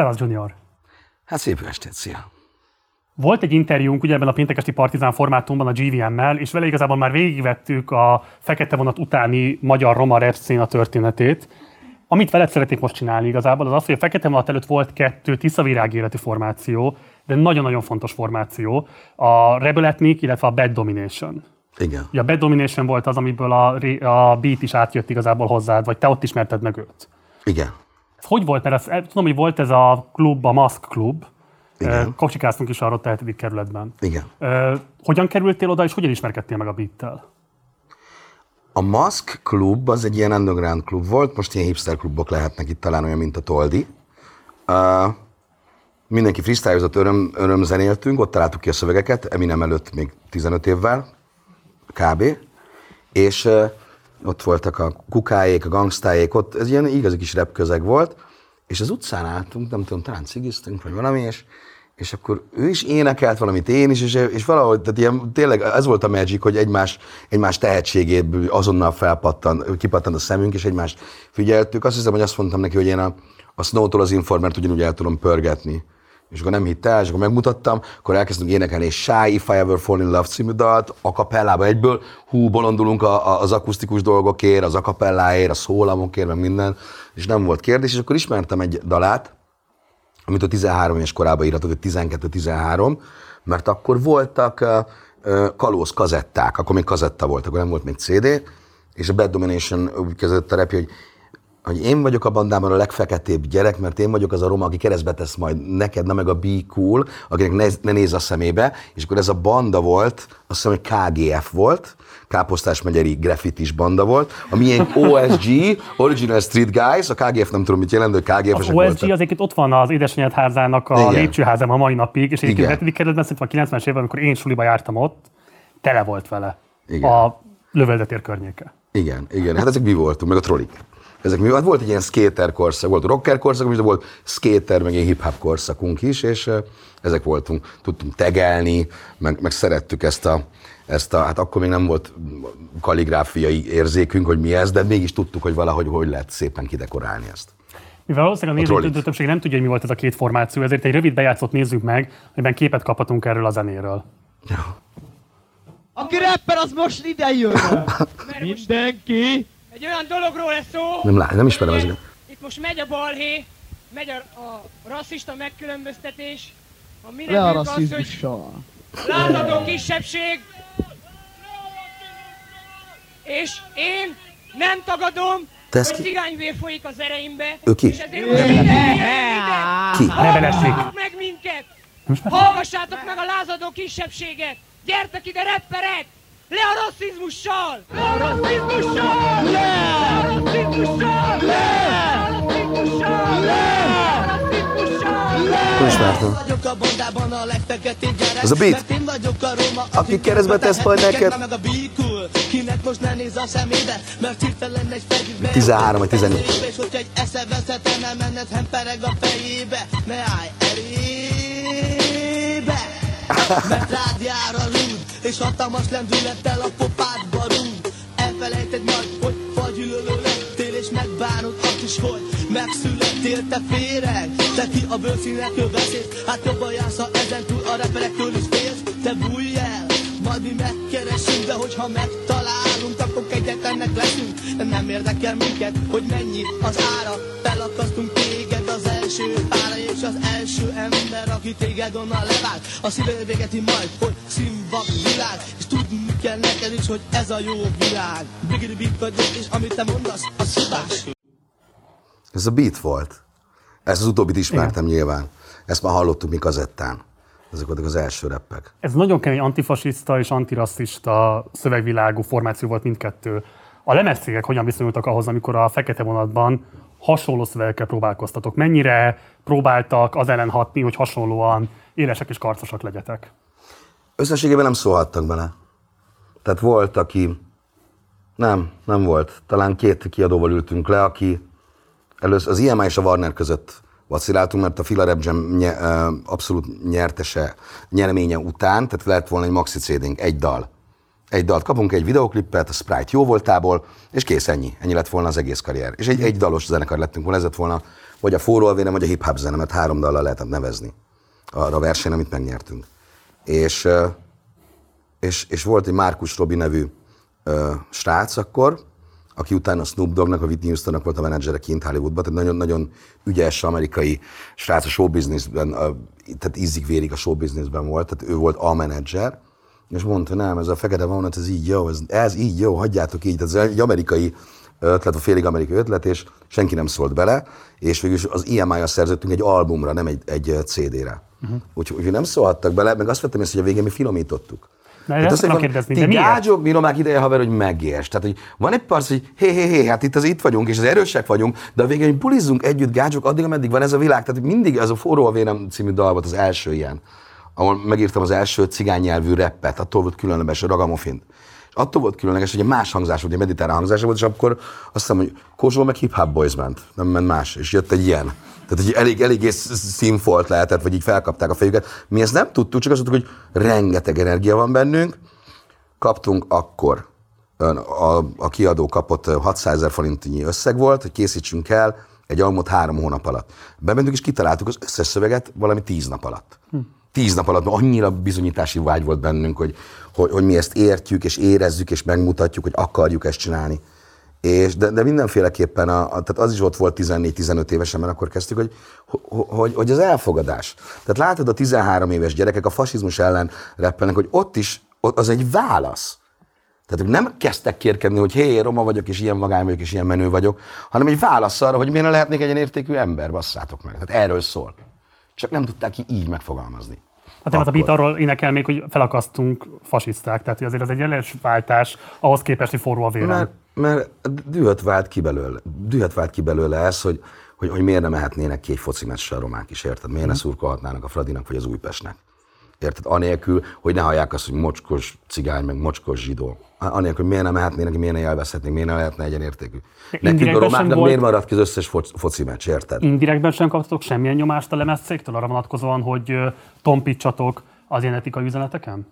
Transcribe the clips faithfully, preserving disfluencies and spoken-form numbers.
Szevasz, Junior! Hát szép estét, szia! Volt egy interjúnk ugye ebben a péntek esti Partizán formátumban a gé vé em-mel, és vele igazából már végigvettük a fekete vonat utáni magyar-roma rap széna történetét. Amit veled szeretnék most csinálni igazából, az az, hogy a fekete vonat előtt volt kettő Tiszavirág életű formáció, de nagyon-nagyon fontos formáció, a Rebel Ethnic, illetve a Bad Domination. Igen. Ugye a Bad Domination volt az, amiből a, a beat is átjött igazából hozzád, vagy te ott ismerted meg őt. Igen. Hogy volt? Mert azt, tudom, hogy volt ez a klub, a Mask klub. Igen. Kocsikáztunk is arra a hetedik kerületben. Igen. Uh, hogyan kerültél oda, és hogyan ismerkedtél meg a beattel? A Mask klub az egy ilyen underground klub volt, most ilyen hipster klubok lehetnek itt talán olyan, mint a Toldi. Uh, mindenki freestyleozott, öröm, örömzenéltünk, ott találtuk ki a szövegeket, Eminem előtt még tizenöt évvel, kb. És uh, ott voltak a kukáék, a gangstáék, ott ez ilyen igazi kis rap közeg volt, és az utcán álltunk, nem tudom, talán cigiztünk, vagy valami, és, és akkor ő is énekelt valamit, én is, és, és valahogy, tehát ilyen, tényleg ez volt a magic, hogy egymás, egymás tehetségéből azonnal felpattan, kipattant a szemünk, és egymást figyeltük. Azt hiszem, hogy azt mondtam neki, hogy én a, a Snow-tól az Informert ugyanúgy el tudom pörgetni. És akkor nem hitt el, és akkor megmutattam, akkor elkezdtünk énekelni egy Shy, If I Ever Fall in Love című dalt, a kapellába egyből, hú, bolondulunk a, a, az akusztikus dolgokért, az akapelláért, a szólamokért, meg minden, és nem volt kérdés, és akkor ismertem egy dalát, amit a tizenhárom éves korában írhatott, hogy tizenkettő tizenhárom, mert akkor voltak uh, uh, kalóz kazetták, akkor még kazetta volt, akkor nem volt még cé dé, és a Bad Domination úgy kezdett a repje, hogy hogy én vagyok a bandában a legfeketébb gyerek, mert én vagyok az a roma, aki keresztbe tesz majd neked, na meg a Be Cool, akinek ne, ne nézz a szemébe, és akkor ez a banda volt, azt hiszem, hogy ká gé ef volt, Káposztás megyeri graffitis banda volt, a miénk o es gé, Original Street Guys, a ká gé ef nem tudom mit jelent, de ká gé ef-esek voltak. Az o es gé az egyébként ott van az édesanyád házának a Igen. lépcsőházán a mai napig, és egyébként a hetedik kerületben szerintem a kilencvenes évben, amikor én suliba jártam ott, tele volt vele Igen. a Lövöldetér környéke. Igen, igen, hát ezek mi voltunk, meg a trollik. Ezek mi volt? Volt egy ilyen skater korszak, volt rocker korszak, de volt skater, meg egy hip-hop korszakunk is, és ezek voltunk. Tudtunk tegelni, meg, meg szerettük ezt a, ezt a, hát akkor még nem volt kalligráfiai érzékünk, hogy mi ez, de mégis tudtuk, hogy valahogy hogy lehet szépen kidekorálni ezt. Mivel valószínűleg a nézők többség nem tudja, hogy mi volt ez a két formáció, ezért egy rövid bejátszót nézzük meg, amiben képet kaphatunk erről a zenéről. Ja. Aki rapper, az most ide jön! Mindenki! Egy olyan dologról lesz szó, nem, lá, nem ismerem ezeket. Itt most megy a balhé, megy a, a rasszista megkülönböztetés, a mi Le a nevünk az, hogy lázadó kisebbség, és én nem tagadom, Tesz hogy ki? cigányvér folyik az ereimbe, Ő ki? és ezért most mindenki Ki? hallgassátok meg minket! Hallgassátok meg a lázadó kisebbséget! Gyertek ide, rapperek! Le a rasszizmussal! Le a rasszizmussal! Le a rasszizmussal! Le a rasszizmussal! Le a rasszizmussal! Nem ismertem. Ez a beat? Aki keresztbe tesz majd neked. tizenhárom vagy tizennégy. És hogyha egy eszeveszete nem menned, hempereg a fejébe, ne állj elébe. Mert rád jár a rúd, és hatalmas lendülettel a popádba rúd. Elfelejted majd, hogy fagyülölő lettél, és megbánod azt is, hogy megszülettél, te féreg. Te ki a bőrszínekről beszélsz, hát jobban jársz, ha ezentúl a reperektől is félsz. Te bújj el, majd mi megkeresünk, de hogyha megtalálunk, akkor kegyetlennek leszünk. De nem érdekel minket, hogy mennyi az ára, felakasztunk téged az első pára, és az első ember, aki téged onnan levág, a szíved végeti majd, hogy színvak világ, és tudni kell neked is, hogy ez a jó világ. Bigidi beat vagyok, és amit te mondasz, a szívás. Ez a beat volt. Ezt az utóbbit ismertem Igen. nyilván. Ezt már hallottuk mi kazettán. Ezek voltak az első rappek. Ez nagyon kemény antifasiszta és antirasszista szövegvilágú formáció volt mindkettő. A lemezcégek hogyan viszonyultak ahhoz, amikor a Fekete Vonatban hasonló szövegekkel próbálkoztatok? Mennyire próbáltak az ellen hatni, hogy hasonlóan élesek és karcosak legyetek? Összességében nem szólhattak bele. Tehát volt, aki... Nem, nem volt. Talán két kiadóval ültünk le, aki először az i em i és a Warner között vaciláltunk, mert a Fila Rap Jam nye, abszolút nyertese, nyereménye után, tehát lehet volna egy maxi cé dénk, egy dal. Egy dalt kapunk, egy videoklipet, a Sprite jó voltából, és kész, ennyi. Ennyi lett volna az egész karrier. És egy, egy dalos zenekar lettünk volna, ez lett volna vagy a forró vérem, vagy a hip-hop zene, mert három dallal lehetett nevezni arra a versenyen, amit megnyertünk. És, és, és volt egy Marcus Robbie nevű uh, srác akkor, aki utána Snoop Doggnak, a Whitney Houstonnak volt a menedzsere kint Hollywoodban, tehát nagyon-nagyon ügyes amerikai srác a showbusinessben, uh, tehát ízig-vérig a showbusinessben volt, tehát ő volt a menedzser, és mondta, nem, ez a fekete vonat, ez így jó, ez, ez így jó, hagyjátok így, tehát ez egy amerikai ötlet, a félig amerikai ötlet, és senki nem szólt bele, és végül az I M I-jal szerződtünk egy albumra, nem egy, egy cé dé-re. Uh-huh. Úgyhogy úgy, nem szólhattak bele, meg azt vettem észre, hogy a végén mi finomítottuk. Na, hát ezt akarok kérdezni, de miért? Gágyok, mi romák ideje, haver, hogy megérts. Tehát, hogy van egy parsz, hogy hé, hé, hé, hát itt az itt vagyunk, és az erősek vagyunk, de a végén, hogy bulizzunk együtt, gágyok, addig, ameddig van ez a világ. Tehát mindig ez a Forró a vérem című dal volt az első ilyen, ahol megírtam az első cigány nyelvű rappet, attól volt különleges a Ragamofint. És attól volt különleges, hogy egy más hangzás volt, egy mediterrán hangzása volt, és akkor azt hiszem, hogy Kozsó meg hip-hop boys ment, nem ment más, és jött egy ilyen. Tehát egy elég, eléggé színfolt lehetett, vagy így felkapták a fejüket. Mi ezt nem tudtuk, csak azt tudtuk, hogy rengeteg energia van bennünk. Kaptunk akkor, a, a kiadó kapott hatszázezer forintnyi összeg volt, hogy készítsünk el egy albumot három hónap alatt. Bementünk és kitaláltuk az összes szöveget valami tíz nap alatt. Hm. Tíz nap alatt, annyira bizonyítási vágy volt bennünk, hogy, hogy, hogy mi ezt értjük, és érezzük, és megmutatjuk, hogy akarjuk ezt csinálni. És de, de mindenféleképpen, a, a, tehát az is ott volt tizennégy-tizenöt évesen, mert akkor kezdtük, hogy, hogy, hogy az elfogadás. Tehát látod, a tizenhárom éves gyerekek a fasizmus ellen rappelnek, hogy ott is ott az egy válasz. Tehát ők nem kezdtek kérkedni, hogy hé, én roma vagyok, és ilyen magány vagyok, és ilyen menő vagyok, hanem egy válasz arra, hogy miért ne lehetnék egy ilyen értékű ember, basszátok meg. Tehát erről szól. Csak nem tudták ki így megfogalmazni. Hát nem, az a beat arról énekel még, hogy felakasztunk fasiszták, tehát azért ez egy jelentős váltás ahhoz képest, hogy forró a vérem. Mert, mert dühöt vált ki belőle, dühöt vált ki belőle ez, hogy, hogy, hogy miért nem mehetnének ki egy foci meccsre a romák is, érted? Miért ne szurkolhatnának a Fradinak vagy az Újpestnek? Érted? Anélkül, hogy ne hallják azt, hogy mocskos cigány, meg mocskos zsidó. Anélkül, miért nem mehetnének, miért ne élvezhetnénk, miért ne lehetne egyenértékű. Nekünk a romáknak volt... miért maradt ki az összes foci, foci meccs, érted? Indirektben sem kaptatok semmilyen nyomást a lemezcégtől arra vonatkozóan, hogy tompítsatok az ilyen etikai üzeneteken?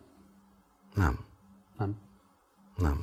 Nem. Nem. Nem.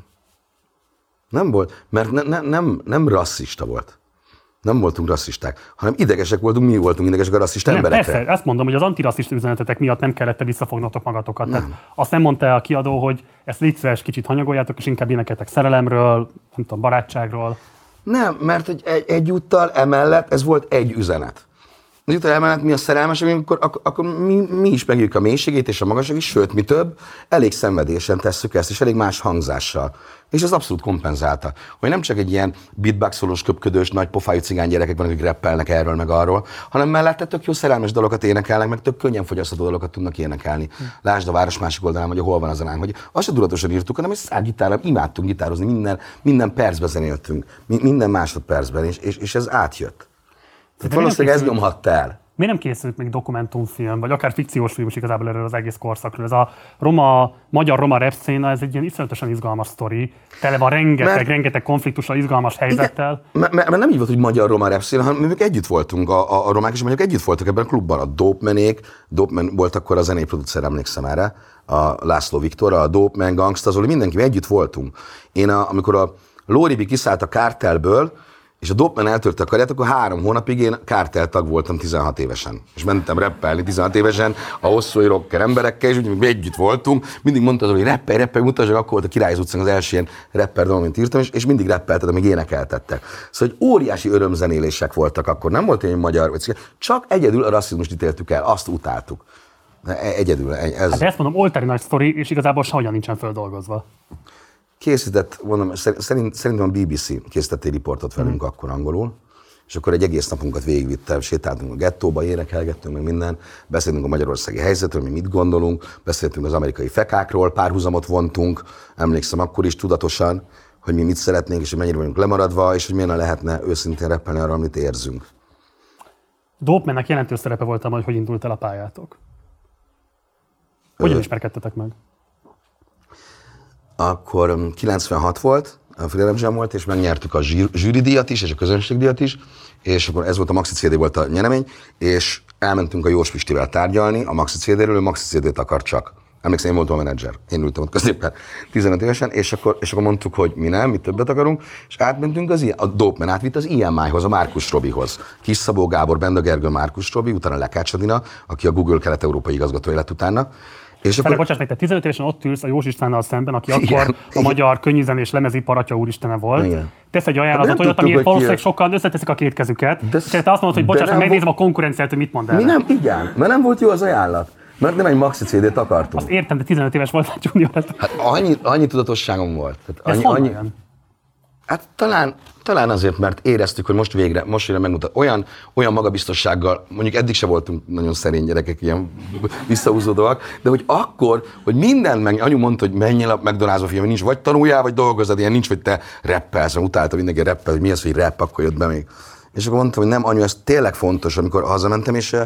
Nem volt, mert ne, ne, nem, nem rasszista volt. Nem voltunk rasszisták, hanem idegesek voltunk, mi voltunk idegesek a rasszista nem, emberekre. Persze, ezt mondom, hogy az antirasszista üzenetetek miatt nem kellett visszafognotok magatokat. Nem. Tehát azt nem mondta a kiadó, hogy ezt légy szíves, kicsit hanyagoljátok, és inkább énekeltek szerelemről, nem tudom, barátságról. Nem, mert egy, egyúttal emellett ez volt egy üzenet. Egyúttal emellett mi a szerelmesek, akkor, akkor, akkor mi, mi is megjük a mélységét és a magasságét, sőt, mi több, elég szenvedésen tesszük ezt, és elég más hangzással. És ez abszolút kompenzálta. Hogy nem csak egy ilyen beatboxolós, köpködős, nagy pofájú cigány gyerekek van, akik rappelnek erről meg arról, hanem mellette tök jó szerelmes dalokat énekelnek, meg tök könnyen fogyasztható dalokat tudnak énekelni. Lásd a város másik oldalán, hogy hol van az a láng, hogy azt se tudatosan írtuk, hanem egy szárgitárral imádtunk gitározni, minden, minden percben zenéltünk, minden másodpercben, és, és, és ez átjött. Tehát valószínűleg ez nyomhatta el. Miért nem készült még dokumentumfilm, vagy akár fikciós film is igazából erről az egész korszakról? Ez a roma, magyar roma rap széna, ez egy ilyen iszonyatosan izgalmas sztori. Tele van rengeteg, mert, rengeteg konfliktussal, izgalmas helyzettel. Mert, mert nem így volt, hogy magyar roma rap széna, hanem mi együtt voltunk, a, a, a romák és mondjuk együtt voltak ebben a klubban. A Dopemenék, Dopeman volt akkor a zenéproducer, emlékszem erre, a László Viktor, a Dopeman, Gangsta Zoli, mindenki, mi együtt voltunk. Én a, amikor a Lóribi kiszállt a Kártelből, és a Dopeman eltörte a karját, akkor három hónapig én kárteltag voltam tizenhat évesen. És mentem rappelni tizenhat évesen a hosszú rocker emberekkel, és úgy mi együtt voltunk. Mindig mondtad, hogy rappelj, rappelj, mutasd, akkor volt a Királyz utcán az első ilyen rapper dal, amit írtam, és, és mindig rappelted, amíg énekeltettek. Szóval hogy óriási örömzenélések voltak akkor. Nem volt egy magyar, csak egyedül a rasszizmust ítéltük el, azt utáltuk. Egyedül. Ez... Hát ezt mondom, oltári nagy sztori, és igazából sehogyan nincsen földolgozva. Készített, mondom, szerint, szerintem a bé bé cé készített egy riportot velünk mm. akkor angolul, és akkor egy egész napunkat végigvittem, sétáltunk a gettóba, énekelgettünk, meg minden, beszéltünk a magyarországi helyzetről, mi mit gondolunk, beszéltünk az amerikai fekákról, párhuzamot vontunk, emlékszem akkor is tudatosan, hogy mi mit szeretnénk, és hogy mennyire vagyunk lemaradva, és hogy miért lehetne őszintén rappelni arra, amit érzünk. Dopemannek jelentős szerepe volt abban, hogy hogy indult el a pályátok. Hogyan ismerkedtetek meg? Akkor kilencvenhat volt, a Freedom Jam volt, és megnyertük a zsűridíjat is, és a közönségdíjat is, és akkor ez volt a Maxi cé dé volt a nyeremény, és elmentünk a Jós Pistivel tárgyalni a Maxi cé déről, ő Maxi cé dét akar csak. Emlékszem, én voltam a menedzser, én ültem ott középen tizenöt évesen, és akkor, és akkor mondtuk, hogy mi nem, mi többet akarunk, és átmentünk az a Dopeman átvitt az i em i-hoz, a Márkus Robihoz. Kis Szabó Gábor, Benda Gergő, Márkus Robi, utána Lekács Adina, aki a Google kelet-európai igazgatója lett utána. És akkor... Bocsáss meg, te tizenöt évesen ott ülsz a Jós Istvánnal szemben, aki igen, akkor a igen. magyar könnyűzenés lemezipar atya úristene volt. Igen. Tesz egy ajánlatot olyat, amiért valószínűleg sokan összeteszik a két kezüket, de, és te azt mondod, hogy bocsáss meg, megnézem vo- a konkurenciát, hogy mit mond el. Mi nem, igen, mert nem volt jó az ajánlat. Mert nem egy maxi cé dét akartunk. Azt értem, de tizenöt éves volt a junior. Hát annyi, annyi tudatosságom volt. Hát, annyi, annyi, hát talán, talán azért, mert éreztük, hogy most végre, most végre megmutat. Olyan, olyan magabiztossággal, mondjuk eddig se voltunk nagyon szerény gyerekek, ilyen visszahúzódóak, de hogy akkor, hogy mindent meg, anyu mondta, hogy menjél a McDonald's-ba, fiam, nincs, vagy tanuljál, vagy dolgozod, ilyen nincs, hogy te rappelsz, mert utálta mindenki rappel, hogy mi az, hogy rap, akkor jött be még. És akkor mondtam, hogy nem, anyu, ez tényleg fontos, amikor hazamentem, és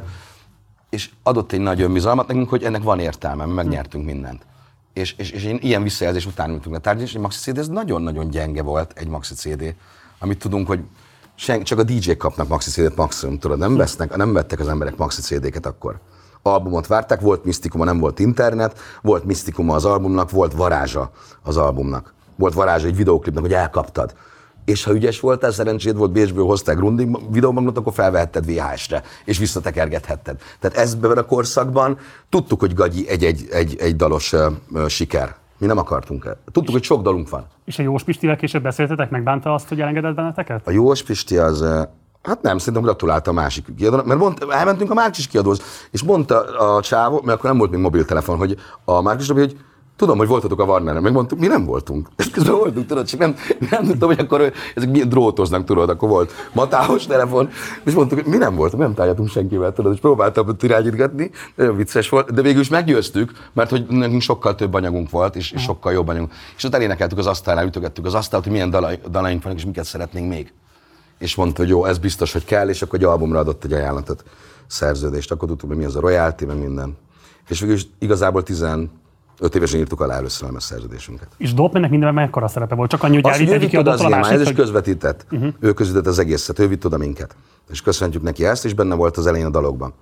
és adott egy nagy önbizalmat nekünk, hogy ennek van értelme, megnyertünk mindent. És, és, és ilyen visszajelzés után ültünk a tárgyalni, és egy maxi cé dé, ez nagyon-nagyon gyenge volt, egy maxi cé dé, amit tudunk, hogy sen, csak a dé dzsék kapnak maxi cé dét maximum, tudod, nem, vesznek, nem vettek az emberek maxi cé déket akkor. Albumot várták, volt misztikuma, nem volt internet, volt misztikuma az albumnak, volt varázsa az albumnak. Volt varázsa egy videóklipnek, hogy elkaptad. És ha ügyes voltál, szerencséd volt, Bécsből hozták Grundig videómagnót, akkor felvehetted vé há es-re, és visszatekergethetted. Tehát ezben a korszakban tudtuk, hogy Gagyi egy, egy, egy, egy dalos uh, uh, siker. Mi nem akartunk el. Tudtuk, hogy sok dalunk van. És a Jós Pistivel később beszéltetek, megbánta azt, hogy elengedett benneteket? A Jós Pisti az... Uh, Hát nem, szerintem gratulálta a másik kiadónak, mert mondta, elmentünk a Márkis kiadóhoz, és mondta a csávó, mert akkor nem volt még mobiltelefon, hogy a Márkis Robi, hogy tudom, hogy voltatok a Warneren, megmondtuk, mi nem voltunk. És közben voltunk, tudod, csak nem, nem tudtam, hogy akkor ezek milyen drótoznak, tudod, akkor volt matávos telefon, és mondtuk, hogy mi nem voltunk, nem tárgyaltunk senkivel, tudod, és próbáltam ott irányítgatni, nagyon vicces volt, de végül is meggyőztük, mert hogy nekünk sokkal több anyagunk volt, és, és sokkal jobb anyagunk. És ott elénekeltük az asztalnál, ütögettük az asztalt, hogy milyen dalai, dalaink vannak, és miket szeretnénk még. És mondta, hogy jó, ez biztos, hogy kell, és akkor egy albumra adott egy ajánlatot, szerződést, akkor tudtuk, hogy mi az a royalty, meg minden. És végül is igazából tizenöt évesen írtuk alá először a szerződésünket. És Dopemannek mindenben mekkora szerepe volt? Csak annyi, hogy elvitt egyik kiadótól a másik, ez is közvetített. Uh-huh. Ő közvetített az egészet, ő vitt oda minket. És köszönhetjük neki ezt, és benne volt az elején a dalokban.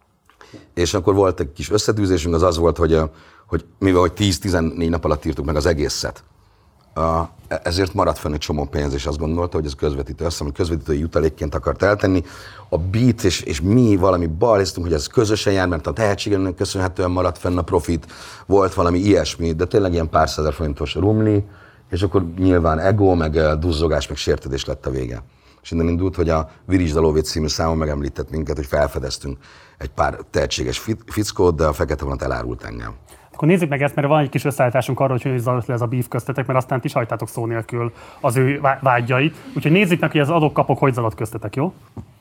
És akkor volt egy kis összetűzésünk, az az volt, hogy, hogy mivel hogy tíz-tizennégy nap alatt írtuk meg az egészet, Uh, ezért maradt fenn egy csomó pénz, és azt gondolta, hogy ez közvetítő, azt hiszem, hogy közvetítői jutalékként akart eltenni. A beat és, és mi valami balhéztunk, hogy ez közösen jár, mert a tehetségemnek köszönhetően maradt fenn a profit, volt valami ilyesmi, de tényleg ilyen pár százer forintos rumli, és akkor nyilván ego, meg duzzogás, meg sértődés lett a vége. És innen indult, hogy a Virítsd a lóvét című számon megemlített minket, hogy felfedeztünk egy pár tehetséges fickót, de a Fekete Vonat elárult engem. Akkor nézzük meg ezt, mert van egy kis összeállításunk arról, hogy hogy zajlott le ez a beef köztetek, mert aztán ti is hagytátok szó nélkül az ő vágyait. Úgyhogy nézzük meg, hogy az adok-kapok hogy zajlott köztetek, jó?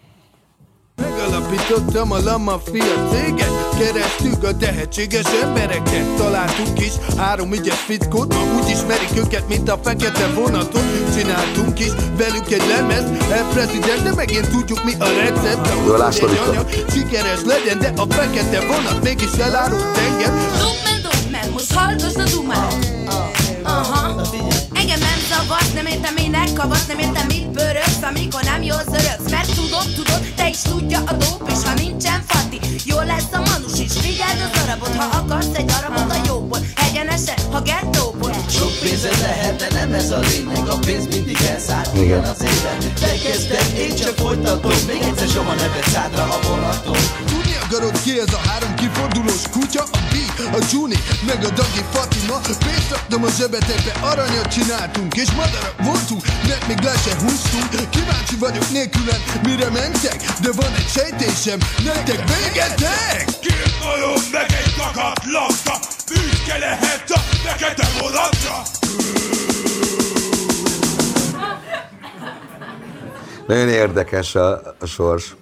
Megalapítottam a Lamafia céget, kerestük a tehetséges embereket, találtunk is három ügyes fickót, ma úgy ismerik őket, mint a Fekete Vonatot, csináltunk is velük egy lemez, e-prezident, de megint tudjuk mi a recept, ahhoz, hogy egy anyag sikeres legyen, de a Fekete Vonat mégis elárult engem. Dogman, dogman, most hallgass a dumát. Aha. Engem nem zavarsz, nem értem minek kavasz, nem értem mit pörögsz, amikor nem jól zörögsz. Mert tudod, tudod, te is tudja a dóp, és ha nincsen fati, jól lesz a manus is. Figyeld az arabot, ha akarsz egy arabot a jóból, egyenesen, ha gettóból. Sok pénzed lehet, de nem ez a lényeg, a pénz mindig elszáll, ilyen az élet. Te kezdted, én csak folytatom, még egyszer soha ne vesz hátra a vonaton. Tudni akarod ki ez a három kifordulós kutya, a B, a Juni, meg a Dagi Fatima. Pénzt raktam a zsebetekbe, aranyat csináltunk, és madarak voltunk, mert még le se húztunk. Kíváncsi vagyok nélkülen, mire mentek, de van egy sejtésem, nektek végetek! Két majom, meg egy kakat labda, büszke lehet a Fekete Vonatra! Nagyon érdekes a, a sors.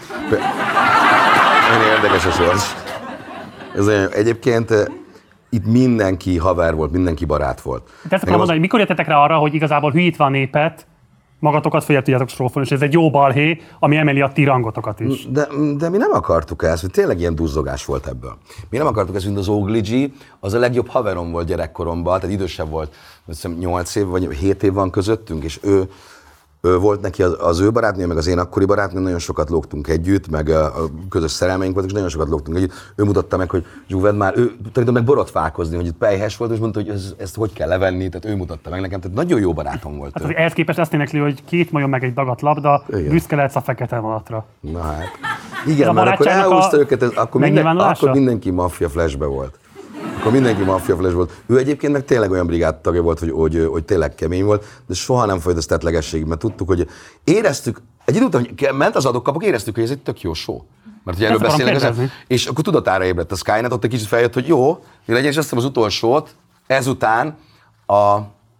Nagyon érdekes a sors. Ez olyan, egyébként itt mindenki haver volt, mindenki barát volt. De ezt akarom mondani, mikor jöttetek rá arra, hogy igazából hülyítve a népet, magatokat följebb tudjátok strófolni, és ez egy jó balhé, ami emeli a ti rangotokat is. De, de mi nem akartuk ezt, hogy tényleg ilyen duzzogás volt ebből. Mi nem akartuk ezt, mint az Ogligi, az a legjobb haverom volt gyerekkoromban, tehát idősebb volt, azt hiszem nyolc év vagy hét év van közöttünk, és ő Volt neki az, az ő barátnője, meg az én akkori barátnőm, nagyon sokat lógtunk együtt, meg a, a közös szerelmeink voltak, és nagyon sokat lógtunk együtt. Ő mutatta meg, hogy Zsúved már, ő tudta meg borotválkozni, hogy itt pelyhes volt, és mondta, hogy ez, ezt hogy kell levenni, tehát ő mutatta meg nekem, tehát nagyon jó barátom volt. Hát, ehhez képest azt énekli, hogy két majom meg egy dagat labda, büszke lehetsz a fekete vonatra. Na hát. Igen, mert akkor elhúzta őket, ez, akkor, minden, akkor mindenki Mafia Flashbe volt. Akkor mindenki Mafia Flash volt. Ő egyébként meg tényleg olyan brigádtagja volt, hogy, hogy, hogy tényleg kemény volt, de soha nem folyt az tettlegességig, mert tudtuk, hogy éreztük, egy idő után, hogy ment az adókapok, éreztük, hogy ez egy tök jó show. Mert ugye erről beszélnek ezen, és akkor tudatára ébredt a Skynet, ott egy kicsit feljött, hogy jó, mi legyen, és azt hiszem az utolsót, ezután a,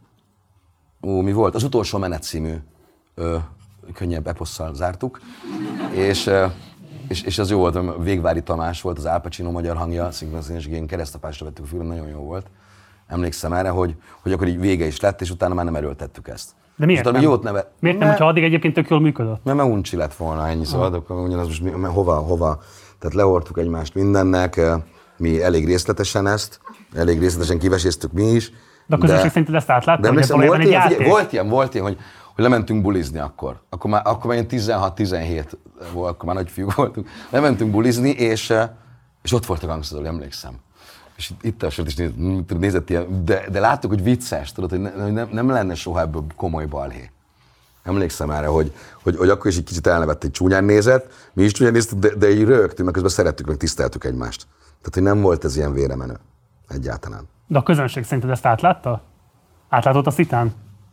ó, mi volt? Az utolsó menet című ö, könnyebb eposszal zártuk, és És, és az jó volt, Végvári Tamás volt, az Al Pacino magyar hangja, szinkronizálás, én keresztapásra vettük a filmet, nagyon jó volt. Emlékszem erre, hogy, hogy akkor így vége is lett, és utána már nem erőltettük ezt. De miért nem? Jót neve... Miért nem, hogyha addig egyébként tök jól működött? Mert már uncsi lett volna ennyi, szóval ah. ugyanaz most mi, hova, hova. Tehát lehortuk egymást mindennek, mi elég részletesen ezt, elég részletesen kiveséztük mi is. De a közönség szerinted ezt átláttam, hogy ez volt ilyen, figyelj, volt ilyen, volt ilyen, hogy hogy lementünk bulizni akkor. Akkor már, akkor már tizenhat tizenhét volt, akkor már nagy fiúk voltunk. Lementünk bulizni, és, és ott volt a Gangsta, emlékszem. És itt, itt a sort is nézett, nézett ilyen, de, de láttuk, hogy vicces, tudod, hogy ne, nem, nem lenne soha ebből komoly balhé. Emlékszem erre, hogy, hogy, hogy akkor is egy kicsit elnevett, egy csúnyán nézett, mi is csúnyán néztük, de, de így rögtünk, mert közben szerettük, meg tiszteltük egymást. Tehát, hogy nem volt ez ilyen véremenő egyáltalán. De a közönség szerinted ezt átlátta? Átlátott a szitán?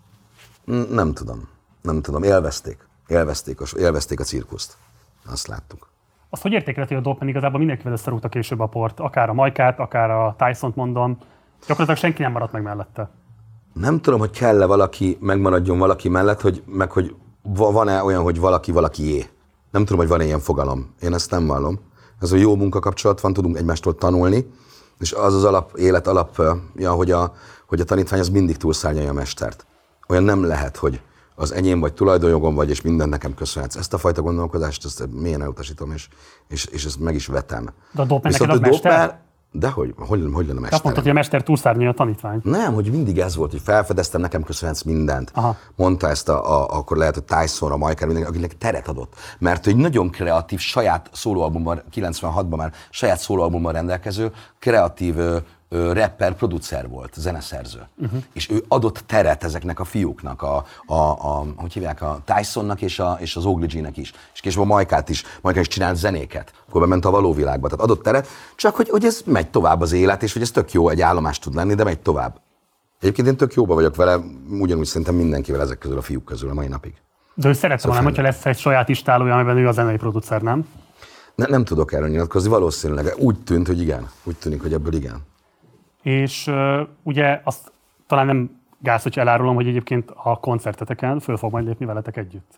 Nem tudom, nem tudom, élvezték, élvezték a, élvezték a cirkuszt, azt láttuk. Azt hogy értékeled, hogy a Dopeman igazából mindenkivel összerúgta később a port, akár a Majkát, akár a Tyson-t mondom, gyakorlatilag senki nem maradt meg mellette. Nem tudom, hogy kell-e valaki megmaradjon valaki mellett, hogy, meg hogy van-e olyan, hogy valaki valakié. Nem tudom, hogy van-e ilyen fogalom, én ezt nem vallom. Ez a jó munkakapcsolat van, tudunk egymástól tanulni, és az az alap, élet alapja, hogy a, hogy a tanítvány az mindig túlszárnyalja a mestert. Olyan nem lehet, hogy az enyém vagy, tulajdonjogom vagy, és mindent nekem köszönhetsz. Ezt a fajta gondolkodást, ezt mélyen elutasítom, és, és, és ezt meg is vetem. De a Dopeman neked az mester? Dehogy, hogy, hogy lenne mester? Azt mondtad, hogy a mester túlszárnyalja a tanítvány. Nem, hogy mindig ez volt, hogy felfedeztem, nekem köszönhetsz mindent. Aha. Mondta ezt, a, a, akkor lehet, hogy Tysonra, Majkára, mindenki, akinek teret adott. Mert egy nagyon kreatív, saját szólóalbumban, kilencvenhatban már saját szólóalbumban rendelkező, kreatív rapper, producer volt, zeneszerző. Uh-huh. És ő adott teret ezeknek a fiúknak, a, a, a hogy hívják, a Tysonnak és, a, és az Ogli G-nek is. És később a Majkát is, Majka is csinált zenéket, akkor bement a való világba. Tehát adott teret, csak hogy, hogy ez megy tovább az élet, és hogy ez tök jó, egy állomás tud lenni, de megy tovább. Egyébként én tök jóba vagyok vele, ugyanúgy szerintem mindenkivel ezek közül, a fiúk közül a mai napig. De ő szeret volna, hogyha lesz egy saját istálója, amiben ő a zenei producer, nem? Ne, nem tudok erről nyilatkozni, valószínűleg. Úgy tűnt, hogy igen. Úgy tűnik, hogy ebből igen. És uh, ugye azt talán nem gáz, hogy elárulom, hogy egyébként a koncerteteken föl fog majd lépni veletek együtt.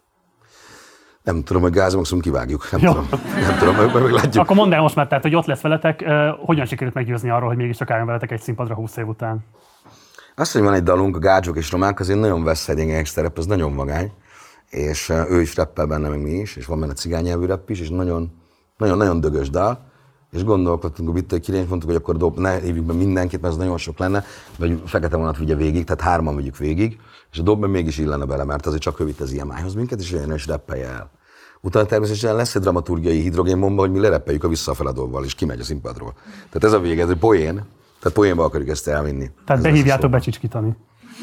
Nem tudom, hogy gáz, maximum kivágjuk. Nem Jó. tudom, nem tudom, meg, meg látjuk. Akkor mondd el most már, tehát, hogy ott lesz veletek, uh, hogyan sikerült meggyőzni arról, hogy mégiscsak álljon veletek egy színpadra húsz év után? Azt, hogy van egy dalunk, a Gácsok és Romák, azért nagyon West Side Gangster rap, ez nagyon vagány, és uh, ő is rappel benne, meg mi is, és van benne cigánynyelvű rap is, és nagyon, nagyon, nagyon dögös dal. És gondolkodtunk a Bittai Királynak, mondtuk, hogy akkor dob, ne hívjuk be mindenkit, mert ez nagyon sok lenne, vagy Fekete Vonat vigye végig, tehát hárman vigyük végig, és a dobban mégis illene bele, mert azért csak ő vitt az i em i-hoz minket, és olyan is rappelje el. Utána természetesen lesz egy dramaturgiai hidrogénbomba, hogy mi lereppeljük a visszafeladóval, és kimegy a színpadról. Tehát ez a vége, ez egy poén, tehát poénba akarjuk ezt elvinni. Tehát behívjátok becsicskítani.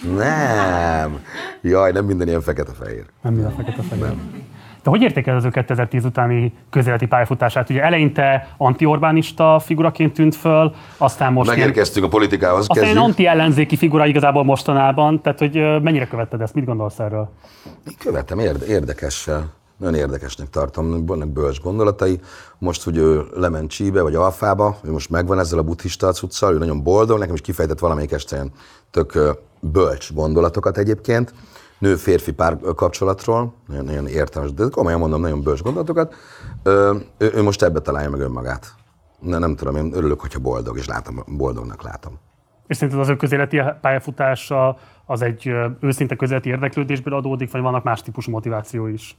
Nem! Jaj, nem minden ilyen fekete-fehér. Nem minden fekete-fehér. De hogy értékeled az ő kétezer-tíz utáni közéleti pályafutását? Ugye eleinte anti-Orbánista figuraként tűnt föl, aztán most... Megérkeztünk a politikához, aztán egy anti-ellenzéki figura igazából mostanában, tehát hogy mennyire követted ezt? Mit gondolsz erről? Én követem, érdekes, nagyon érdekesnek tartom, vannak bölcs gondolatai. Most, hogy ő lement Csíbe vagy Alfába, ő most megvan ezzel a buddhista cuccal, ő nagyon boldog, nekem is kifejtett valamelyik este ilyen tök bölcs gondolatokat egyébként. Nő-férfi pár kapcsolatról, nagyon, nagyon értelmes, de komolyan mondom, nagyon bölcs gondolatokat. Ö, ő, ő most ebbe találja meg önmagát. Ne, nem tudom, én örülök, hogyha boldog, és látom, boldognak látom. És szerinted az ő közéleti pályafutása az egy őszinte közéleti érdeklődésből adódik, vagy vannak más típusú motiváció is?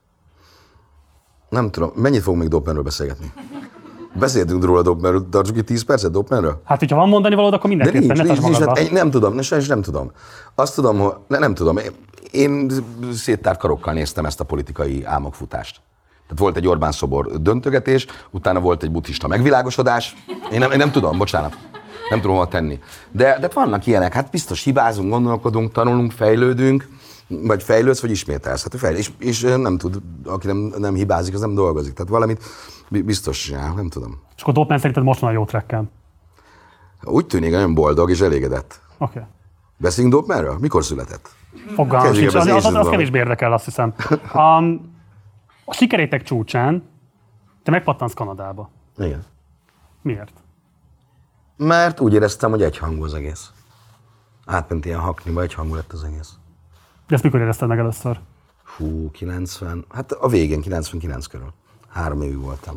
Nem tudom, mennyit fogunk még Dopemanről beszélgetni? Beszéltünk róla Dopemanről, tartsuk itt tíz percet Dopemanről? Hát, hogyha van mondani valód, akkor mindenképpen, nincs, ne nincs, nincs, magadba. hát, nem tudom, ne, sajnos nem tudom. Azt tudom, hogy ne, nem tudom. Én, Én széttárt karokkal néztem ezt a politikai álmokfutást. Tehát volt egy Orbán szobor döntögetés, utána volt egy buddhista megvilágosodás. Én nem, én nem tudom, bocsánat. Nem tudom hova tenni. De, de vannak ilyenek, hát biztos hibázunk, gondolkodunk, tanulunk, fejlődünk, vagy fejlődsz, vagy ismételsz. Hát fejlődsz, és, és nem tud, aki nem, nem hibázik, az nem dolgozik. Tehát valamit biztos csinál, nem tudom. És akkor Dopman szerinted most van a jó tracken? Úgy tűnik, nagyon boldog és elégedett. Oké. Okay. Beszéljünk Dopmanről? Mikor született? Fogalmam sincs, az, az, az kevésbé érdekel, azt hiszem. Um, a sikerétek csúcsán te megpattansz Kanadába. Igen. Miért? Mert úgy éreztem, hogy egyhangú az egész. Átment ilyen hakniba, egyhangú lett az egész. De ezt mikor érezted meg először? Hú, kilencven, hát a végén, kilencvenkilenc körül. Három évig voltam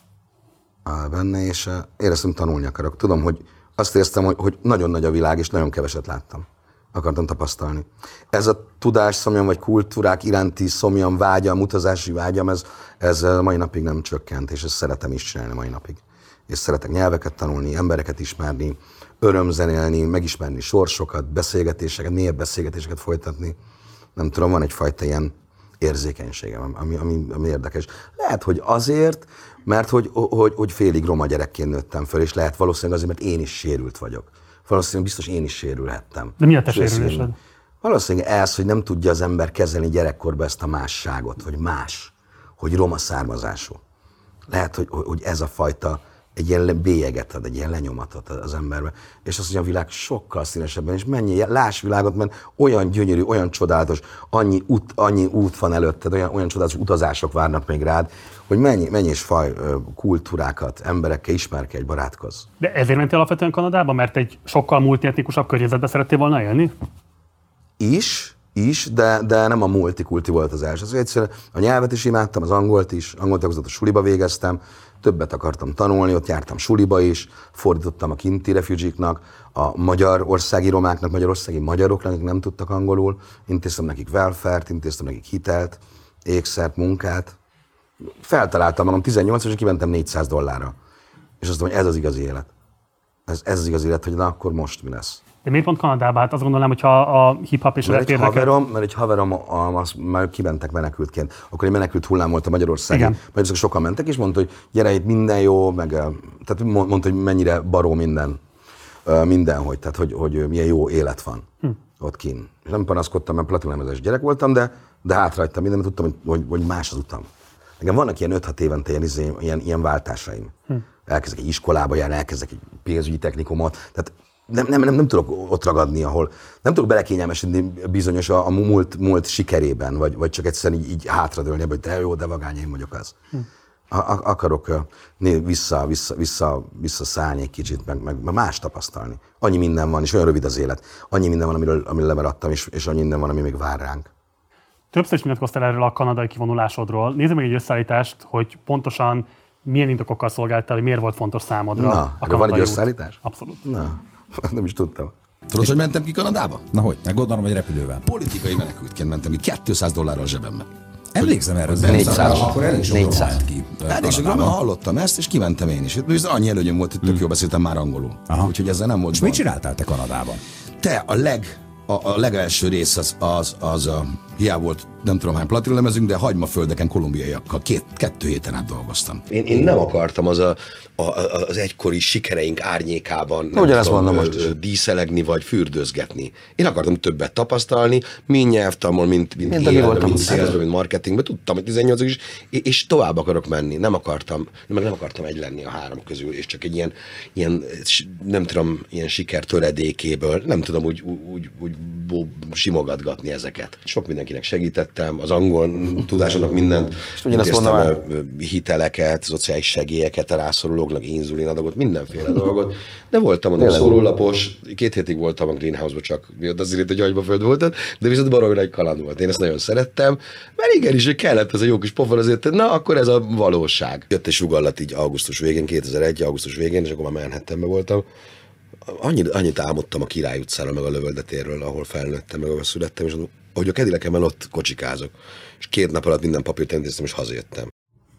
benne, és éreztem, tanulni akarok. Tudom, hogy azt éreztem, hogy, hogy nagyon nagy a világ, és nagyon keveset láttam. Akartam tapasztalni. Ez a tudás szomjam, vagy kultúrák iránti szomjam, vágyam, utazási vágyam, ez, ez mai napig nem csökkent, és ezt szeretem is csinálni mai napig. És szeretek nyelveket tanulni, embereket ismerni, örömzenélni, megismerni sorsokat, beszélgetéseket, mélyebb beszélgetéseket folytatni. Nem tudom, van egyfajta ilyen érzékenységem, ami, ami, ami érdekes. Lehet, hogy azért, mert hogy, hogy, hogy félig roma gyerekként nőttem föl, és lehet valószínűleg azért, mert én is sérült vagyok. Valószínűleg biztos én is sérülhettem. De mi a te sérülésed? Valószínűleg ez, hogy nem tudja az ember kezelni gyerekkorban ezt a másságot, hogy más, hogy roma származású. Lehet, hogy, hogy ez a fajta egy ilyen bélyeget ad, egy ilyen lenyomatot az emberbe. És azt, hogy a világ sokkal színesebben, és mennyi, láss világot, mert olyan gyönyörű, olyan csodálatos, annyi út, annyi út van előtted, olyan, olyan csodálatos utazások várnak még rád, hogy mennyi, mennyi és faj kultúrákat, emberekkel ismerkedj, barátkozz. De ezért mentél alapvetően Kanadába, mert egy sokkal multietnikusabb környezetben szerettél volna élni? Is, is, de, de nem a multikulti volt az első. Az egyszerűen a nyelvet is imádtam, az angolt is, angolt tagozatos suliba végeztem, többet akartam tanulni, ott jártam suliba is, fordítottam a kinti refugeeknak, a magyarországi romáknak, magyarországi magyaroknak, akik nem tudtak angolul, intéztem nekik welfare-t, intéztem nekik hitelt, ékszert, munkát. Feltaláltam magam tizennyolc, és kimentem négyszáz dollárra. És azt mondom, hogy ez az igazi élet. Ez, ez az igazi élet, hogy na akkor most mi lesz. De miért pont Kanadába? Hát azt gondolom, hogyha a hip-hop és a rap érdekelt... Haverom, mert egy haverom, az már kimentek menekültként. Akkor egy menekült hullám volt a Magyarországon. Magyarországon sokan mentek, és mondta, hogy gyere, itt minden jó, meg tehát mondta, hogy mennyire baró minden, mindenhogy, tehát hogy, hogy milyen jó élet van hm. ott kint. És nem panaszkodtam, mert platinumlemezes gyerek voltam, de, de hátrahagytam minden, mert tudtam, hogy, hogy más az utam. Nekem vannak ilyen öt-hat évente ilyen, ilyen, ilyen váltásaim. Hm. Elkezdek egy iskolába járni, elkezdek egy pénzügyi technikumot, tehát Nem, nem, nem, nem tudok ott ragadni, ahol nem tudok belekényelmesedni bizonyos a, a múlt, múlt sikerében, vagy, vagy csak egyszerűen így, így hátradőlni, hogy de jó, de vagány, én vagyok az. Hm. A, akarok né, vissza, vissza, vissza, visszaszállni egy kicsit, meg, meg, meg más tapasztalni. Annyi minden van, és olyan rövid az élet. Annyi minden van, amiről, amiről lemaradtam, és, és annyi minden van, ami még vár ránk. Többször is nyilatkoztál erről a kanadai kivonulásodról. Nézzük meg egy összeállítást, hogy pontosan milyen indokokkal szolgáltál, hogy miért volt fontos számodra Na, a kanadai van egy összeállítás? Abszolút. Na. Nem is tudtam. Tudod, hogy mentem ki Kanadába? Na hogy? Meg gondolom, hogy repülővel. Politikai menekültként mentem ki, kétszáz dollárral zsebembe. Emlékszem erre, az négyszáz. Akkor elég sok négyszáz. ment ki. Elég sok román, hallottam ezt, és kimentem én is. Ez annyi előnyöm volt, hogy tök hmm. jól beszéltem már angolul. Aha. Úgyhogy ezzel nem volt. És mit csináltál te Kanadában? Te, a leg... A, a legelső rész az, az, az a, hiába volt nem tudom hány platinumlemezünk, de hagymaföldeken kolumbiaiakkal két, kettő héten át dolgoztam. Én, én nem akartam az, a, a, az egykori sikereink árnyékában nem Ugyanezt tudom, mondom most. díszelegni vagy fürdőzgetni. Én akartam többet tapasztalni, mind nyelvtanul, mint, mint, mint életben, mint szélzben, mint marketingben. Tudtam, hogy tizennyolc is, és tovább akarok menni. Nem akartam, meg nem akartam egy lenni a három közül, és csak egy ilyen, ilyen nem tudom, ilyen siker töredékéből, nem tudom úgy, úgy, úgy simogatgatni ezeket. Sok mindenkinek segítettem, az angol tudásomnak mindent, intéztem hiteleket, szociális segélyeket a rászorulóknak, inzulinadagot, mindenféle dolgot, de voltam a szórólapos, két hétig voltam a greenhouse-ba, csak miatt az írt, hogy agybaföld volt, de viszont baromi nagy kaland volt. Én ezt nagyon szerettem, mert igenis, hogy kellett ez a jó kis pofon azért, na akkor ez a valóság. Jött egy sugallat így augusztus végén, kétezer-egy augusztus végén, és akkor már Manhattanben voltam. Annyit, annyit álmodtam a Király utcáról, meg a Lövöldetérről, ahol felnőttem, meg ahol születtem, és ahogy a Cadillacemben ott kocsikázok. És két nap alatt minden papírt intéztem, és hazajöttem.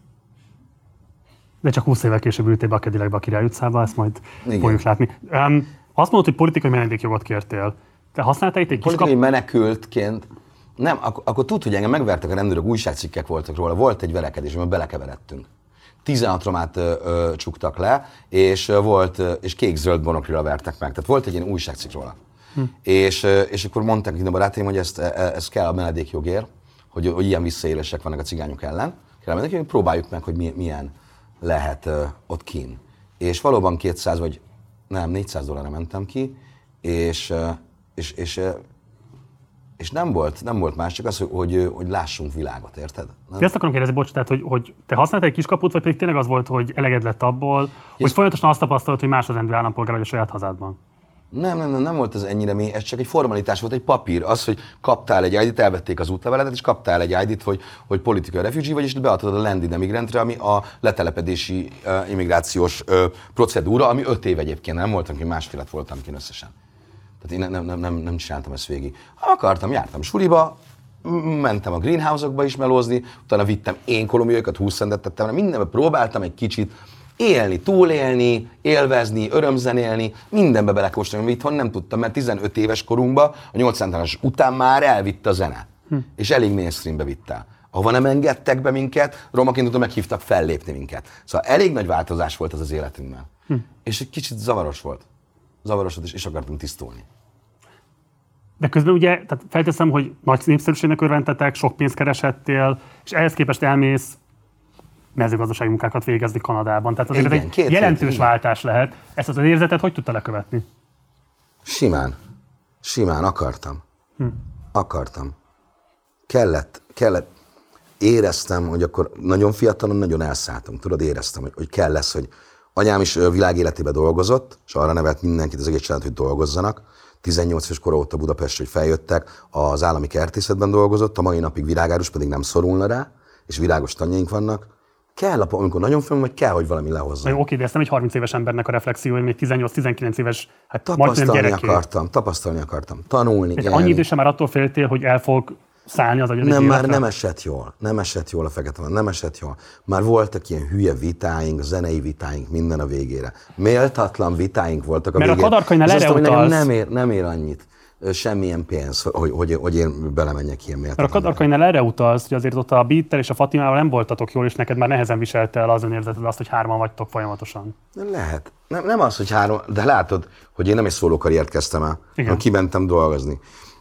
De csak húsz évvel később ültél be a Cadillacbe a Király utcába, ezt majd Igen. fogjuk látni. Um, azt mondod, hogy politikai menedékjogot kértél. Te használtál itt egy politikai kiskap... menekültként Nem, ak- akkor tud, hogy engem megvertek a rendőrök, újságcikkek voltak róla, volt egy verekedés, amiben belekeveredtünk. tizenhat romát ö, ö, csuktak le, és ö, volt, ö, és kék-zöld monokrira vertek meg. Tehát volt egy ilyen újságcikk róla. Hm. És, ö, és akkor mondták a barátaim, hogy ezt, ez kell a menedékjogért, hogy, hogy ilyen visszaélések vannak a cigányok ellen. Kell a menedékjogért, próbáljuk meg, hogy milyen lehet ö, ott kín. És valóban kétszáz vagy nem, négyszáz dollárra mentem ki, és, ö, és, és, és És nem volt, nem volt más, csak az, hogy, hogy lássunk világot, érted? De ezt akarom kérdezni, bocs, tehát, hogy, hogy te használtál egy kiskaput, vagy pedig tényleg az volt, hogy eleged lett abból, és hogy folyamatosan azt tapasztalod, hogy másodrendű állampolgár vagy a saját hazádban? Nem, nem, nem, nem volt ez ennyire mély, ez csak egy formalitás volt, egy papír. Az, hogy kaptál egy í dét, elvették az útleveledet, és kaptál egy í dét, hogy, hogy politikai refugee vagy, és beadtad a landed immigranttre, ami a letelepedési uh, immigrációs uh, procedúra, ami öt év egyébként, nem voltam ki, másfél lett voltam ki összesen. Tehát én nem, nem, nem, nem csináltam ezt végig. Ha akartam, jártam suliba, mentem a greenhouse-okba is melózni, utána vittem én kolumbiaiakat, húsz centet tettem, mindenbe próbáltam egy kicsit élni, túlélni, élvezni, örömzenélni, mindenbe belekóstolni, amit itthon nem tudtam, mert tizenöt éves korunkban, a nyolcvantanas után már elvitte a zene. Hm. És elég mainstreambe vitte. Ahova nem engedtek be minket, romaként tudom, meghívtak fellépni minket. Szóval elég nagy változás volt az az életünkben. Hm. És egy kicsit zavaros volt. Zavaros volt, és, és akartunk tisztulni. De közben ugye, tehát felteszem, hogy nagy népszerűségnek örventetek, sok pénzt keresettél, és ehhez képest elmész mezőgazdasági munkákat végezni Kanadában. Tehát azért igen, egy jelentős hét, váltás igen. lehet. Ezt az érzetet hogy tudta lekövetni? Simán. Simán akartam. Hm. Akartam. Kellett, kellett. Éreztem, hogy akkor nagyon fiatalon, nagyon elszálltam. Tudod, éreztem, hogy, hogy kell lesz, hogy anyám is világéletében dolgozott, és arra nevelt mindenkit az egész család, hogy dolgozzanak. tizennyolc éves kora óta Budapestre, hogy feljöttek, az állami kertészetben dolgozott, a mai napig virágárus, pedig nem szorulna rá, és virágos tanjaink vannak. Kell, amikor nagyon fönn vagy, kell, hogy valami lehozzon. Oké, de ezt nem egy harminc éves embernek a reflexió, hogy még tizennyolc-tizenkilenc éves, hát tapasztalni akartam, tapasztalni akartam, tanulni, élni. Annyi idősen már attól féltél, hogy el fog szállni az agyad Nem, már nem esett jól, nem esett jól a Fekete Van, nem esett jól. Már voltak ilyen hülye vitáink, zenei vitáink minden a végére. Méltatlan vitáink voltak a Mert végére. Mert a Kadarkainál erre utalsz. Nem ér, nem ér annyit, semmilyen pénz, hogy, hogy, hogy én belemenjek ilyen méltatlan. Mert a Kadarkainál erre utalsz, hogy azért ott a Beattel és a Fatimával nem voltatok jól, és neked már nehezen viselte el az önérzeted azt, hogy hárman vagytok folyamatosan. Lehet. Nem, nem az, hogy három, de látod, hogy én nem egy szóló karriert kezdtem el, hanem kimentem dolgozni.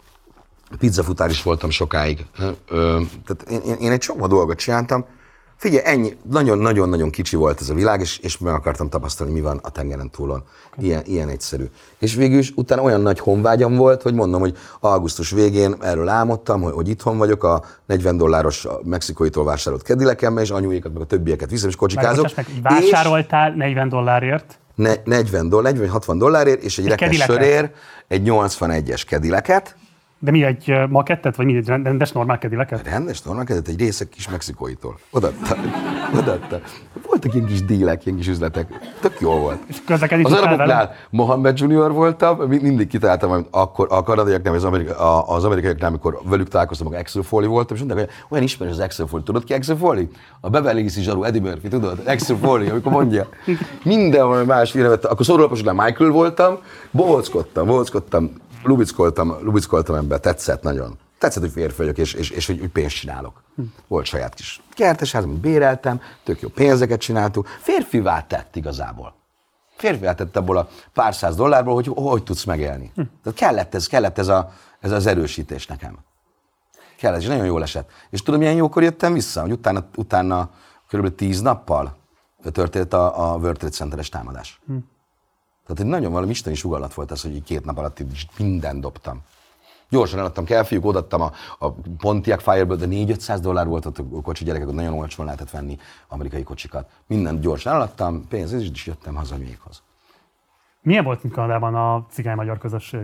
Pizzafutár is voltam sokáig. Ö, tehát én, én egy csomó dolgot csináltam. Figyelj, ennyi, nagyon-nagyon-nagyon kicsi volt ez a világ, és, és meg akartam tapasztalni, mi van a tengeren túlon. Ilyen, ilyen egyszerű. És végül is utána olyan nagy honvágyam volt, hogy mondom, hogy augusztus végén erről álmodtam, hogy, hogy itthon vagyok a negyven dolláros mexikóitól vásárolt Cadillacemben, és anyuékat, meg a többieket viszem, és kocsikázok. Meg vásároltál és negyven dollárért? Ne, negyven dollár, negyven-hatvan dollárért, és egy, egy rekesz sörér, egy nyolcvanegyes Cadillacet. De mi, egy makettet, vagy mi, rendes normál Cadillacet? Rendes normál Cadillacet, egy részek kis mexikóitól. Odaadta. Odaadta. Voltak ilyen kis dílek, ilyen kis üzletek. Tök jó volt. És közlekedik az araboknál Mohamed junior voltam, mindig kitaláltam, hogy akkor a kanadaiaknál, az, amerika, az amerikaiaknál, amikor velük találkoztam, akkor Axel Foley voltam, és mondták, hogy olyan ismerős az Axel Foley. Tudod ki Axel Foley? A Beverly Hills-i zsaru, Eddie Murphy, tudod? Axel Foley, amikor mondja. Minden valami más filmet. Akkor szórólaposoknál Michael voltam, bohóckodtam, bohóckodtam. Lubickoltam, lubickoltam ebbe, tetszett nagyon. Tetszett, hogy férfi vagyok, és, és, és hogy, hogy pénzt csinálok. Hm. Volt saját kis kertesház, amit béreltem, tök jó pénzeket csináltuk. Férfivá tett igazából. Férfivá tett abból a pár száz dollárból, hogy hogy tudsz megélni. Hm. Tehát kellett ez, kellett ez, a, ez az erősítés nekem. Kellett, és nagyon jól esett. És tudom, milyen jókor jöttem vissza, hogy utána, utána kb. tíz nappal történt a, a World Trade Center-es támadás. Hm. Tehát egy nagyon valami isteni sugallat volt ez, hogy így két nap alatt mindent dobtam. Gyorsan eladtam, kell fiúk, odaadtam a, a Pontiac Firebird, de négy-ötszáz dollár volt ott a kocsi, gyerekek, ott nagyon olcsón lehetett venni amerikai kocsikat. Mindent gyorsan eladtam, pénz, és is jöttem haza anyuékhoz. Milyen volt Kanadában a cigány-magyar közösség?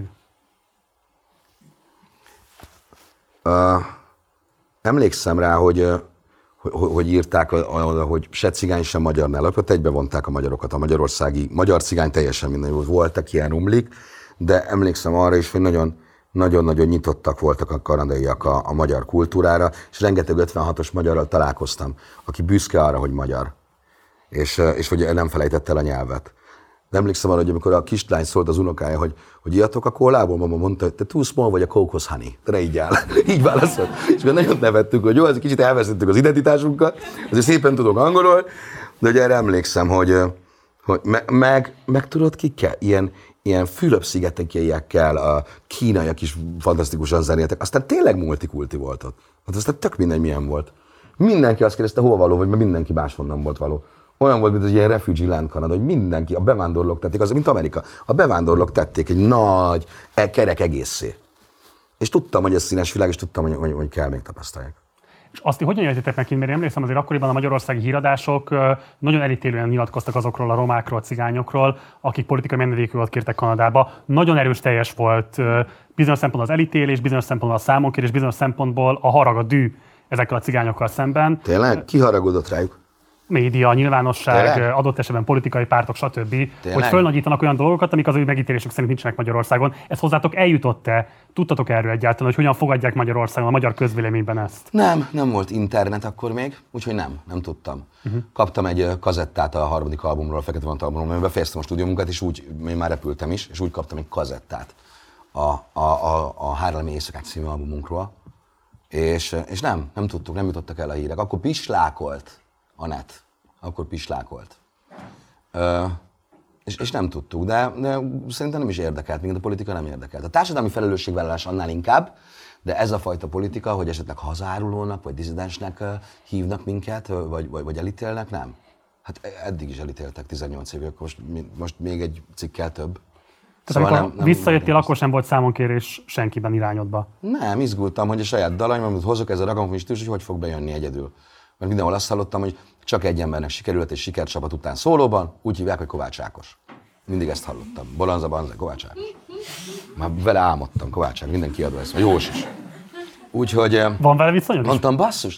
Uh, emlékszem rá, hogy Hogy, hogy írták, hogy se cigány, se magyar ne lapot, egybevonták a magyarokat, a magyarországi, magyar cigány teljesen minden jó, voltak ilyen rumlik, de emlékszem arra is, hogy nagyon, nagyon-nagyon nyitottak voltak a kanadaiak a, a magyar kultúrára, és rengeteg ötvenhatos magyarral találkoztam, aki büszke arra, hogy magyar, és, és hogy nem felejtett el a nyelvet. De emlékszem arra, hogy amikor a kislány szólt az unokája, hogy, hogy ijatok a kólából, mama mondta, hogy te too small vagy a Cokehoz honey. Te ne így áll. Így válaszolt. És akkor nagyon nevettük, hogy jó, ez kicsit elvesztettük az identitásunkat, azért szépen tudok angolul, de ugye erre emlékszem, hogy, hogy me, meg, meg tudod kikkel? Ilyen, ilyen Fülöp-szigetekiekkel, a kínaiak is fantasztikusan zenéltek. Aztán tényleg multikulti volt ott. Hát aztán tök mindegy milyen volt. Mindenki azt kérdezte, hova való vagy, mert mindenki máshonnan volt való. Olyan volt, mint az ilyen refugee land Kanada, hogy mindenki, a bevándorlók tették, az, mint Amerika, a bevándorlók tették egy nagy, kerek egészé. És tudtam, hogy ez színes világ, és tudtam, hogy, hogy, hogy kell még tapasztalják. És azt, hogy hogyan értitek meg, mert emlékszem, azért akkoriban a magyarországi híradások nagyon elítélően nyilatkoztak azokról a romákról, cigányokról, akik politikai menedékjogot kértek Kanadába. Nagyon erős teljes volt bizonyos szempontból az elítélés, bizonyos szempontból a számonkérés, bizonyos szempontból a harag, a dű ezekkel a cigányokkal szemben. Tényleg? Ki haragudott rájuk? Média, nyilvánosság, Tényleg? adott esetben politikai pártok, stb. Tényleg? Hogy fölnagyítanak olyan dolgokat, amik az ő megítélésük szerint nincsenek Magyarországon. Ez hozzátok eljutott-e? Tudtatok erről egyáltalán, hogy hogyan fogadják Magyarországon, a magyar közvéleményben ezt? Nem, nem volt internet akkor még, úgyhogy nem, nem tudtam. Uh-huh. Kaptam egy kazettát a harmadik albumról, a Fekete Vonat albumról, mert befejeztem a stúdiómunkat, és úgy, én már repültem is, és úgy kaptam egy kazettát a, a, a, a Hárlemi Éjszakák című albumunkról. És, és nem, nem tudtuk, nem jutottak el a hírek. Akkor pislákolt a net. Akkor pislákolt. Ö, és, és nem tudtuk, de, de szerintem nem is érdekelt, minket a politika nem érdekelt. A társadalmi felelősségvállalás annál inkább, de ez a fajta politika, hogy esetleg hazárulónak, vagy diszidensnek hívnak minket, vagy, vagy, vagy elítélnek, nem. Hát eddig is elítéltek tizennyolc évig, most, most még egy cikkel több. Tehát szóval amikor nem, nem, visszajöttél, nem, akkor sem volt számonkérés senkiben irányodba? Nem, izgultam, hogy a saját dalaim, amit hozok, ez a ragamfonisztus, hogy hogy fog bejönni egyedül. Mert mindenhol azt hallottam, hogy csak egy embernek sikerült egy sikercsapat után szólóban, úgy hívják, hogy Kovács Ákos. Mindig ezt hallottam. Bolanza, Banza, Kovács Ákos. Már vele álmodtam, Kovács Ákos, minden kiadó ezt, vagy Jós is. Úgyhogy... Van vele viszonyod is? Mondtam, basszus,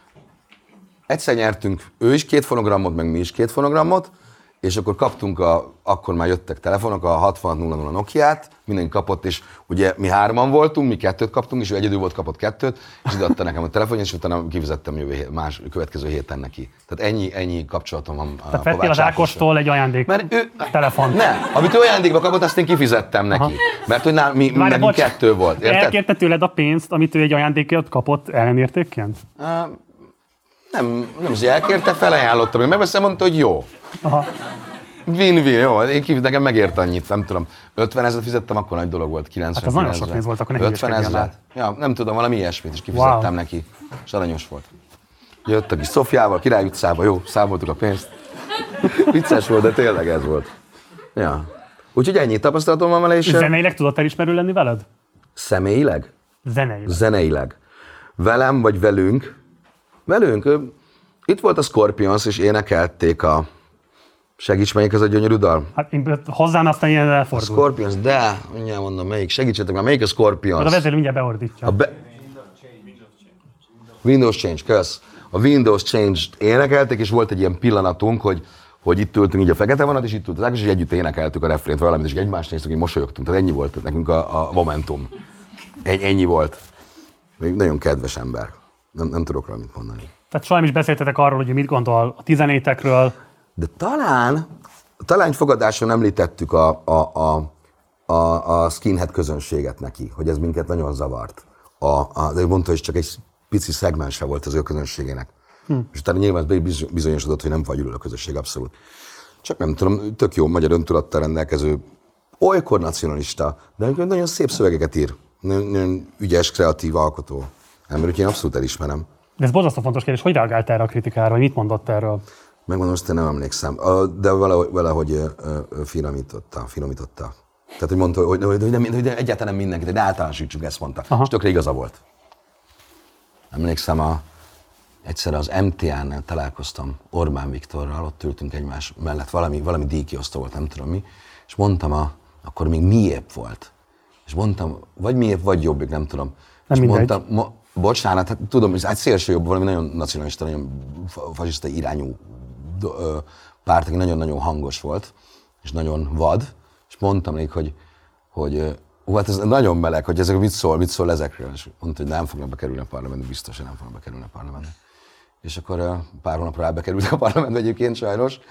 egyszer nyertünk, ő is két fonogramot, meg mi is két fonogramot, és akkor kaptunk, a, akkor már jöttek telefonok, a hatvanhat nulla nulla Nokiát, mindenki kapott, és ugye mi hárman voltunk, mi kettőt kaptunk, és ő egyedül volt, kapott kettőt, és ide adta nekem a telefonját, és utána kifizettem jövő hét, más, következő héten neki. Tehát ennyi, ennyi kapcsolatom van. Tehát vettél az Ákostól egy ajándék mert ő, telefon. Nem, amit ő ajándékba kapott, azt én kifizettem neki. Aha. Mert hogy nálam, mi, Várj, bocs, kettő volt, érted? Elkérte tőled a pénzt, amit ő egy ajándékért kapott ellenértékként? Uh, nem, nem az elkérte, felajánlottam, én megveszem, mondta, hogy jó. Aha. Win-win, jó, én kívül, nekem megért annyit, nem tudom, ötven ezret fizettem, akkor nagy dolog volt, kilencven Hát az nagyon sok pénz volt, akkor ne ötven ezret. Ja, nem tudom, valami ilyesmit is kifizettem wow. neki, és aranyos volt. Jött a kis Szofjával, Király utcába, jó, számoltuk a pénzt. Vicces volt, de tényleg ez volt. Ja. Úgyhogy ennyi tapasztalatom van vele, és... Zeneileg tudott elismerő lenni veled? Személyileg? Zeneileg. Zeneileg. Velem vagy velünk? Velünk. Itt volt a Scorpions, és énekelték a... Segíts, melyik ez a gyönyörű dal? Hát én hozzám aztán ilyen elfordul. A Scorpions, de, mindjárt mondom, melyik, segítsetek már, melyik a Scorpions? A vezérő mindjárt beordítja. A be... Windows Change, kösz. A Windows Change-t énekelték, és volt egy ilyen pillanatunk, hogy, hogy itt ültünk így a Fekete Vonat, és itt ült az Ákos, és együtt énekeltük a refrént valamit, és egymást néztük, hogy mosolyogtunk. Tehát ennyi volt nekünk a, a momentum. Ennyi volt. Még nagyon kedves ember. Nem, nem tudok rá mit mondani. Tehát soha nem is beszéltetek arról, hogy mit gondol a tizenétekről. De talán, talán egy fogadáson említettük a, a, a, a, a skinhead közönséget neki, hogy ez minket nagyon zavart. A, a, de mondta, hogy csak egy pici szegmense volt az ő közönségének. Hm. És utána nyilván bizonyosodott, hogy nem fagyuló a közösség, abszolút. Csak nem tudom, tök jó magyar öntudattal rendelkező, olykor nacionalista, de nagyon szép szövegeket ír. Nagyon, nagyon ügyes, kreatív alkotó ember, úgyhogy én abszolút elismerem. De ez borzasztó fontos kérdés, hogy reagált erre a kritikára, vagy mit mondott erről? Megmondom, azt én nem emlékszem, de valahogy, valahogy finomította, finomította. Tehát, hogy mondta, hogy, hogy, nem, hogy egyáltalán nem mindenkit, de általánosítsuk, ezt mondta. Aha. És tökre igaza volt. Emlékszem, a, egyszer az em té á-nál találkoztam Orbán Viktorral, ott ültünk egymás mellett, valami, valami díjkiosztó volt, nem tudom mi, és mondtam, a, akkor még miépp volt. És mondtam, vagy miépp, vagy jobbik, nem tudom. Nem és mindegy. mondtam, mo, bocsánat, hát tudom, hogy egy szélső jobb, valami nagyon nacionalista, nagyon fasiszta irányú párt, aki nagyon-nagyon hangos volt, és nagyon vad, és mondtam nekik, hogy, hogy ó, hát ez nagyon meleg, hogy ezek mit szól, mit szól ezekről, és mondta, hogy nem fognak bekerülni a parlamentbe, biztos, hogy nem fognak bekerülni a parlamentbe. És akkor pár hónapra rábekerültek a parlamentbe egyébként sajnos,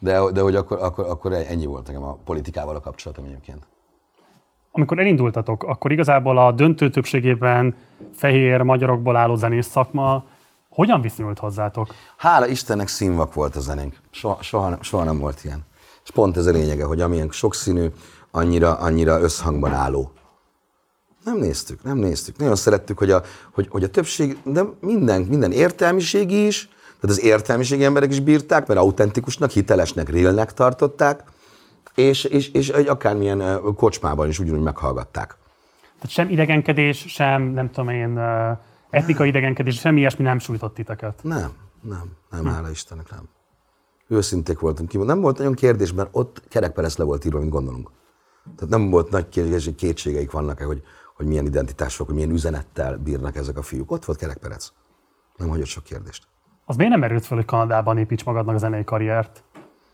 De, de hogy akkor, akkor, akkor ennyi volt nekem a politikával a kapcsolatom egyébként. Amikor elindultatok, akkor igazából a döntő többségében fehér magyarokból álló zenész szakma hogyan viszonyult hozzátok? Hála Istennek színvak volt a zenénk. Soha, soha, soha nem volt ilyen. És pont ez a lényege, hogy amilyen sokszínű, annyira, annyira összhangban álló. Nem néztük, nem néztük. Nagyon szerettük, hogy a, hogy, hogy a többség, de minden, minden értelmiségi is, tehát az értelmiségi emberek is bírták, mert autentikusnak, hitelesnek, realnek tartották, és, és, és akármilyen kocsmában is ugyanúgy meghallgatták. Tehát sem idegenkedés, sem, nem tudom én, etnikai idegenkedés, semmi ilyesmi nem sújtott titeket? Nem, nem, nem, hála Istennek, nem. Őszinték voltunk. Nem volt nagyon kérdés, mert ott kerekperec le volt írva, mint gondolunk. Tehát nem volt nagy kérdés, hogy kétségeik vannak-e, hogy, hogy milyen identitások, hogy milyen üzenettel bírnak ezek a fiúk. Ott volt kerekperec. Nem hagyott sok kérdést. Az miért nem merült fel, hogy Kanadában építs magadnak a zenei karriert?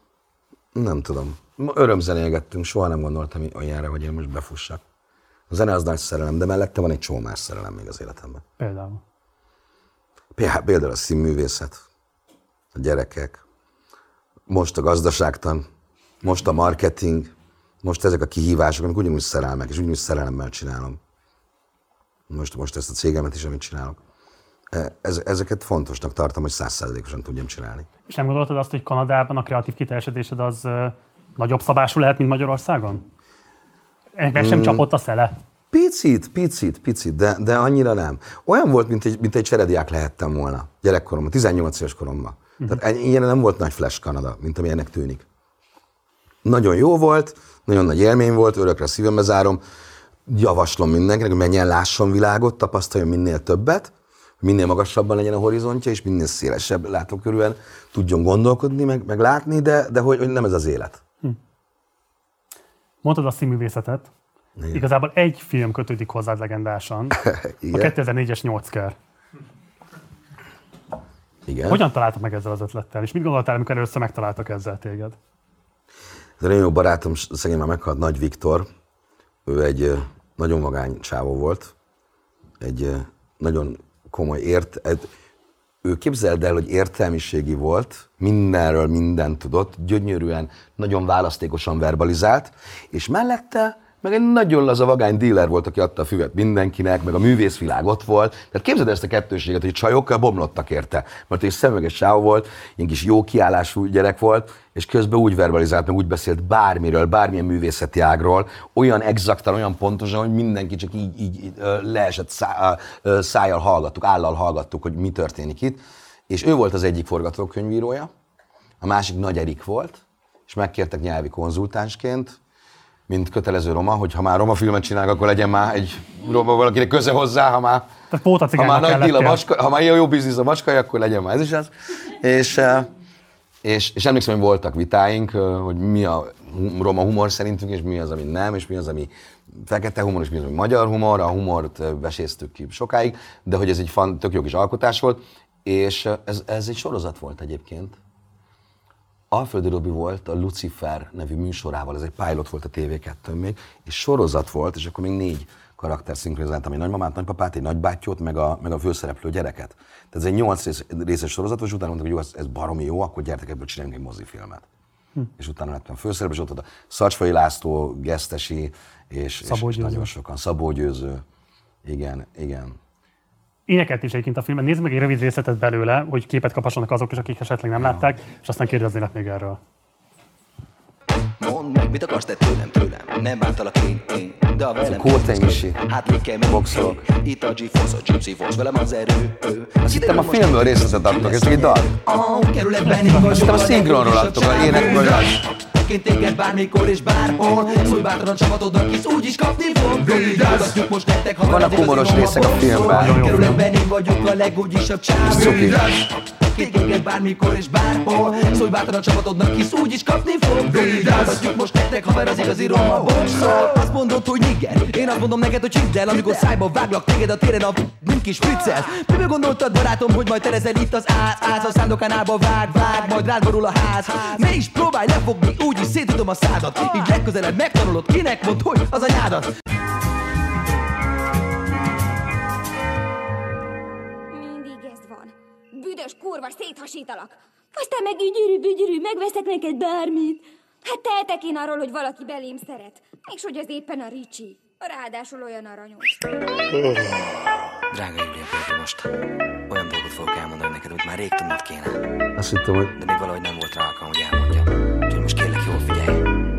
Nem tudom. Örömzenélgettünk, soha nem gondoltam olyanra, hogy én most befussak. A zene az nagy szerelem, de mellette van egy csomó más szerelem még az életemben. Például? Például a színművészet, a gyerekek, most a gazdaságtan, most a marketing, most ezek a kihívások, amik ugyanúgy szerelmek, és ugyanúgy szerelemmel csinálom. Most, most ezt a cégemet is, amit csinálok. Ez, ezeket fontosnak tartom, hogy száz százalékosan tudjam csinálni. És nem gondoltad azt, hogy Kanadában a kreatív kiteljesedésed az uh, nagyobb szabású lehet, mint Magyarországon? Meg sem mm. csapott a szele? Picit, picit, picit, de, de annyira nem. Olyan volt, mint egy, mint egy cserediák lehettem volna gyerekkoromban, tizennyolc éves koromban. Uh-huh. Tehát ilyen nem volt nagy flash Kanada, mint amilyennek tűnik. Nagyon jó volt, nagyon nagy élmény volt, örökre a szívembe zárom. Javaslom mindenkinek, hogy menjen, lásson világot, tapasztaljon minél többet, minél magasabban legyen a horizontja, és minél szélesebb látókörűen tudjon gondolkodni, meg, meg látni, de, de hogy, hogy nem ez az élet. Hm. Mondtad a színművészetet. Igen. Igazából egy film kötődik hozzád legendásan. A kétezer-négyes nyolcker. Igen. Hogyan találtak meg ezzel az ötlettel? És mit gondoltál, amikor először megtaláltak ezzel téged? Ez egy nagyon jó barátom, szegény már meghalt, Nagy Viktor. Ő egy nagyon vagány csávó volt. Egy nagyon komoly ért... Ő képzeld el, hogy értelmiségi volt, mindenről mindent tudott, gyönyörűen, nagyon választékosan verbalizált, és mellette meg egy nagyon laza vagány díler volt, aki adta a füvet mindenkinek, meg a művészvilág ott volt. Tehát képzeld ezt a kettőséget, hogy csajokkal bomlottak érte. Mert egy szemüveges sávó volt, ilyen kis jó kiállású gyerek volt, és közben úgy verbalizált, meg úgy beszélt bármiről, bármilyen művészeti ágról, olyan exaktan, olyan pontosan, hogy mindenki csak így, így leesett szá, szájjal hallgattuk, állal hallgattuk, hogy mi történik itt. És ő volt az egyik forgatókönyvírója, a másik Nagy Erik volt, és megkértek nyelvi konzultánsként, mint kötelező roma, hogy ha már roma filmet csinálnak, akkor legyen már egy roma valakinek köze hozzá, ha már, ha már nagy deal a macska, ha már jó, jó biznisz a macskai, akkor legyen már ez is az. És, és, és emlékszem, hogy voltak vitáink, hogy mi a roma humor szerintünk, és mi az, ami nem, és mi az, ami fekete humor, és mi az, ami magyar humor. A humort veséztük ki sokáig, de hogy ez egy fan, tök jó kis alkotás volt, és ez, ez egy sorozat volt egyébként. Alföldi Robi volt a Lucifer nevű műsorával, ez egy pilot volt a té vé kettőn még, és sorozat volt, és akkor még négy karakter szinkronizáltam, egy nagymamát, nagypapát, egy nagybátyót, meg a, meg a főszereplő gyereket. Tehát ez egy nyolc rész, részes sorozat, és utána mondták, hogy jó, ez, ez baromi jó, akkor gyertek, ebből csináljunk egy mozifilmet. Hm. És utána lettem főszereplő, és ott volt a Szacsfai László, Gesztesi, és, és, és nagyon sokan. Szabó Győző. Igen, igen. Énekelt is egyébként a filmben. Nézd meg egy rövid részletet belőle, hogy képet kaphassanak azok is, akik esetleg nem látták, és aztán kérdeznének még erről. Mondd meg, mit akarsz te tőlem, tőlem? Nem bántalak én, én, de a velem kótenyisi hát még kell boxolok. Itt a G-Force, a Gypsy Force, velem az erő. Azt hittem a filmből részletet adtok, és egy dal. Ah, kerületben én vagyok. Azt hittem a szinkronról adtok, a énekből az. Én téged bármikor és bárhol. Szólj bátran a csapatodnak, hisz úgyis kapni fog. Védázgatjuk most nektek, ha vannak humoros részek a filmben. Kerületben én vagyok a legúgyisabb csávó. Téged bármikor és bárhol. Szólj bátran a csapatodnak, hisz úgyis kapni fog. Védázgatjuk most nektek, haver az igazi roma boxol. Azt mondod, hogy igen, én azt mondom neked, hogy hidd el. Amikor szájba váglak téged a téren, a mint kis friccel. Miből gondoltad, barátom, hogy majd terezel itt az áz? Áz a szándokán állba vág, vág, majd rád borul a ház. Ne is próbálj lefogni, úgyis szétudom a szádat. Így legközelebb megtanulod, kinek mondd, hogy az anyádat. Mindig ez van. Büdös kurva, széthasítalak. Aztán meg ügyörű-bügyörű, megveszek neked bármit. Hát tehetek én arról, hogy valaki belém szeret. És hogy az éppen a Ricsi. Ráadásul olyan aranyos. Drága Júlia Péter, most olyan dolgot fogok elmondani neked, amit már rég tudnod kéne. Azt hittem, hogy... De még valahogy nem volt rá alkalom, hogy elmondjam. Úgyhogy most kérlek, jól figyelj.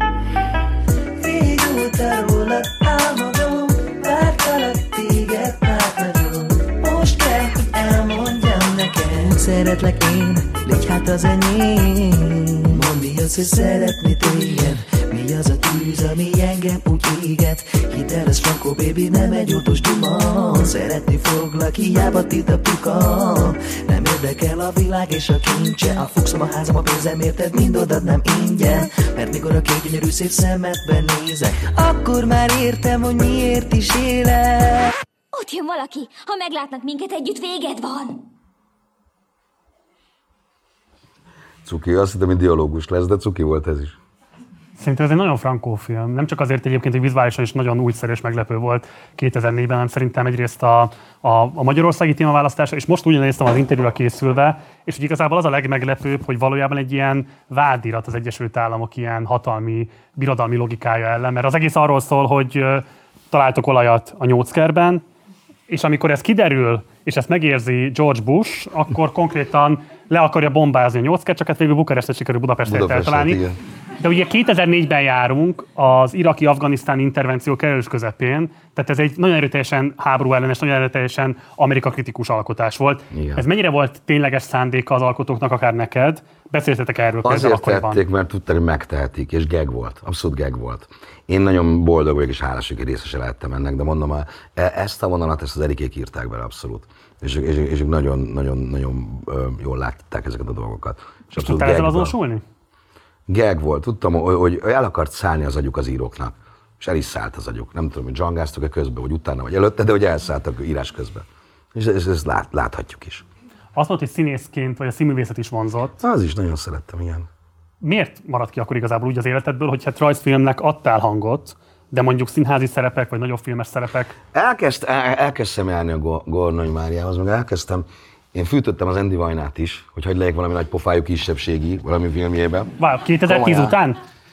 Régóta rólad álmodom, vártalak téged már nagyon. Most kell, hogy elmondjam neked. Szeretlek én, légy hát az enyém. Mondd mi az, hogy szeretni téged. Mi az a tűz, ami engem úgy éget. Hidd el, ez Franco baby, nem egy oltos duma. Szeretni foglak, hiába tilt a puka. Nem érdekel a világ és a kincse. A fuxom, a házam, a pénzem, érted, mind odadnám ingyen. Mert mikor a két gyönyörű szép szemedben nézek, akkor már értem, hogy miért is élek. Ott jön valaki, ha meglátnak minket együtt, véged van. Cuki, azt hittem, hogy dialógus lesz, de cuki volt ez is. Szerintem ez egy nagyon frankó film. Nem csak azért egyébként, hogy vizuálisan is nagyon újszerű és meglepő volt kétezer-négyben, hanem szerintem egyrészt a, a, a magyarországi témaválasztása, és most úgy néztem az interjúra készülve, és hogy igazából az a legmeglepőbb, hogy valójában egy ilyen vádirat az Egyesült Államok ilyen hatalmi, birodalmi logikája ellen, mert az egész arról szól, hogy találtok olajat a nyóckerben, és amikor ez kiderül, és ezt megérzi George Bush, akkor konkrétan le akarja bombázni a nyolckert, csak hát végül Bukarestet sikerül Budapestet eltalálni. Igen. De ugye kétezer-négyben járunk, az iraki-afganisztáni intervenció kellős közepén, tehát ez egy nagyon erőteljesen háború ellenes, nagyon erőteljesen Amerika kritikus alkotás volt. Igen. Ez mennyire volt tényleges szándéka az alkotóknak, akár neked? Beszéltetek erről például akkoriban? Azért tették, mert tudták, hogy megtehetik, és gag volt, abszolút gag volt. Én nagyon boldog vagyok, és hálás, hogy részese lehettem ennek, de mondom, ezt a vonalat, ezt az Erikék írták bele abszolút. És, és, és ők nagyon, nagyon, nagyon jól látták ezeket a dolgokat. És, és tudtál ezzel azonosulni? Gag volt, tudtam, hogy el akart szállni az agyuk az íróknak, és el is szállt az agyuk. Nem tudom, hogy dzsangáztak-e közben, vagy utána, vagy előtte, de hogy elszálltak írás közben. És ezt, ezt lát, láthatjuk is. Azt mondta, hogy színészként, vagy a színművészet is vonzott. Az is nagyon szerettem, igen. Miért maradt ki akkor igazából úgy az életedből, hogy hát rajzfilmnek adtál hangot, de mondjuk színházi szerepek, vagy nagyobb filmes szerepek? Elkezd, el, elkezdtem járni a Gornai Máriához, meg elkezdtem. Én fűtöttem az Andy Vajnát is, hogy hagy legyek valami nagy pofájú kisebbségi, valami filmjében. Wow, kétezer-tíz Komolyan. Után?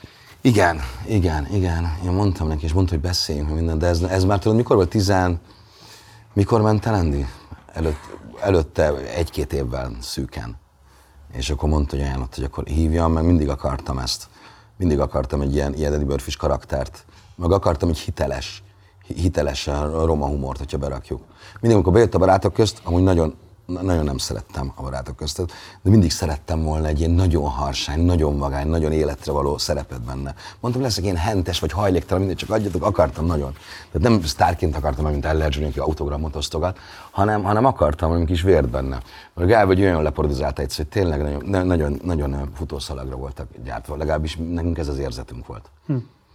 Igen, igen, igen. Én mondtam neki, és mondta, hogy beszéljünk minden, de ez, ez már tudod, mikor volt tizen... Mikor ment el Andy? Előtt, előtte egy-két évvel szűken. És akkor mondta, hogy ajánlott, hogy akkor hívjam, meg mindig akartam ezt. Mindig akartam egy ilyen, ilyen Eddie Murphy-s karaktert. Meg akartam egy hiteles, hiteles roma humort, hogyha berakjuk. Mindig, amikor bejött a Barátok közt, amúgy nagyon, nagyon nem szerettem a Barátok köztet, de mindig szerettem volna egy ilyen nagyon harsány, nagyon vagány, nagyon életre való szerepet benne. Mondtam, leszek ilyen hentes vagy hajléktalan, mindegy, csak adjatok, akartam nagyon. Tehát nem sztárként akartam, mint Eller Junior, aki autogramot osztogat, hanem, hanem akartam valami kis vért benne. Mert Gál vagy olyan leparodizálta egyszer, hogy tényleg nagyon, nagyon, nagyon futószalagra voltak gyártva, legalábbis nekünk ez az érzetünk volt. Hm.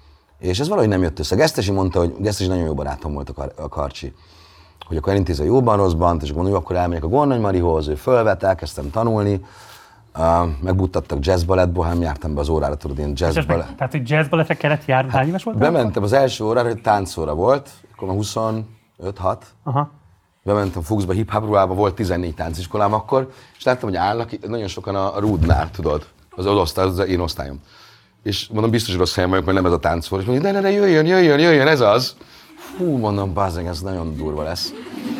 És ez valahogy nem jött össze. Gesztesi mondta, hogy Gesztesi nagyon jó barátom volt a, Kar- a Karcsi, hogy akkor elintézi a jóban, rosszban, és akkor mondom, hogy akkor elmegyek a Gornai Marihoz, ő fölvett, elkezdtem tanulni, uh, megbuttattak jazzbalett, bohám, jártam be az órára, tudod, ilyen jazzbalett. Tehát, hogy jazzbalettre kellett járni, hány éves voltál? Bementem az első órára, hogy táncóra volt, akkor már huszonöt hat. Aha. Bementem Fuchsba, hip-hop ruhába, volt tizennégy tánciskolám akkor, és láttam, hogy állnak nagyon sokan a Rúdnál, tudod, az, az, osztály, az én osztályom. És mondom, biztos rossz helyen vagyok, mert nem ez a táncor. És mondja, de, de, de jöjjön, jöjjön, jöjjön, ez az. Fú, mondom, bázzeg, ez nagyon durva lesz.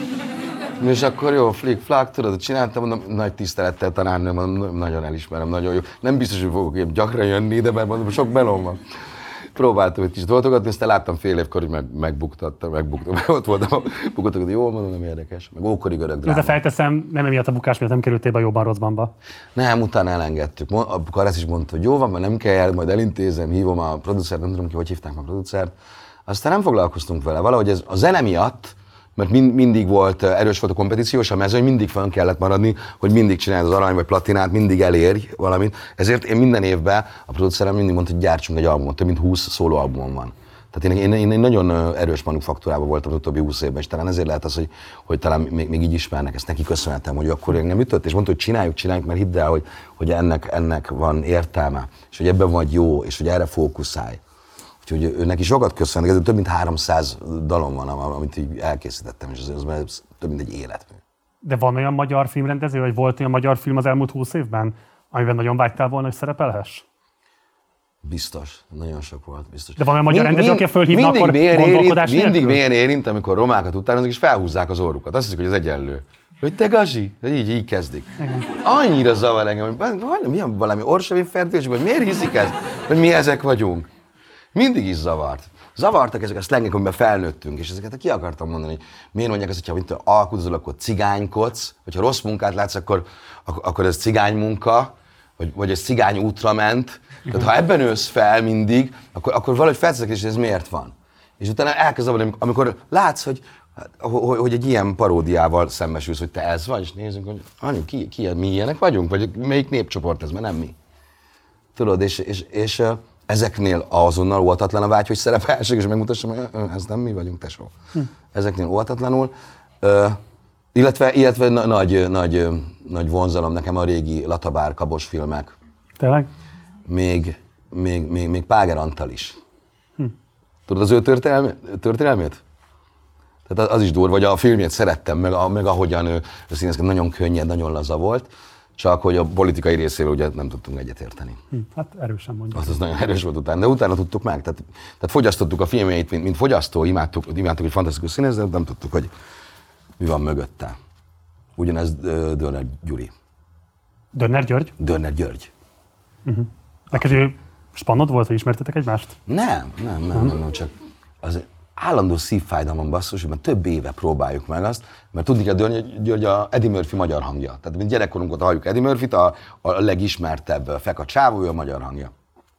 És akkor jó, flick-flak, tudod, csináltam, mondom, nagy tisztelettel tanárnőm, mondom, nagyon elismerem, nagyon jó. Nem biztos, hogy fogok ilyen gyakran jönni, de mert mondom, sok melóm van. Próbáltam egy kicsit voltogatni, aztán láttam fél évkor, hogy meg, megbuktattam, megbuktam, ott voltam, bukottak, hogy jól mondom, nem érdekes. Meg ókori görög dráma. De felteszem, nem emiatt a bukás miatt nem kerültél be a Jóban Rosszbanba. Nem, utána elengedtük. A Karesz is mondta, hogy jó van, mert nem kell, majd elintézem, hívom a producert, nem tudom ki, hogy hívták a producert. Aztán nem foglalkoztunk vele. Valahogy ez a zene miatt, mert mind, mindig volt, erős volt a kompetíciós a mezőny, mindig fönn kellett maradni, hogy mindig csináld az arany vagy platinát, mindig elérj valamit. Ezért én minden évben a producerem mindig mondta, hogy gyártsunk egy albumot, több mint húsz szólóalbumom van. Tehát én, én, én nagyon erős manufaktúrában voltam az utóbbi húsz évben, és talán ezért lehet az, hogy, hogy talán még, még így ismernek, ezt neki köszönhetem, hogy akkor engem ütött, és mondta, hogy csináljuk, csináljuk, mert hidd el, hogy, hogy ennek, ennek van értelme, és hogy ebben vagy jó, és hogy erre fókuszálj. Úgyhogy ő neki sokat köszönnek, ez több mint háromszáz dalom van, amit így elkészítettem, és az, az több mint egy életmű. De van olyan magyar filmrendező, vagy volt olyan magyar film az elmúlt húsz évben, Amiben nagyon vágytál volna, hogy szerepelhess? Biztos, nagyon sok volt, biztos. De van olyan magyar rendező, aki fölhívna, mindig akkor gondolkodás érint, Mindig nélkül? mélyen érint, amikor romákat utánoznak, és felhúzzák az orrukat. Azt hiszik, hogy az egyenlő. Hogy te gazi? Így, így kezdik. Igen. Annyira zavar engem, hogy milyen valami orsavi fertős, hogy miért hiszik ezt, hogy mi ezek vagyunk. Mindig is zavart. Zavartak ezek a szlengek, amiben felnőttünk, és ezeket ki akartam mondani, hogy miért mondják azt, hogyha mint alkudozol, akkor cigánykodsz, hogyha rossz munkát látsz, akkor, akkor ez cigány munka, vagy, vagy ez cigány útra ment. Tehát ha ebben ősz fel mindig, akkor, akkor valahogy felteszek, és ez miért van. És utána elkezd zavarni, amikor látsz, hogy, hogy, hogy egy ilyen paródiával szembesülsz, hogy te ez vagy, és nézzünk, hogy anyu, ki, ki, mi ilyenek vagyunk, vagy melyik népcsoport ez, mert nem mi. Tudod, és, és, és ezeknél azonnal óvatatlan a vágy, hogy szerepelhessek, és megmutassam, hogy ez nem mi vagyunk, tesó. Hm. Ezeknél óvatatlanul. Uh, illetve illetve na, nagy, nagy, nagy vonzalom nekem a régi Latabár Kabos filmek. Tényleg? Még, még, még, még Páger Antal is. Hm. Tudod az ő történelmét? történelmét? Tehát az is durva, hogy a filmjét szerettem, meg, a, meg ahogyan ő színészkedett, nagyon könnyed, nagyon laza volt. Csak hogy a politikai részével ugye nem tudtunk egyetérteni. Hm, hát erősen mondjuk. Az, az nagyon erős volt utána, de utána tudtuk meg. Tehát, tehát fogyasztottuk a filmjeit, mint, mint fogyasztó, imádtuk, imádtuk, hogy fantasztikus színész, de nem tudtuk, hogy mi van mögötte. Ugyanez Dörner Gyuri. Dörner György? Dörner György. Uh-huh. Neked ő spannod volt, hogy ismertetek egymást? Nem, nem, nem, uh-huh. nem, nem, csak az állandó szívfájdalmam basszus, mert több éve próbáljuk meg azt, mert tudni kell, Dörner György a Eddie Murphy magyar hangja. Tehát mint gyerekkorunk óta halljuk Eddie Murphyt, a, a legismertebb feka csávó, ő a magyar hangja.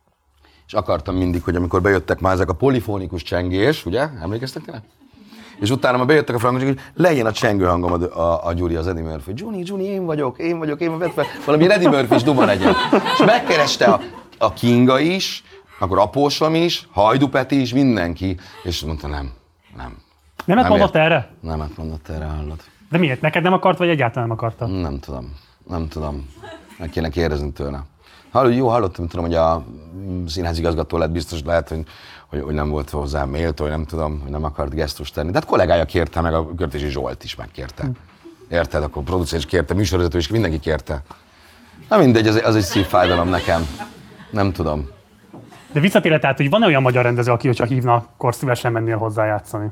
És akartam mindig, hogy amikor bejöttek már ezek a polifónikus csengés, ugye? Emlékeztek tényleg? És utána már bejöttek a frankosok, hogy legyen a csengő hangom a, a, a Gyuri, az Eddie Murphy. Gyuri, Gyuri, én vagyok, én vagyok, én vagyok, fel, valami Eddie Murphy-s duma legyen. És megkereste a, a Kinga is, akkor Apósom is, Hajdú Peti is, mindenki. És mondta, nem, nem. Nemet mondott erre? Nemet mondott erre, hallod. De miért? Neked nem akart, vagy egyáltalán nem akarta? Nem tudom, nem tudom. Meg kéne kérdezni tőle. Hallod, jó, hallottam, tudom, hogy a színházigazgató lett, biztos lehet, hogy, hogy, hogy nem volt hozzá méltó, hogy nem tudom, hogy nem akart gesztust tenni. De hát kollégája kérte, meg a Körtési Zsolt is megkérte. Érted? Akkor a producer is kérte, műsorvezető is, mindenki kérte. Na mindegy, az, az egy szívfájdalom nekem. Nem tudom. De visszatérve, tehát, hogy van olyan magyar rendező, aki, hogyha hívna, akkor szívesen mennél hozzá játszani?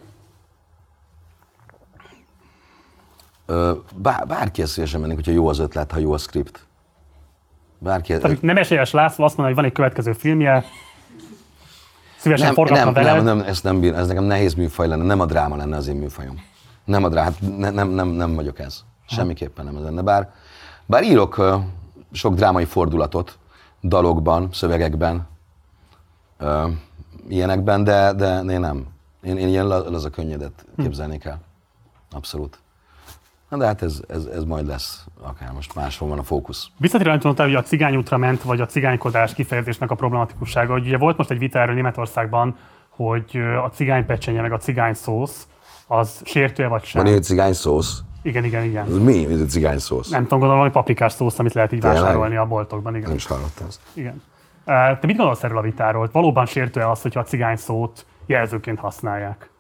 Bár, bárki szívesen mennék, hogyha jó az ötlet, ha jó a script. Bárki... Tehát nem esélyes László azt mondja, hogy van egy következő filmje, szívesen nem, forgatna nem, vele. Nem, nem, ezt nem bír, ez nekem nehéz műfaj lenne, nem a dráma lenne az én műfajom. Nem a dráma, hát ne, nem, nem, nem vagyok ez. Semmiképpen nem ez lenne. Bár, bár írok uh, sok drámai fordulatot, dalokban, szövegekben, uh, ilyenekben, de, de én nem. Én, én ilyen laza könnyedet képzelnék el. Abszolút. Na de hát ez, ez, ez majd lesz, akár most máshol van a fókusz. Visszatérően tudtál, hogy a cigány útra ment, vagy a cigánykodás kifejezésnek a problematikussága. Ugye volt most egy vita erről Németországban, hogy a cigánypecsenye meg a cigány szósz, az sértő-e vagy sem. Van egy cigány szósz? Igen, igen, igen. Ez mi? Ez a cigány szósz? Nem tudom, gondolom, hogy paprikás szósz, amit lehet így Tényleg? vásárolni a boltokban. Igen. Nem is hallottam ezt. Igen. Te mit gondolsz erről a vitáról? Valóban sértő-e az, hogyha a cigány szót jelzőként használják?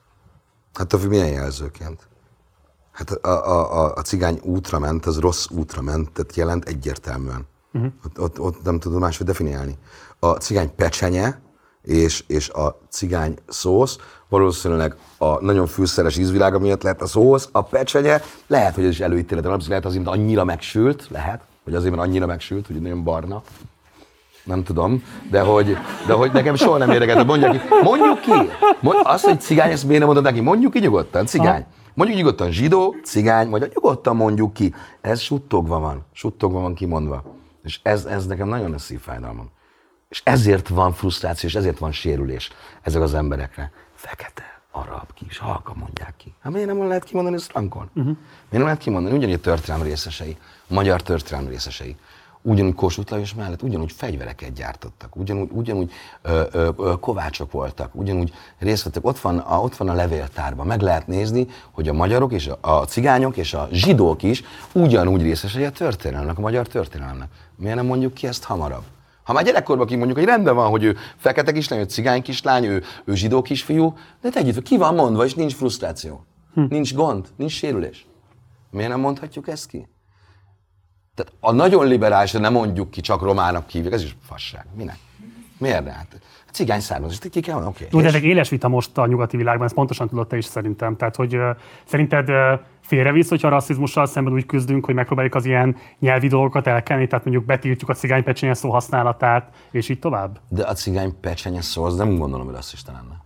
Hát a milyen jelzőként? Hát a, a, a, a cigány útra ment, az rossz útra ment, tehát jelent egyértelműen. Uh-huh. Ott, ott, ott nem tudom máshogy definiálni. A cigány pecsenye és, és a cigány szósz, valószínűleg a nagyon fűszeres ízvilága miatt lehet a szósz, a pecsenye, lehet, hogy ez is előítéletlen, lehet azért, mert annyira megsült, lehet, vagy azért, mert annyira megsült, hogy nagyon barna. Nem tudom, de hogy, de hogy nekem soha nem érdekelt, hogy mondja ki, mondjuk ki, mond, azt, hogy cigány, ezt miért nem mondod neki, mondjuk ki nyugodtan, cigány. Mondjuk nyugodtan zsidó, cigány, vagy nyugodtan mondjuk ki. Ez suttogva van, suttogva van kimondva. És ez, ez nekem nagyon a szívfájdalmam. És ezért van frusztráció, és ezért van sérülés ezek az emberekre. Fekete, arab, kis, halka mondják ki. Hát miért nem lehet kimondani ezt frankon? Uh-huh. Miért nem lehet kimondani? Ugyanígy a történelem részesei, a magyar történelem részesei. Ugyanúgy Kossuth Lajos mellett ugyanúgy fegyvereket gyártottak, ugyanúgy, ugyanúgy ö, ö, ö, kovácsok voltak, ugyanúgy részt vettek. Ott van, a, ott van a levéltárban, meg lehet nézni, hogy a magyarok és a, a cigányok és a zsidók is ugyanúgy részesei a történelemnek, a magyar történelemnek. Miért nem mondjuk ki ezt hamarabb? Ha már gyerekkorban kimondjuk, hogy rendben van, hogy ő fekete kislány, ő cigány kislány, ő, ő zsidó kisfiú, de együtt ki van mondva, és nincs frusztráció. Hm. Nincs gond, nincs sérülés. Miért nem mondhatjuk ezt ki? Tehát a nagyon liberális, nem mondjuk ki, csak romának hívjuk, ez is fasság. Minek? Miért ne? Hát, a cigány származás, ki kell, oké. Okay. De ez egy éles vita most a nyugati világban, ezt pontosan tudod te is szerintem. Tehát, hogy uh, szerinted uh, félrevisz, hogyha a rasszizmussal szemben úgy küzdünk, hogy megpróbáljuk az ilyen nyelvi dolgokat elkenni, tehát mondjuk betiltjuk a cigánypecsenye szó használatát, és így tovább? De a cigánypecsenye szó, az nem gondolom, hogy rasszista lenne.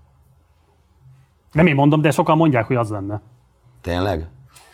Nem én mondom, de sokan mondják, hogy az lenne. Tényleg?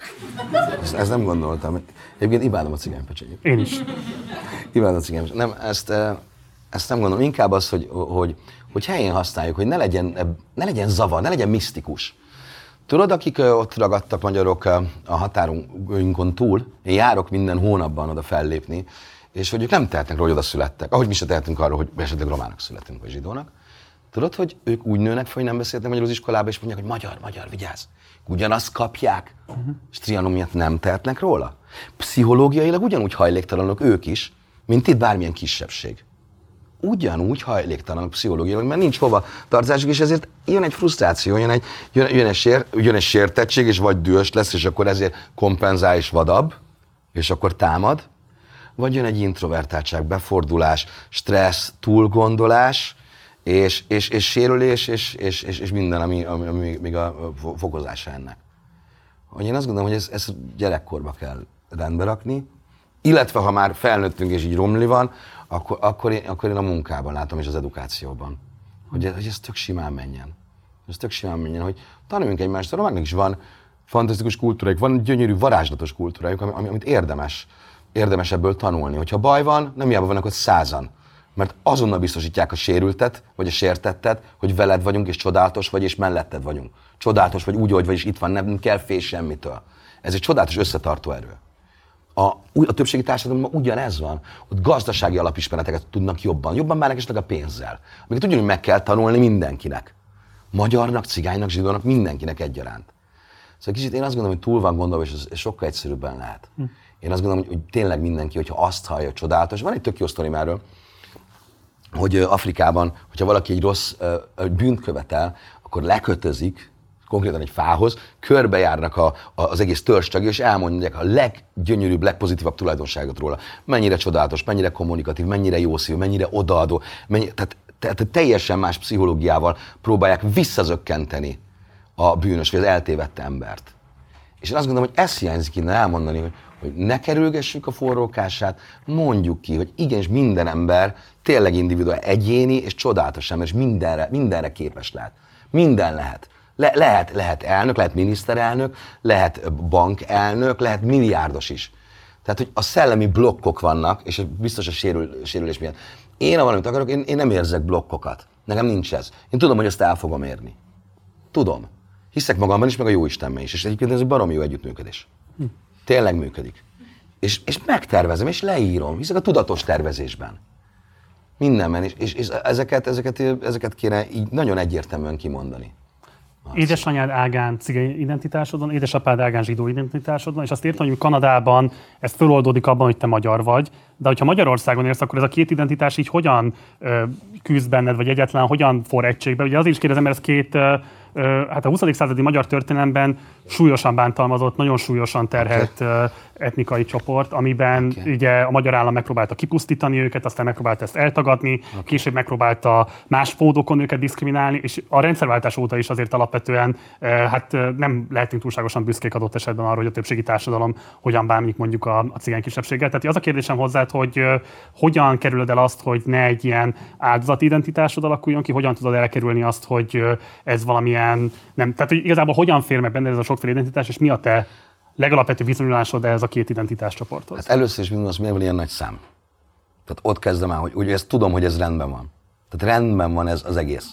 Ezt, ezt nem gondoltam. Egyébként imádom a cigánypecsenyét. Én is. Imádom a cigánypecsenyét. Nem, ezt, ezt nem gondolom. Inkább az, hogy, hogy, hogy helyén használjuk, hogy ne legyen, ne legyen zavar, ne legyen misztikus. Tudod, akik ott ragadtak magyarok a határunkon túl, én járok minden hónapban oda fellépni, és hogy ők nem tehetnek róla, hogy oda születtek. Ahogy mi se tehetünk arról, hogy esetleg románok születünk, vagy zsidónak. Tudod, hogy ők úgy nőnek fel, hogy nem beszéltek magyarul az iskolába, és mondják, hogy magyar, magyar, vigyázz. Ugyanazt kapják, uh-huh. és trianon miatt nem tehetnek róla. Pszichológiailag ugyanúgy hajléktalanok ők is, mint itt bármilyen kisebbség. Ugyanúgy hajléktalanok pszichológiailag, mert nincs hova tartozásuk, és ezért jön egy frusztráció, jön egy, jön, jön, egy, sér, jön egy sértettség, és vagy dühös lesz, és akkor ezért kompenzál és vadabb, és akkor támad, vagy jön egy introvertáltság, befordulás, stressz, túlgondolás, És, és, és sérülés, és, és, és, és minden, ami, ami, ami még a fokozása ennek. Hogy én azt gondolom, hogy ezt, ezt gyerekkorba kell rendbe rakni, illetve ha már felnőttünk és így romli van, akkor, akkor, én, akkor én a munkában látom és az edukációban, hogy, hogy ez tök simán menjen. Ez tök simán menjen, hogy tanuljunk egymást, a romáknak is van fantasztikus kultúrájuk, van gyönyörű, varázslatos kultúrájuk, ami, amit érdemes, érdemes ebből tanulni. Hogyha baj van, nem hiába vannak ott százan. Mert azonnal biztosítják a sérültet, vagy a sértettet, hogy veled vagyunk, és csodálatos vagy, és melletted vagyunk. Csodálatos vagy, úgy, hogy vagy, és itt van, nem kell félni semmitől. Ez egy csodálatos összetartó erő. A, a többségi társadalomban ugyanez van, ott gazdasági alapismereteket tudnak jobban, jobban bánnak esetleg a pénzzel. Amiket ugyanúgy meg kell tanulni mindenkinek. Magyarnak, cigánynak, zsidónak, mindenkinek egyaránt. Szóval kicsit én azt gondolom, hogy túl van gondolva, és ez sokkal egyszerűbben lehet. Hm. Én azt gondolom, hogy, hogy tényleg mindenki, hogyha azt hallja, csodálatos. Van egy tök jó sztorim erről, hogy Afrikában, hogyha valaki egy rossz uh, bűnt követel, akkor lekötözik, konkrétan egy fához, körbejárnak a, a, az egész törzstagja, és elmondják a leggyönyörűbb, legpozitívabb tulajdonságot róla. Mennyire csodálatos, mennyire kommunikatív, mennyire jószívű, mennyire odaadó, mennyire, tehát, tehát teljesen más pszichológiával próbálják visszazökkenteni a bűnös, vagy az eltévedt embert. És én azt gondolom, hogy ezt hiányzik innen elmondani, hogy, hogy ne kerülgessük a forrókását, mondjuk ki, hogy igenis minden ember tényleg individuál, egyéni és csodálatos ember, és mindenre, mindenre képes lehet. Minden lehet. Le, lehet. Lehet elnök, lehet miniszterelnök, lehet bankelnök, lehet milliárdos is. Tehát, hogy a szellemi blokkok vannak, és biztos a sérül, sérülés miatt. Én, ha valamit akarok, én, én nem érzek blokkokat. Nekem nincs ez. Én tudom, hogy ezt el fogom érni. Tudom. Hiszek magamban is, meg a Jóistenben is. És egyébként ez egy baromi jó együttműködés. Hm. Tényleg működik. És, és megtervezem, és leírom. Hiszek a tudatos tervezésben. Mindenben. És, és, és ezeket, ezeket, ezeket kéne így nagyon egyértelműen kimondani. Azt. Édesanyád ágán cigány identitásodon, édesapád ágán zsidó identitásodon, és azt értem, hogy Kanadában ez föloldódik abban, hogy te magyar vagy, de hogyha Magyarországon élsz, akkor ez a két identitás így hogyan ö, küzd benned, vagy egyáltalán hogyan forr egységbe? Ugye azért is kérdezem, mert ez két, ö, ö, hát a huszadik századi magyar történelemben súlyosan bántalmazott, nagyon súlyosan terhelt okay. etnikai csoport, amiben okay. ugye a magyar állam megpróbálta kipusztítani őket, aztán megpróbálta ezt eltagadni, okay. később megpróbálta más módokon őket diszkriminálni, és a rendszerváltás óta is azért alapvetően hát nem lehetünk túlságosan büszkék adott esetben arra, hogy a többségi társadalom hogyan bánik mondjuk a, a cigány kisebbséggel. Tehát az a kérdésem hozzád, hogy hogyan kerülöd el azt, hogy ne egy ilyen áldozati identitásod alakuljon ki, hogyan tudod elkerülni azt, hogy ez valamilyen, nem, tehát hogy igazából hogyan fér meg benned ez a sokféle identitás, és mi a te legalapvetőbb viszonyulásod ehhez a két identitáscsoporthoz? Hát először is mondom, miért van ilyen nagy szám. Tehát ott kezdem el, hogy ugye ezt tudom, hogy ez rendben van. Tehát rendben van ez az egész.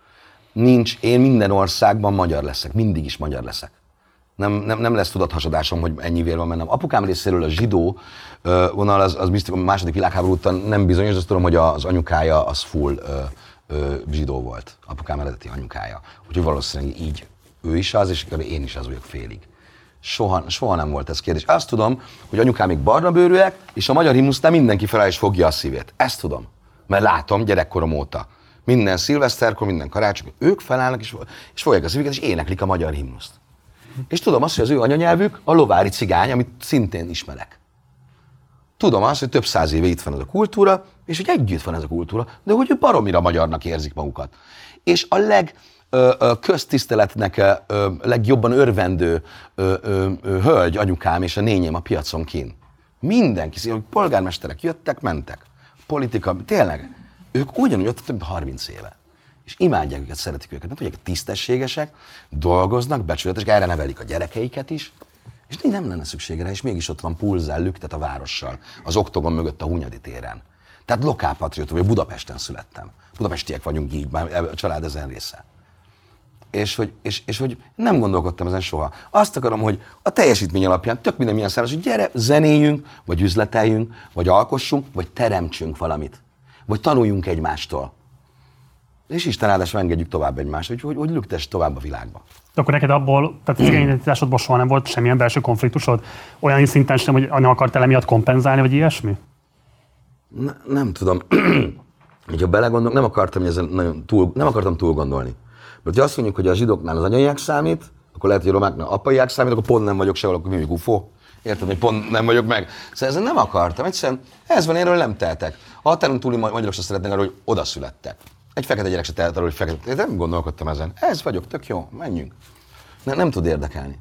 Nincs, én minden országban magyar leszek, mindig is magyar leszek. Nem, nem, nem lesz tudathasadásom, hogy ennyi vér van bennem. Apukám részéről a zsidó uh, vonal, az, az biztos, a második világháború után nem bizonyos, azt tudom, hogy az anyukája az full uh, uh, zsidó volt. Apukám eredeti anyukája. Úgyhogy valószínűleg így ő is az, és én is az vagyok félig. Soha, soha nem volt ez kérdés. Azt tudom, hogy anyukám még barna bőrűek, és a magyar himnusznál mindenki feláll és fogja a szívét. Ezt tudom, mert látom gyerekkorom óta. Minden szilveszterkor, minden karácsony, ők felállnak és, és fogják a szívüket, és éneklik a magyar himnuszt. És tudom azt, hogy az ő anyanyelvük a lovári cigány, amit szintén ismerek. Tudom azt, hogy több száz éve itt van ez a kultúra, és hogy együtt van ez a kultúra, de hogy baromira magyarnak érzik magukat. És a leg ö, ö, köztiszteletnek ö, legjobban örvendő ö, ö, ö, hölgy, anyukám és a nényém a piacon kín. Mindenki, hogy polgármesterek jöttek, mentek. Politika, tényleg, ők ugyanúgy ott több harminc éve. És imádják őket, szeretik őket, mert tudják, tisztességesek, dolgoznak, becsületesek, erre nevelik a gyerekeiket is, és nem lenne szüksége rá, és mégis ott van pulzál, lüktet a várossal, az oktogon mögött a Hunyadi téren. Tehát lokálpatrióta, vagy Budapesten születtem. Budapestiek vagyunk így, már a család ezen része. És hogy, és, és hogy nem gondolkodtam ezen soha. Azt akarom, hogy a teljesítmény alapján tök minden milyen számos, hogy gyere, zenéljünk, vagy üzleteljünk, vagy alkossunk, vagy teremtsünk valamit. Vagy tanuljunk egymástól. És Isten áldásra engedjük tovább egymást, hogy, hogy, hogy lüktess tovább a világba. De akkor neked abból, tehát az cigány identitásodból soha nem volt semmilyen belső konfliktusod? Olyan szinten sem, hogy nem akartál emiatt kompenzálni, vagy ilyesmi? Ne, nem tudom. Hogyha belegondolok, nem akartam ezen nagyon túl, nem akartam túl gondolni. Mert ha azt mondjuk, hogy a zsidóknál az anyaiák számít, akkor lehet, hogy a romáknál apaiák számít, akkor pont nem vagyok sehol, akkor mi vagyok ufó. Érted, hogy pont nem vagyok meg. Szóval ezen nem akartam. Egyszerűen ez van, erről nem tehetek. A határon túli magyarok sem szeretnek arról, hogy oda születtek. Egy fekete gyerek se tehet arról, hogy fekete. Én nem gondolkodtam ezen. Ez vagyok, tök jó, menjünk. Ne, nem tud érdekelni.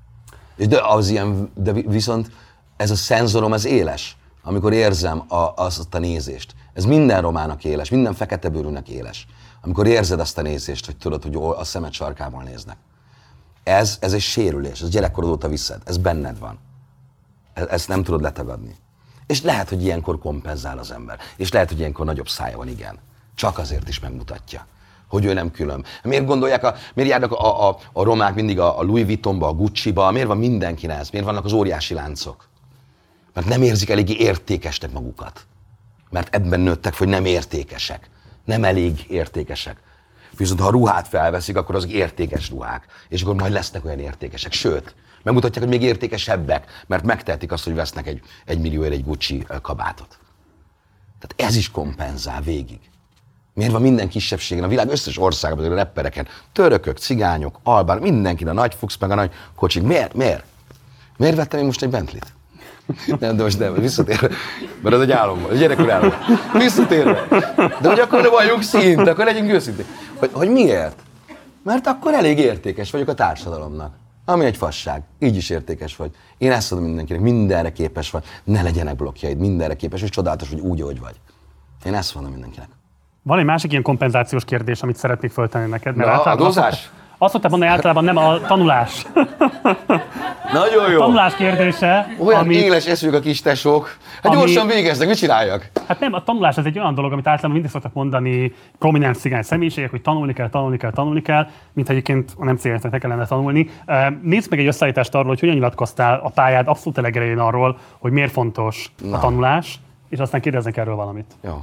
De az ilyen, de viszont ez a szenzorom, ez éles. Amikor érzem a, azt a nézést. Ez minden romának éles, minden feketebőrűnek éles. Amikor érzed azt a nézést, hogy tudod, hogy a szemed sarkában néznek. Ez, ez egy sérülés, ez gyerekkorod óta viszed, ez benned van. Ezt nem tudod letagadni. És lehet, hogy ilyenkor kompenzál az ember. És lehet, hogy ilyenkor nagyobb szája van, igen. Csak azért is megmutatja, hogy ő nem külön. Miért gondolják, a, miért járnak a, a, a romák mindig a, a Louis Vuittonba, a Gucciba, miért van mindenkinek ez? Miért vannak az óriási láncok? Mert nem érzik eléggé értékesnek magukat. Mert ebben nőttek, hogy nem értékesek. Nem elég értékesek. Viszont ha a ruhát felveszik, akkor azok értékes ruhák. És akkor majd lesznek olyan értékesek. Sőt, megmutatják, hogy még értékesebbek, mert megtehetik azt, hogy vesznek egy, egy millióért egy Gucci kabátot. Tehát ez is kompenzál végig. Miért van minden kisebbségen, a világ összes országban, a rappereken, törökök, cigányok, albánok, mindenkin, a nagy fuchs, meg a nagy kocsik. Miért? Miért? Miért vettem én most egy Bentleyt? Nem, de most nem, visszatérve, mert az egy álom volt, egy gyerekkor álom. Visszatérve. De hogy akkor ne vagyunk szint, akkor legyünk őszintén. Hogy, hogy miért? Mert akkor elég értékes vagyok a társadalomnak. Ami egy fasság. Így is értékes vagy. Én ezt mondom mindenkinek, mindenre képes vagy. Ne legyenek blokkjaid, mindenre képes, és csodálatos, hogy úgy, ahogy vagy. Én ezt mondom mindenkinek. Van egy másik ilyen kompenzációs kérdés, amit szeretnék föltenni neked. Mert Na, adózás? Azt szokták mondani, általában nem a tanulás. Nagyon jó. A tanulás kérdése. Olyan ami, éles eszűk a kis tesók. Hát ami, gyorsan végeznek, mit csináljak? Hát nem, a tanulás ez egy olyan dolog, amit általában mindig szoktak mondani prominens cigány személyiségek, hogy tanulni kell, tanulni kell, tanulni kell, mint egyébként nem céljának ne kellene tanulni. Nézd meg egy összeállítást arról, hogy hogyan nyilatkoztál a pályád abszolút legelején arról, hogy miért fontos Na. a tanulás, és aztán kérdeznek erről valamit. Jó.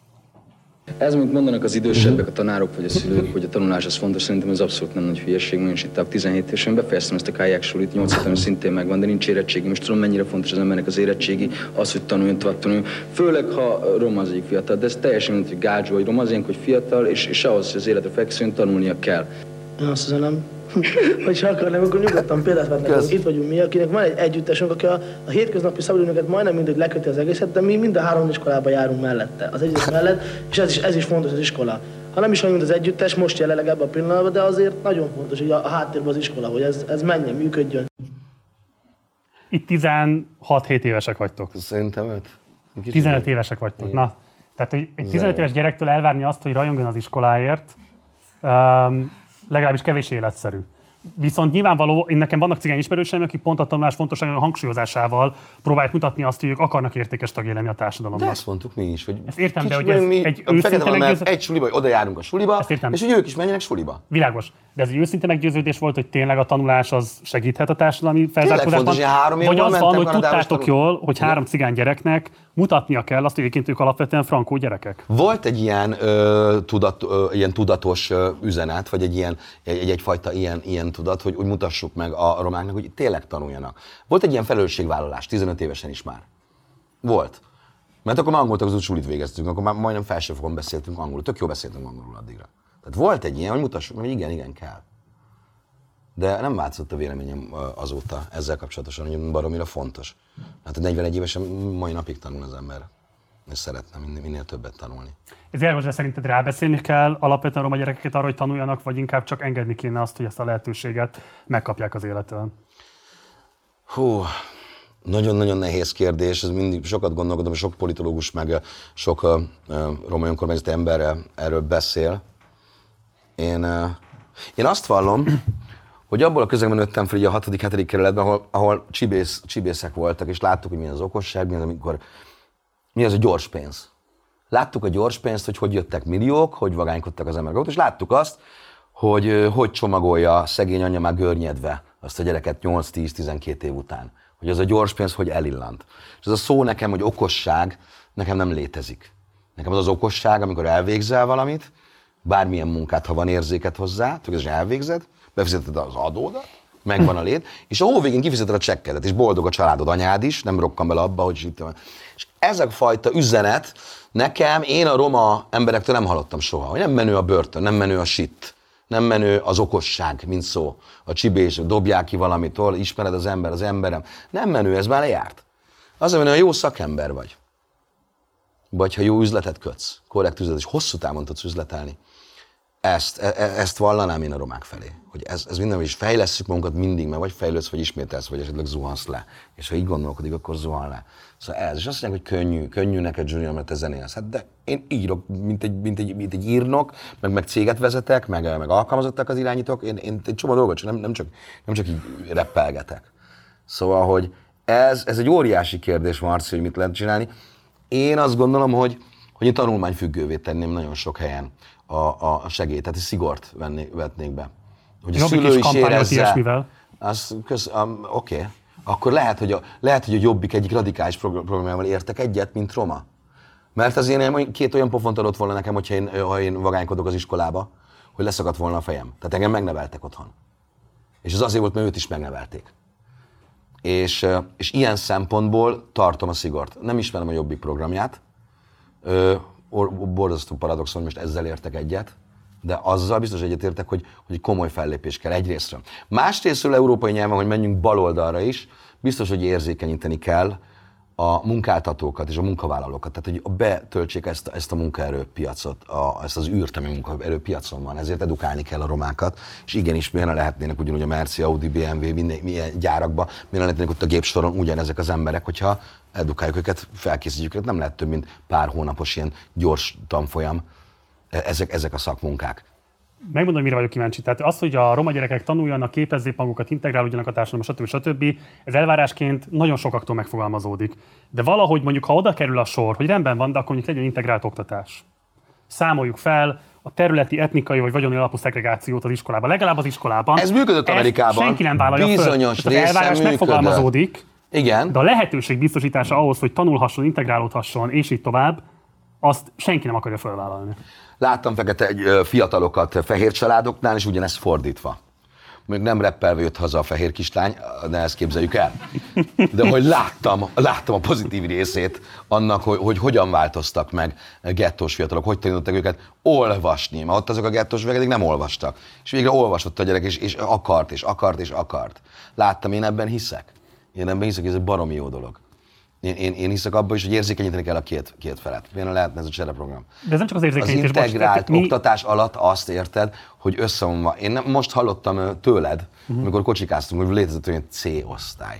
Ez, amit mondanak az idősebbek, a tanárok vagy a szülők, hogy a tanulás az fontos, szerintem ez abszolút nem nagy hülyeség. Én is itt tizenhét évesen befejeztem ezt a kályák sulit, nyolc éven szintén megvan, de nincs érettségi. Most tudom, mennyire fontos az embernek az érettségi, az, hogy tanuljon, tovább tanuljon. Főleg, ha romazik fiatal, de ez teljesen mint, hogy gádzsó, hogy romazénk, hogy fiatal, és, és ahhoz, hogy az életre fekszünk, tanulnia kell. Én azt üzenem, hogyha akarnám, akkor nyugodtan példát vetnek. Itt vagyunk mi, akinek van egy együttesünk, aki a, a hétköznapi szabadidőnket majdnem mindegy leköti az egészet, de mi mind a három iskolába járunk mellette, az együttes mellett, és ez is, ez is fontos az iskola. Ha nem is olyan, mint az együttes, most jelenleg ebben a pillanatban, de azért nagyon fontos, hogy a, a háttérben az iskola, hogy ez, ez menjen, működjön. Itt tizenhat-hét évesek vagytok. Szerintem öt. tizenöt évesek vagytok. Igen. Na, tehát egy, egy tizenöt éves gyerektől elvárni azt, hogy rajongjon az iskoláért, um, legalábbis kevés életszerű. Viszont nyilvánvaló, én nekem vannak cigány ismerőseim, akik pont a tanulás fontosságának hangsúlyozásával próbálják mutatni azt, hogy ők akarnak értékes tagjai lenni a társadalomnak. De ezt mondtuk mi is, hogy ezt értem, de hogy ez mi, egy őszinte meggyőződés... Egy suliba, hogy oda járunk a suliba, és hogy ők is menjenek suliba. Világos. De ez egy őszinte meggyőződés volt, hogy tényleg a tanulás az segíthet a társadalmi felzárkózásban. Vagy az van, hogy tudtátok jól, hogy három cigány gyereknek mutatnia kell azt, hogy egyébként ők alapvetően frankó gyerekek. Volt egy ilyen, ö, tudat, ö, ilyen tudatos ö, üzenet, vagy egy ilyen, egy, egyfajta ilyen, ilyen tudat, hogy úgy mutassuk meg a romáknak, hogy tényleg tanuljanak. Volt egy ilyen felelősségvállalás, tizenöt évesen is már. Volt. Mert akkor már angoltak, az sulit végeztünk, akkor már majdnem felsőfokon beszéltünk angolul, tök jó beszéltünk angolul addigra. Tehát volt egy ilyen, hogy mutassuk meg, hogy igen, igen kell. De nem változott a véleményem azóta ezzel kapcsolatosan, hogy baromira fontos. Hát a negyvenegy évesen mai napig tanul az ember, és szeretne minél, minél többet tanulni. Ezért most szerinted rábeszélni kell alapvetően a roma gyerekeket arra, hogy tanuljanak, vagy inkább csak engedni kéne azt, hogy ezt a lehetőséget megkapják az életben? Hú, nagyon-nagyon nehéz kérdés, ez mindig sokat gondolkodom, sok politológus meg sok uh, roma önkormányzati ember erről beszél. Én, uh, én azt vallom, hogy abból a közegben nőttem fel, így a hatodik hetedik kerületben, ahol, ahol csibész, csibészek voltak, és láttuk, hogy milyen az okosság, milyen, amikor, mi az a gyors pénz. Láttuk a gyors pénzt, hogy hogy jöttek milliók, hogy vagánykodtak az emberek, és láttuk azt, hogy hogy csomagolja szegény anya már görnyedve azt a gyereket nyolc-tíz-tizenkét év után. Hogy az a gyors pénz hogy elillant. És ez a szó nekem, hogy okosság, nekem nem létezik. Nekem az az okosság, amikor elvégzel valamit, bármilyen munkát, ha van érzéket hozzá, tökéletesen elvégzed, befizeted az adódat, megvan a lét, és a hóvégén kifizeted a csekkedet, és boldog a családod, anyád is, nem rokkan bele abba, hogy itt van. És ez a fajta üzenet nekem, én a roma emberektől nem hallottam soha, hogy nem menő a börtön, nem menő a shit, nem menő az okosság, mint szó. A csibés, dobják ki valamit, hol ismered az ember, az emberem. Nem menő, ez már lejárt. Az a menő, ha jó szakember vagy. Vagy ha jó üzletet kötsz, korrekt üzlet, és hosszú távon tudsz üzletelni. Ezt, e, ezt vallanám én a romák felé. Hogy ez, ez minden, is fejlesszük magunkat mindig, mert vagy fejlődsz, vagy ismételsz, vagy esetleg zuhansz le. És ha így gondolkodik, akkor zuhan le. Szóval ez. És azt mondják, hogy könnyű, könnyű neked, Junior, mert te zenélsz. Hát de én írok, mint egy, mint egy, mint egy írnok, meg, meg céget vezetek, meg, meg alkalmazottak az irányítók. Én, én egy csomó dolgot, nem, nem, csak, nem csak így reppelgetek. Szóval, hogy ez, ez egy óriási kérdés, Marci, hogy mit lehet csinálni. Én azt gondolom, hogy, hogy én tanulmányfüggővé tenném nagyon sok helyen a, a, a segélyt, tehát egy szigort venné, vetnék be. Hogy a szülő is érezze. Um, Oké. Okay. Akkor lehet hogy, a, lehet, hogy a Jobbik egyik radikális programjával értek egyet, mint roma. Mert az én két olyan pofont adott volna nekem, hogyha én, ha én vagánykodok az iskolába, hogy leszakadt volna a fejem. Tehát engem megneveltek otthon. És ez azért volt, mert őt is megnevelték. És, és ilyen szempontból tartom a szigort. Nem ismerem a Jobbik programját. Borzasztó paradoxon, hogy most ezzel értek egyet, de azzal biztos egyetértek, hogy, hogy komoly fellépés kell egyrésztről. Másrésztről európai nyelven, hogy menjünk baloldalra is, biztos, hogy érzékenyíteni kell a munkáltatókat és a munkavállalókat, tehát hogy betöltsék ezt, ezt a munkaerőpiacot, a, ezt az űrt, ami munkaerőpiacon van, ezért edukálni kell a romákat, és igenis miért lehetnének ugyanúgy a Merci, Audi, bé em vé, minden, milyen gyárakban, miért lehetnének ott a gépsoron ugyanezek az emberek, hogyha edukáljuk őket, felkészítjük őket, nem lehet több, mint pár hónapos ilyen gyors tanfolyam, ezek, ezek a szakmunkák. Megmondom, mire vagyok kíváncsi. Tehát az, hogy a roma gyerekek tanuljanak, képezzék magukat, integrálódjanak a társadalomba, stb. stb. Ez elvárásként nagyon sokaktól megfogalmazódik. De valahogy mondjuk, ha oda kerül a sor, hogy rendben van, de akkor mondjuk legyen integrált oktatás. Számoljuk fel a területi, etnikai vagy vagyoni alapú szegregációt az iskolában. Legalább az iskolában. Ez működött Amerikában. Senki nem vállalja föl. Bizonyos az elvárás működött. megfogalmazódik. Igen. De a lehetőség biztosítása ahhoz, hogy tanulhasson, integrálódhasson, és így tovább, azt senki nem akarja felvállalni. Láttam fekete fiatalokat fehér családoknál, és ugyanezt fordítva. Még nem reppelve jött haza a fehér kislány, de ezt képzeljük el. De hogy láttam, láttam a pozitív részét annak, hogy, hogy hogyan változtak meg gettós fiatalok, hogy tanítottak őket olvasni, mert ott azok a gettós fiatalok eddig nem olvastak. És végre olvasott a gyerek, és, és akart, és akart, és akart. Láttam, én ebben hiszek. Én ebben hiszek, hogy ez egy baromi jó dolog. Én, én, én hiszek abban is, hogy érzékenyíteni kell a két, két felet. Milyen lehetne ez a csereprogram? De ez nem csak az érzékenyítés. Az integrált most, oktatás mi... alatt azt érted, hogy összevonva. Én nem, most hallottam tőled, uh-huh. amikor kocsikáztunk, hogy létezett olyan C-osztály.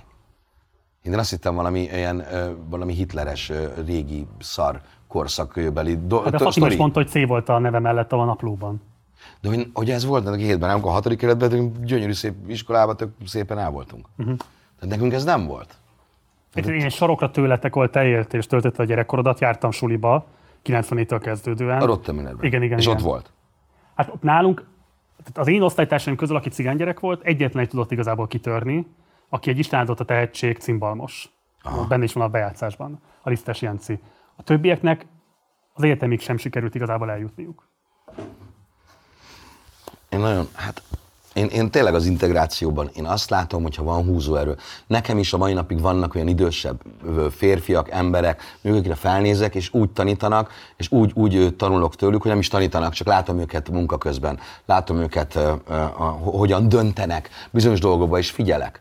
Én azt hittem valami, ilyen, valami hitleres, régi szar korszakbeli do- hát de Fatima is mondta, hogy C volt a neve mellett a naplóban. De hogy, hogy ez volt a hétben, amikor a hatodik keretben gyönyörű szép iskolában tök szépen el voltunk. Uh-huh. Tehát nekünk ez nem volt. Én egy sarokra tőletek, ahol te éltél és töltötte a gyerekkorodat, jártam suliba, kilencvennégytől kezdődően. A Rottemünerben. Igen, igen, és igen. ott volt? Hát ott nálunk, az én osztálytársaim közül, aki cigány gyerek volt, egyetlen egy tudott igazából kitörni, aki egy Isten áldott a tehetség, cimbalmos. Benne is van a bejátszásban, a Lisztes Jenci. A többieknek az egyetemig sem sikerült igazából eljutniuk. Én nagyon, hát Én, én tényleg az integrációban, én azt látom, hogyha van húzóerő. Nekem is a mai napig vannak olyan idősebb férfiak, emberek, akikre felnézek, és úgy tanítanak, és úgy, úgy tanulok tőlük, hogy nem is tanítanak, csak látom őket munka közben. Látom őket, uh, uh, hogyan döntenek bizonyos dolgokba, és figyelek.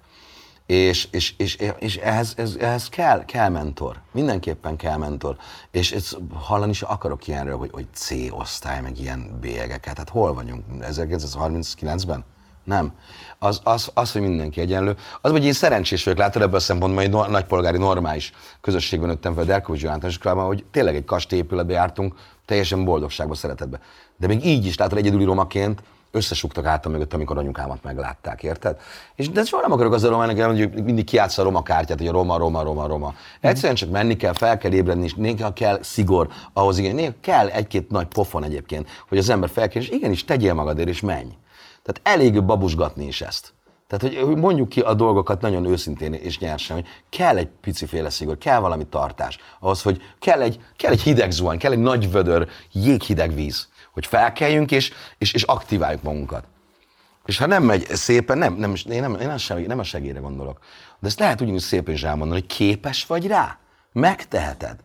És, és, és, és ehhez, ez, ehhez kell, kell mentor. Mindenképpen kell mentor. És ezt hallani is akarok ilyenről, hogy, hogy C-osztály, meg ilyen bélyegeket. Hát hol vagyunk? ezerkilencszázharminckilencben? Nem. Az, az, az, hogy mindenki egyenlő. Az, hogy én szerencsés vagyok, látod ebből a szempontból, hogy egy nagypolgári normális közösségben nőttem fel, Derkovicsi általános iskolában, hogy tényleg egy kastélyépületbe jártunk, teljesen boldogságba, szeretetbe. De még így is, látod, egyedüli romaként összesugtak hátam mögött, amikor anyukámat meglátták, érted? És de soha nem akarok azzal romának, hogy mindig kiátsz a roma kártyát, hogy a roma, roma, roma, roma. Egyszerűen csak menni kell, fel kell ébredni, és néha kell szigor ahhoz, igen, néha kell egy-két nagy pofon egyébként, hogy az ember felkel, és igenis tegyél magadért, és menj. Tehát elég babusgatni is ezt. Tehát, hogy mondjuk ki a dolgokat nagyon őszintén és nyersen, hogy kell egy piciféle szigor, kell valami tartás, ahhoz, hogy kell egy, kell egy hideg zuhany, kell egy nagy vödör, jéghideg víz, hogy felkeljünk és, és, és aktiváljuk magunkat. És ha nem megy szépen, nem, nem, én, nem, én nem, nem a segélyre gondolok, de ezt lehet ugyanúgy szépen is elmondani, hogy képes vagy rá, megteheted.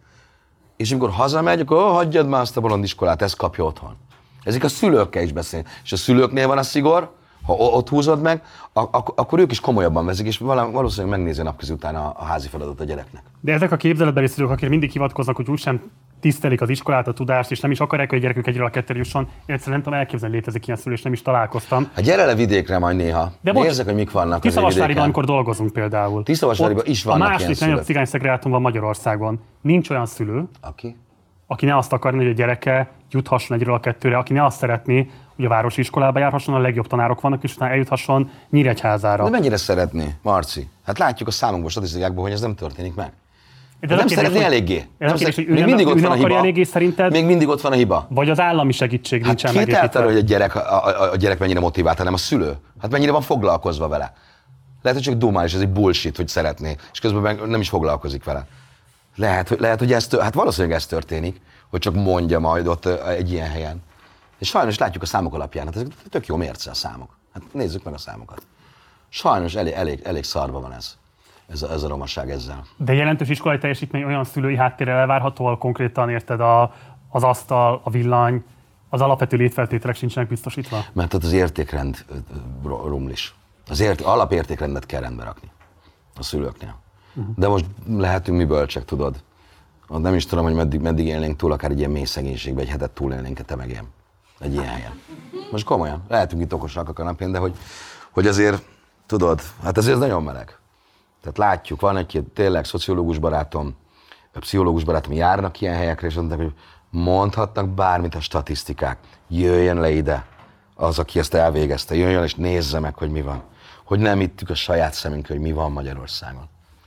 És amikor hazamegy, akkor oh, hagyjad már azt a bolondiskolát, ezt kapja otthon. Ezek a szülőkkel is beszélni. És a szülőknél van a szigor, ha ott húzod meg, ak- akkor ők is komolyabban veszik, és valószínűleg megnézi a napközi után a, a házi feladat a gyereknek. De ezek a képzeletbeli szülők, akik mindig hivatkoznak, hogy úgysem tisztelik az iskolát, a tudást, és nem is akarják, hogy a gyerekük egyről a kettőre jusson, én egyszerűen nem tudom elképzelni, létezik ilyen szülő, és nem is találkoztam. Hát gyere le vidékre majd néha. De nézzek, hogy mik vannak az Tiszavasváriban, amikor dolgozunk például. Tiszavasváriban is vannak ilyen szülők. A második legnagyobb cigány szegregátum van Magyarországon. Nincs olyan szülő, aki? aki ne azt akarni, hogy a gyereke juthasson egyről a kettőre, aki ne azt szeretné, hogy a városi iskolába járhasson, a legjobb tanárok vannak, és utána eljuthasson Nyíregyházára. De mennyire szeretné, Marci? Hát látjuk a számokból, statisztikákból, hogy ez nem történik meg. De nem szeretné eléggé. Ez a kérdés, hogy ő még nem, mindig ott van a hiba. Eléggé, szerinted? Még mindig ott van a hiba. Vagy az állami segítség hát nincsen megépítve. Hát hogy a gyerek, a, a, a gyerek mennyire motivált, hanem a szülő. Hát mennyire van foglalkozva vele. Lehet, hogy csak dumál, és ez egy bullshit, hogy szeretné, és közben nem is foglalkozik vele. Lehet, hogy, lehet, hogy ez, hát valószínűleg ez történik, hogy csak mondja majd ott egy ilyen helyen. És sajnos látjuk a számok alapján, hát ez tök jó mérce a számok. Hát nézzük meg a számokat. Sajnos elég, elég, elég szarva van ez, ez a, ez a romaság ezzel. De jelentős iskolai teljesítmény olyan szülői háttérrel elvárható, ahol konkrétan érted a, az asztal, a villany, az alapvető létfeltételek sincsenek biztosítva? Mert ott az értékrend rumlis. Az ért, alapértékrendet kell rendbe rakni a szülőknél. Uh-huh. De most lehetünk mi bölcsek, tudod. Nem is tudom, hogy meddig, meddig élnénk túl, akár egy ilyen mély szegénységbe, egy hetet túlélnénk a te meg én. Egy ilyen helyen. Most komolyan, lehetünk itt okosak a kanapén, de hogy, hogy azért, tudod, hát azért ez nagyon meleg. Tehát látjuk, van egy tényleg szociológus barátom, pszichológus barátom, járnak ilyen helyekre, és mondták, hogy mondhatnak bármit a statisztikák. Jöjjön le ide az, aki ezt elvégezte, jöjjön és nézze meg, hogy mi van. Hogy nem ittük a saját szemünkkel, hogy mi van Magyarországon.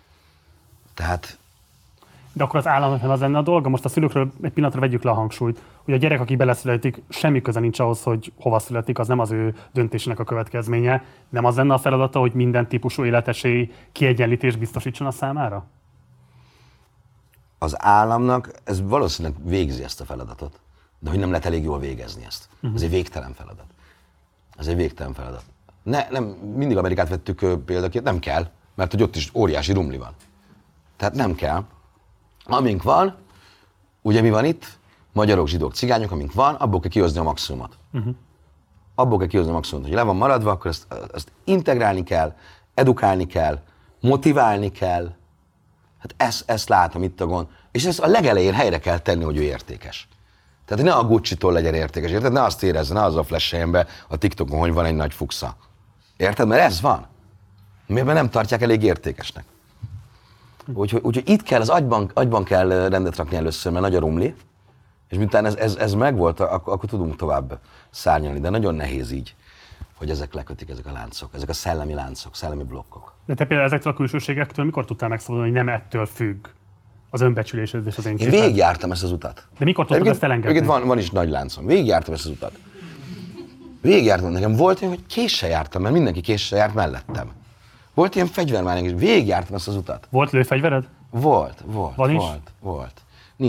Tehát... De akkor az államnak az lenne a dolga? Most a szülőkről egy pillanatra vegyük le a hangsúlyt, hogy a gyerek, aki beleszületik, semmi köze nincs ahhoz, hogy hova születik, az nem az ő döntésének a következménye. Nem az lenne a feladata, hogy minden típusú életesély kiegyenlítés biztosítson a számára? Az államnak ez valószínűleg végzi ezt a feladatot, de hogy nem lehet elég jól végezni ezt. Uh-huh. Ez egy végtelen feladat. Ez egy végtelen feladat. Ne, nem, mindig Amerikát vettük példaként, nem kell, mert hogy ott is óriási rumli van. Tehát nem kell. Amink van, ugye mi van itt? Magyarok, zsidók, cigányok, amink van, abból kell kihozni a maximumot. Uh-huh. Abból kell kihozni a maximumot, hogy le van maradva, akkor ezt, ezt integrálni kell, edukálni kell, motiválni kell. Hát ezt, ezt látom itt a gond. És ezt a legelején helyre kell tenni, hogy ő értékes. Tehát ne a Gucci-tól legyen értékes, érted? Ne azt érezze, ne azzal flasheljen be a TikTokon, hogy van egy nagy fuksa. Érted? Mert ez van. Miért nem tartják elég értékesnek. Úgyhogy úgy, itt kell, az agyban, agyban kell rendet rakni először, mert nagy a rumli, és miután ez, ez, ez megvolt, akkor, akkor tudunk tovább szárnyalni, de nagyon nehéz így, hogy ezek lekötik, ezek a láncok, ezek a szellemi láncok, szellemi blokkok. De te például ezektől a külsőségektől mikor tudtál megszabadulni, hogy nem ettől függ az önbecsülésed és az én Én végigjártam ezt az utat. De mikor tudtad ezt elengedni? Van, van is nagy láncom. Végigjártam ezt az utat. Végigjártam, nekem volt olyan, hogy késsel jártam, mert mindenki késsel járt mellettem. Volt ilyen fegyvermány, és végigjártam ezt az utat. Volt lőfegyvered? Volt, volt, Van volt, is? volt. Nincs,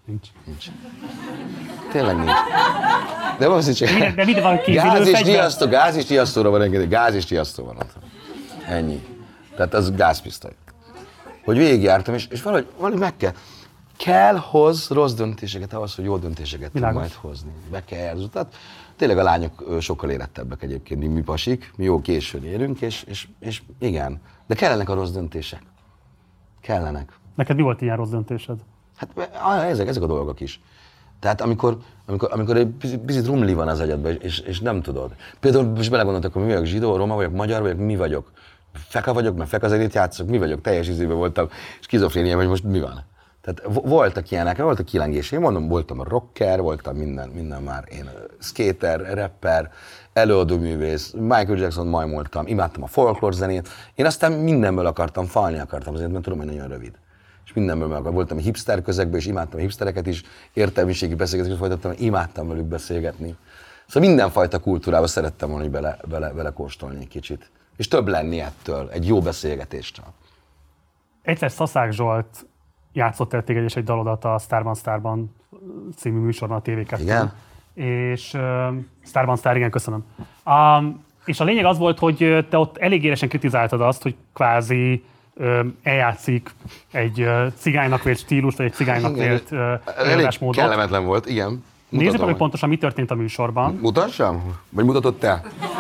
Nincs. Nincs. Tényleg nincs. De most nincs. De, de mit van gáz és riasztó, gáz és riasztóra van engedély, gáz és riasztó van ott. Ennyi. Tehát az gázpisztoly. Hogy végigjártam, és, és valahogy, valahogy meg kell. Kell hoz rossz döntéseket ahhoz, hogy jó döntéseket tud majd hozni. Be kell az utat. Tényleg a lányok sokkal érettebbek egyébként, mi, mi pasik, mi jó későn érünk, és, és, és igen. De kellenek a rossz döntések. Kellenek. Neked mi volt ilyen rossz döntésed? Hát ezek, ezek a dolgok is. Tehát amikor, amikor, amikor egy picit rumli van az agyadban, és, és nem tudod. Például most belegondoltak, hogy mi vagyok zsidó, roma vagyok, magyar vagyok, mi vagyok. Feka vagyok, mert feka zenét játszok, mi vagyok, teljes izében voltam, skizofrénia, hogy most mi van. Tehát voltak ilyenek, voltak kilengés. Én mondom, voltam rocker, voltam minden, minden már. Én skater, rapper, előadóművész, Michael Jackson majmoltam, imádtam a folklór zenét. Én aztán mindenből akartam, falni akartam azért, mert tudom, hogy nagyon rövid. És mindenből meg voltam hipster közegben, és imádtam a hipstereket is, értelmiségi beszélgetést folytattam, imádtam velük beszélgetni. Szóval mindenfajta kultúrába szerettem volna, hogy bele, bele, bele kóstolni egy kicsit. És több lenni ettől, egy jó beszélgetéstől. Egyszer Szaszák Zsolt játszott el téged és egy dalodat a Starban Starban című műsorban a té vé kettőn. Igen? És uh, Starban Star, igen, köszönöm. Um, és a lényeg az volt, hogy te ott elég élesen kritizáltad azt, hogy kvázi um, eljátszik egy uh, cigánynak vélt stílust, vagy egy cigánynak vélt uh, előadásmódot. Kellemetlen volt, igen. Nézzük meg, hogy pontosan mi történt a műsorban. Mutassam? Vagy mutatod te?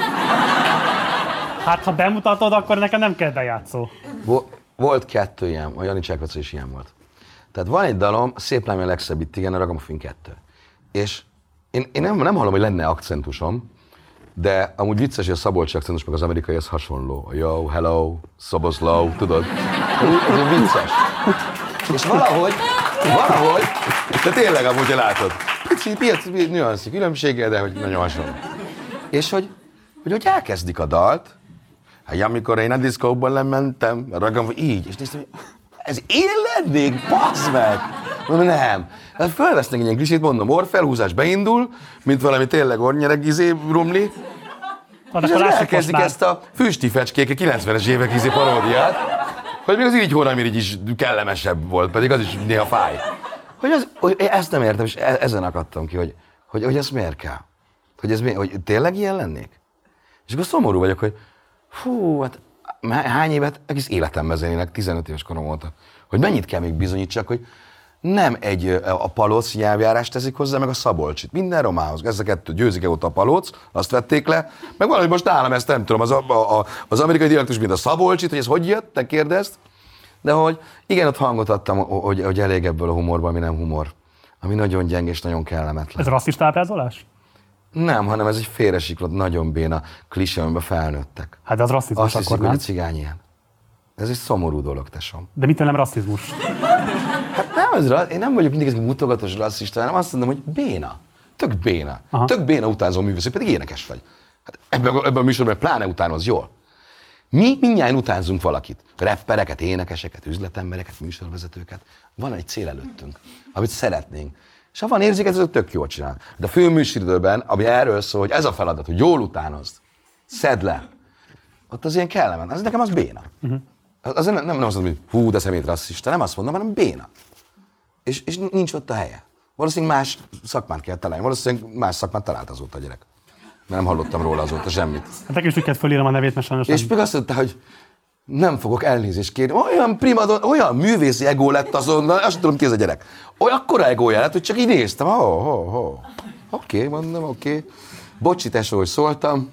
Hát, ha bemutatod, akkor nekem nem kell bejátszó. Volt kettő ilyen, a Jani Csákvaca is ilyen volt. Tehát van egy dalom, Szép lány a legszebb itt, igen, a Ragamuffin kettő. És én, én nem, nem hallom, hogy lenne akcentusom, de amúgy vicces, hogy a szabolcsi akcentus meg az amerikai az hasonló. A yo, hello, szoboszló, tudod? Ez, ez vicces. És valahogy, valahogy, de tényleg amúgy, hogy látod, picit, piac, nüanszi különbséggel, de hogy nagyon hasonló. És hogy, hogy, hogy elkezdik a dalt, hát amikor én a diszkóban lementem, ragam, így, és néztem, hogy ez én lennék, bassz meg! Mondom, nem. Hát felvesznek egy ilyen klisét, mondom, orrfelhúzás beindul, mint valami tényleg ornyereg izé rumli, és elkezdik ezt a füsti fecskék, a kilencvenes évek izé paródiát, hogy még az így hónamir így is kellemesebb volt, pedig az is néha fáj. Hogy, az, hogy ezt nem értem, és ezen akadtam ki, hogy, hogy, hogy ez miért kell. Hogy, ez mi, hogy tényleg ilyen lennék? És akkor szomorú vagyok, hogy fú, hát hány évet egész életemben zenének, tizenöt éves korom óta, hogy mennyit kell még bizonyítsak, hogy nem egy a Palóc nyelvjárást teszik hozzá, meg a Szabolcsit. Minden romához. Ez a kettő győzik-e ott a Palóc, azt vették le, meg valahogy most nálam ezt nem tudom, az, a, a, az amerikai dialektus, mint a Szabolcsit, hogy ez hogy jött, te kérdezt. De hogy igen, ott hangot adtam, hogy, hogy elég ebből a humorban, ami nem humor. Ami nagyon gyenge és nagyon kellemetlen. Ez rasszista ábrázolás? Nem, hanem ez egy félresiklott, nagyon béna klisé, amiben felnőttek. Hát de az rasszizmus azt akkor hiszik, nem? hogy a cigány ilyen. Ez egy szomorú dolog, tesóm. De mitől nem rasszizmus? Hát nem, ez, én nem vagyok mindig ez mutogatós rasszista, hanem azt mondom, hogy béna. Tök béna. Aha. Tök béna utánzó művész, pedig énekes vagy. Hát ebben, ebben a műsorban pláne utánoz jól. Mi mindnyáján utánzunk valakit. Rappereket, énekeseket, üzletembereket, műsorvezetőket. Van egy cél előttünk, amit szeretnénk. És ha van érzéket, ez tök jól csinál. De a főműsoridőben, ami erről szól, hogy ez a feladat, hogy jól utánozd, szedd le, ott az ilyen kellemen. Az nekem az béna. Uh-huh. Az nem, nem, nem azt mondom, hogy hú, de szemét rasszista, nem azt mondom, hanem béna. És, és nincs ott a helye. Valószínűleg más szakmát kell találni. Valószínűleg más szakmát talált azóta a gyerek. Mert nem hallottam róla azóta semmit. Hát nekem is úgy kellett fölírom a nevét, mert sajnos és még azt mondta, hogy nem fogok elnézést kérni. Olyan primadon, olyan művészi egó lett azonnal, azt tudom ki ez a gyerek. Olyan akkora egója lett, hogy csak így néztem. Oh, oh, oh. Oké, okay, mondom, oké. Okay. Bocsi, tesó, hogy szóltam.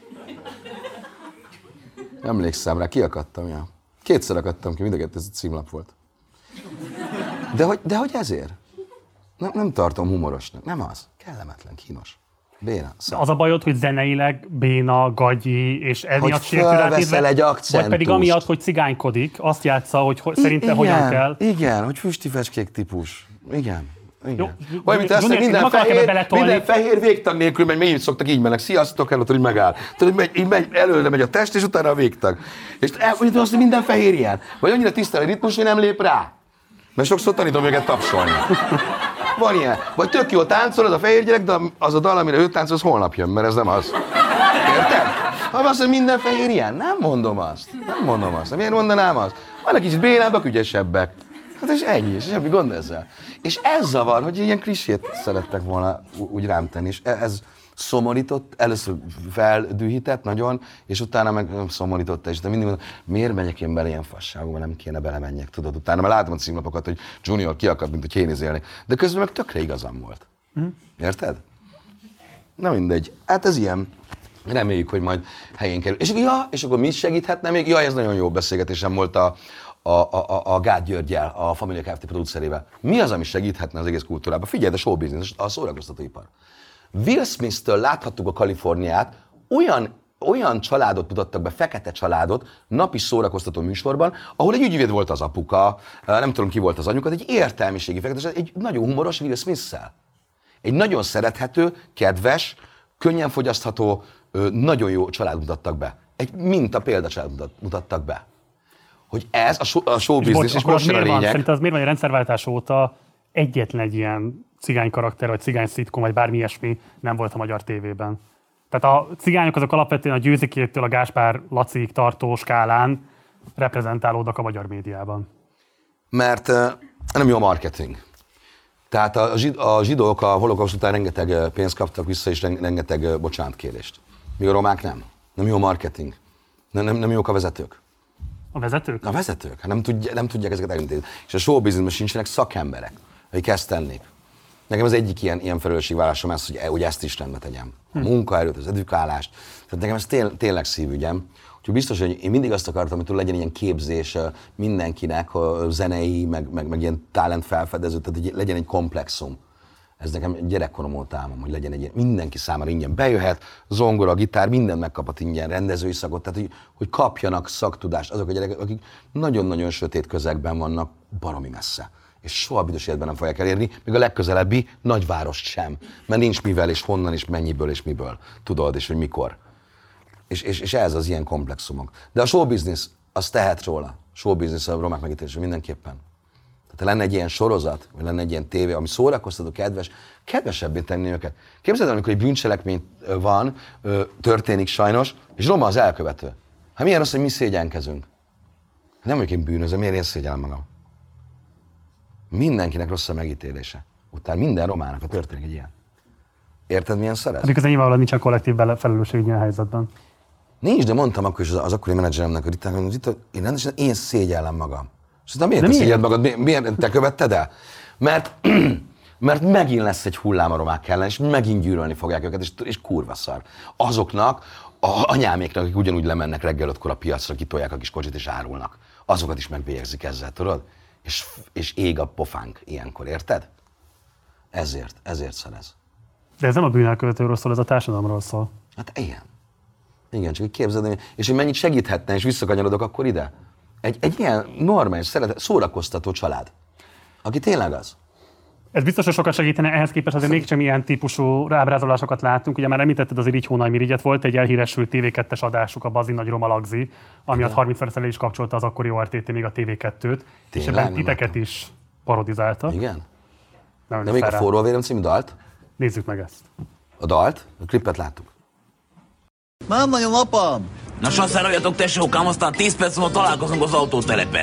Emlékszem rá, kiakadtam, ja. Kétszer akadtam ki, mind a kettő, ez a címlap volt. De hogy, de hogy ezért? Nem, nem tartom humorosnak, nem az. Kellemetlen, kínos. Béna. Szóval. Az a bajod, hogy zeneileg béna, gagyi, és emiatt sértőrátítve, egy akcentust. Vagy pedig amiatt, hogy cigánykodik, azt játsza, hogy ho- szerinte igen, hogyan kell. Igen, hogy füstifelcskék típus. Igen. Igen. Jó, vagy mint azt, hogy minden fehér, minden fehér végtag nélkül megy, még szoktak így mennek. Sziasztok, előtt, hogy megáll. Tudod, megy, így megy, előre megy a test, és utána a végtag. És úgy azt, hogy minden fehér ilyen. Vagy annyira tisztel a ritmus, hogy nem lép rá. Mert sokszor tanítom őket tapsolni. Van ilyen. Vagy tök jó táncol az a fehér gyerek, de az a dal, amire ő táncol, az holnap jön, mert ez nem az. Érted? Ha azt, hogy minden fehér ilyen, nem mondom azt. Nem mondom azt. Miért mondanám azt? Vannak kicsit bénábbak, ügyesebbek. Hát és ennyi, és semmi gond ezzel. És ez zavar, hogy ilyen klisét szerettek volna úgy rám tenni, és ez szomorított, először feldühített nagyon, és utána meg szomorította, és de mindig mondom, miért megyek én bele ilyen fasságba, nem kéne belemenjek, tudod, utána már látom a címlapokat, hogy Junior kiakad, mint hogy én izélnék, de közben meg tökre igazam volt. Mm. Érted? Na mindegy, hát ez ilyen. Reméljük, hogy majd helyén kerül. És, ja, és akkor mi is segíthetne még? Ja, ez nagyon jó beszélgetésem volt a, a, a, a Gát Györggyel, a Familia Kft. Producerével. Mi az, ami segíthetne az egész kultúrában? Figyelj, a showbusiness, a szórakoztatóipar. Will Smith-től láthattuk a Kaliforniát, olyan, olyan családot mutattak be, fekete családot, napi szórakoztató műsorban, ahol egy ügyvéd volt az apuka, nem tudom ki volt az anyukat, egy értelmiségi fekete, egy nagyon humoros Will Smith-szel. Egy nagyon szerethető, kedves, könnyen fogyasztható, nagyon jó család mutattak be. Egy minta példacsalád mutattak be. Hogy ez a, show, a showbusiness, és, és most a lényeg. Szerintem az miért van, hogy a rendszerváltás óta egyetlen egy ilyen cigány karakter, vagy cigány szitkom, vagy bármi ilyesmi nem volt a magyar tévében. Tehát a cigányok azok alapvetően a Győzikétől a Gáspár Laciig tartó skálán reprezentálódnak a magyar médiában. Mert uh, nem jó a marketing. Tehát a, zsid, a zsidók a holokauszt után rengeteg pénzt kaptak vissza, és rengeteg bocsánatkérést. Míg a romák nem. Nem jó a marketing. Nem, nem, nem jók a vezetők. A vezetők? A vezetők. Hát nem, tudja, nem tudják ezeket elintézni. És a showbusinessben sincsenek szakemberek, akik ezt tennék. Nekem az egyik ilyen, ilyen felelősségvállásom ez, hogy, hogy ezt is rendbe tegyem. A munkaerőt, az edukálást. Tehát nekem ez tény, tényleg szívügyem. Úgyhogy biztos, hogy én mindig azt akartam, hogy legyen ilyen képzés mindenkinek, a zenei, meg, meg, meg ilyen talent felfedező, tehát egy, legyen egy komplexum. Ez nekem gyerekkorom óta álmom, hogy legyen egy ilyen, mindenki számára ingyen bejöhet, zongora, gitár, mindent megkaphat ingyen, rendezői szakot, tehát hogy, hogy kapjanak szaktudást azok a gyerekek, akik nagyon-nagyon sötét közegben vannak, baromi messze. És soha büdös életben nem fogják elérni, még a legközelebbi nagyvárost sem, mert nincs mivel, és honnan, és mennyiből, és miből, tudod, és hogy mikor. És, és, és ez az ilyen komplexumok. De a showbusiness, az tehet róla. Showbusiness a romák megítélése mindenképpen. Tehát ha lenne egy ilyen sorozat, vagy lenne egy ilyen tévé, ami szórakoztató, kedves, kedvesebbé tenni őket. Képzeld el, amikor egy bűncselekmény van, történik sajnos, és roma az elkövető. Hát milyen rossz, hogy mi szégyenkezünk. Nem vagyok én bűnöző, miért én szégyellem magam? Mindenkinek rossz a megítélése. Utána minden romának, ha történik egy ilyen. Érted, milyen szerez? Amikor nyilvánvalóan nincs a kollektív felelősség ilyen helyzetben. Nincs, de mondtam akkor is az, az akkori menedzseremnek, hogy itt, itt én rendesen én szégyellem magam. És aztán miért te szégyelled magad? Mi, miért te követted el? Mert, mert megint lesz egy hullám a romák ellen, és megint gyűlölni fogják őket, és, és kurva szar. Azoknak, a anyáméknak, akik ugyanúgy lemennek reggel ötkor a piacra, kitolják a kis kocsit és árulnak. Azokat is megbélyegzik ezzel, tudod? És, és ég a pofánk ilyenkor, érted? Ezért, ezért szerez. De ez nem a bűnelkövetőről szól, ez a társadalomról szól. Hát ilyen. Igen, csak hogy képzeld, és hogy mennyit segíthetne, és visszakanyarodok akkor ide. Egy, egy ilyen normális, szeretet, szórakoztató család, aki tényleg az. Ez biztos, hogy sokat segítene, ehhez képest azért mégsem ilyen típusú ábrázolásokat látunk. Ugye már említetted az Irigy Hónaj Mirigyet, volt egy elhíresült té vé kettes adásuk, a Bazi Nagy Roma Lagzi, ami a harminc perc elé is kapcsolta az akkori o er té té még a té vé kettőt, és ebben titeket is parodizálta. Igen? Nem, De még a Forró Vérem című dalt? Nézzük meg ezt. A dalt? A klipet láttuk. Nem nagyon, apám! Na sanszároljatok, tesókám, aztán tíz perc múlva találkozunk az autótelepen.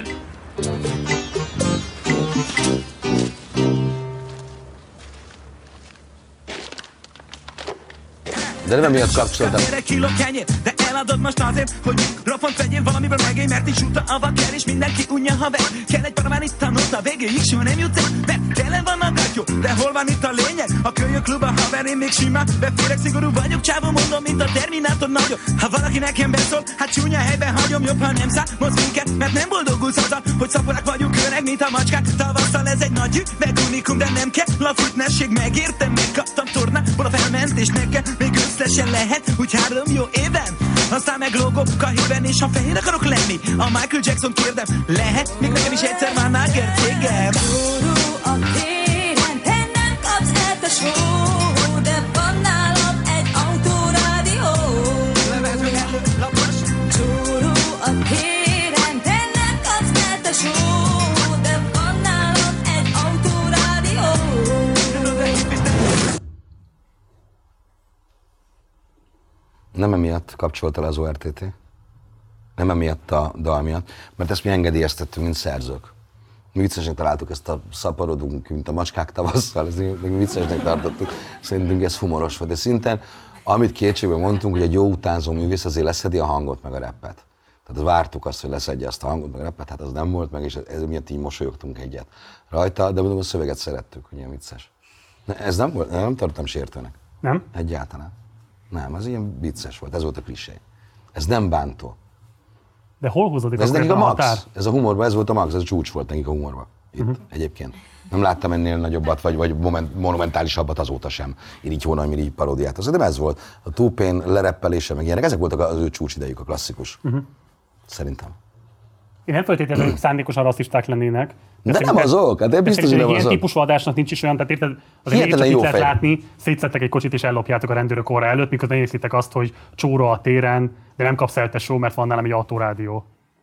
De nem miatt kapcsoltam. De eladod most azért, hogy rofont vegyél valamiből megélj, mert is uta a vaker, és mindenki unja haver. Kell egy paramán itt a nóta, végéig soha nem jutsz el, mert tele van a gattyó. De hol van itt a lényeg? A kölyök klub, a haver, én még simán beférek, szigorú vagyok, csávó, mondom, mint a Terminátor nagyobb. Ha valaki nekem beszól, hát csúnya helyben hagyom, jobb, ha nem számolsz minket, mert nem boldogulsz azzal, hogy szaporák vagyunk, öreg, mint a macskák. Tavasszal ez egy nagy ügy, meg unikum, de nem kell a futnesség, megértem, megkaptam tornából a felmentést, nekem még összesen lehet, úgy három jó éven. Aztán meg logok a hírben, és ha fehér akarok lenni, a Michael Jackson kérdem, lehet még nekem is egyszer már náger cégem. Csóró a téren, te nem kapsz el a show, de van nálam egy autórádió. Csóró a téren, te nem kapsz el a show, de van nálam egy autórádió. Nem emiatt kapcsolt el az o er té té, nem emiatt a dal miatt, mert ezt mi engedélyeztettünk, mint szerzők. Mi viccesnek találtuk ezt a szaporodunk, mint a macskák tavasszal, ezt mi viccesnek tartottuk. Szerintünk ez humoros volt, de szinten, amit kétségben mondtunk, hogy egy jó utánzó művész azért leszedi a hangot meg a rappet. Tehát vártuk azt, hogy leszedje azt a hangot meg a rappet, hát az nem volt meg, és ez miatt így mosolyogtunk egyet rajta, de mondom, a szöveget szerettük, hogy ilyen vicces. Ez nem volt, nem tartottam sértőnek. Nem? Egyáltalán. Nem, ez ilyen vicces volt, ez volt a klisé. Ez nem bántó. De hol húzódik ez nekik a max. Határ? Ez a humorban, ez volt a max, ez a csúcs volt nekik a humorban. Itt uh-huh. egyébként. Nem láttam ennél nagyobbat, vagy, vagy moment, monumentálisabbat azóta sem. Irigy Hónaj, Mirigy paródiát. De ez volt. A Tupac lereppelése, meg ilyenek. Ezek voltak az ő csúcsidejük, a klasszikus. Uh-huh. Szerintem. Én nem feltétlenül, hogy szándékosan rasszisták lennének. De, de nem azok, hát én biztos, hogy nem azok. Ilyen típusú adásnak nincs is olyan, tehát érted, azért még csak itt lehet látni, szétszedtek egy kocsit és ellopjátok a rendőrök orra előtt, miközben érzitek azt, hogy csóra a téren, de nem kapsz el tesó, mert van nálam egy autórádió.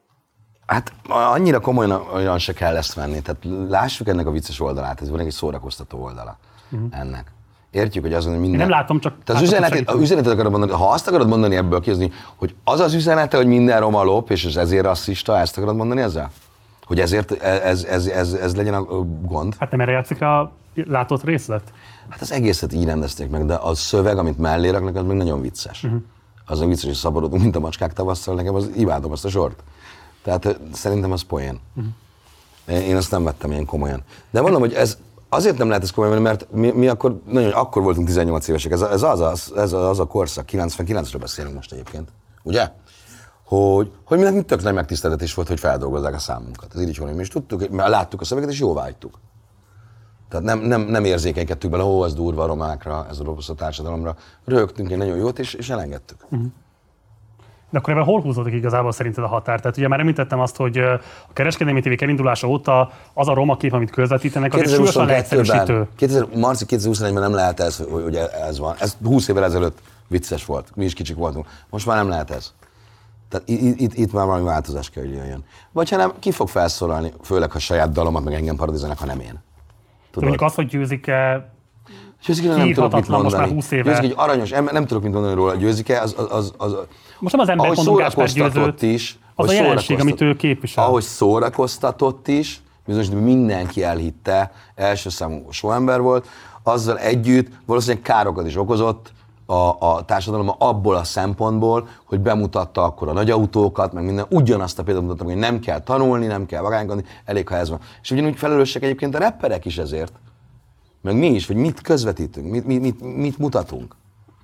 Hát annyira komolyan olyan se kell ezt venni, tehát lássuk ennek a vicces oldalát, ez van egy szórakoztató oldala uh-huh. ennek. Értjük, hogy azon, hogy minden... Én nem látom, csak... Tehát az üzenetet, az üzenetet akarod mondani, ha azt akarod mondani ebből kihozni, hogy az az üzenete, hogy minden roma lop, és ezért rasszista, ezt akarod mondani ezzel? Hogy ezért ez, ez, ez, ez legyen a gond? Hát nem erre játszik a látott részlet? Hát az egészet így rendezték meg, de a szöveg, amit mellé raknak, az meg nagyon vicces. Uh-huh. Azon vicces, hogy szabadodunk, mint a macskák tavasszal, nekem az imádom azt a sort. Tehát szerintem az poén. Uh-huh. Én azt nem vettem ilyen komolyan. De mondom, hogy ez azért nem lehet ez komolyan, mert mi, mi akkor, nagyon, akkor voltunk tizennyolc évesek. Ez, ez, az, az, ez az a korszak, kilencvenkilencről beszélünk most egyébként. Ugye? Hogy, hogy mi nekünk tök nagy megtiszteltetés volt, hogy feldolgozzák a számunkat. Ez így van, mi is tudtuk, mert láttuk a szöveget és jóvá hagytuk. Tehát nem, nem, nem érzékenykedtük bele, ó, ez durva a romákra, ez a rossz a társadalomra. Röhögtünk egy nagyon jót és, és elengedtük. Uh-huh. De akkor ebben hol húzódik igazából szerinted a határ? Tehát ugye már említettem azt, hogy a kereskedelmi tévék elindulása óta az a roma kép, amit közvetítenek, az egy súlyosan leegyszerűsítő. Marci kétezer-huszonegyben nem lehet ez, hogy ez van. Ez húsz évvel ezelőtt vicces volt, mi is kicsik voltunk. Most már nem lehet ez. Tehát itt, itt, itt már valami változás kell, hogy jöjjön. Vagy ha nem, ki fog felszólalni, főleg ha saját dalomat meg engem parodizálnak, ha nem én. Tudod? Mondjuk az, hogy Győzike Győzike nem tudok mit mondani. Most már húsz éve. Győzike egy aranyos ember, nem tudok mit mondani róla. Győzike az, az, az, az most nem az ember mondunk Gáspár Győzőt, is, az a jelenség, amit ő képvisel. Ahogy szórakoztatott is, bizonyos mindenki elhitte, első számú sóember volt, azzal együtt valószínűleg károkat is okozott a, a társadalomban abból a szempontból, hogy bemutatta akkor a nagy autókat, meg minden, ugyanazt a példát mutattam, hogy nem kell tanulni, nem kell vagánykodni, elég, ha ez van. És ugyanúgy felelősek egyébként a rapperek is ezért, meg mi is, hogy mit közvetítünk, mit, mit, mit, mit mutatunk.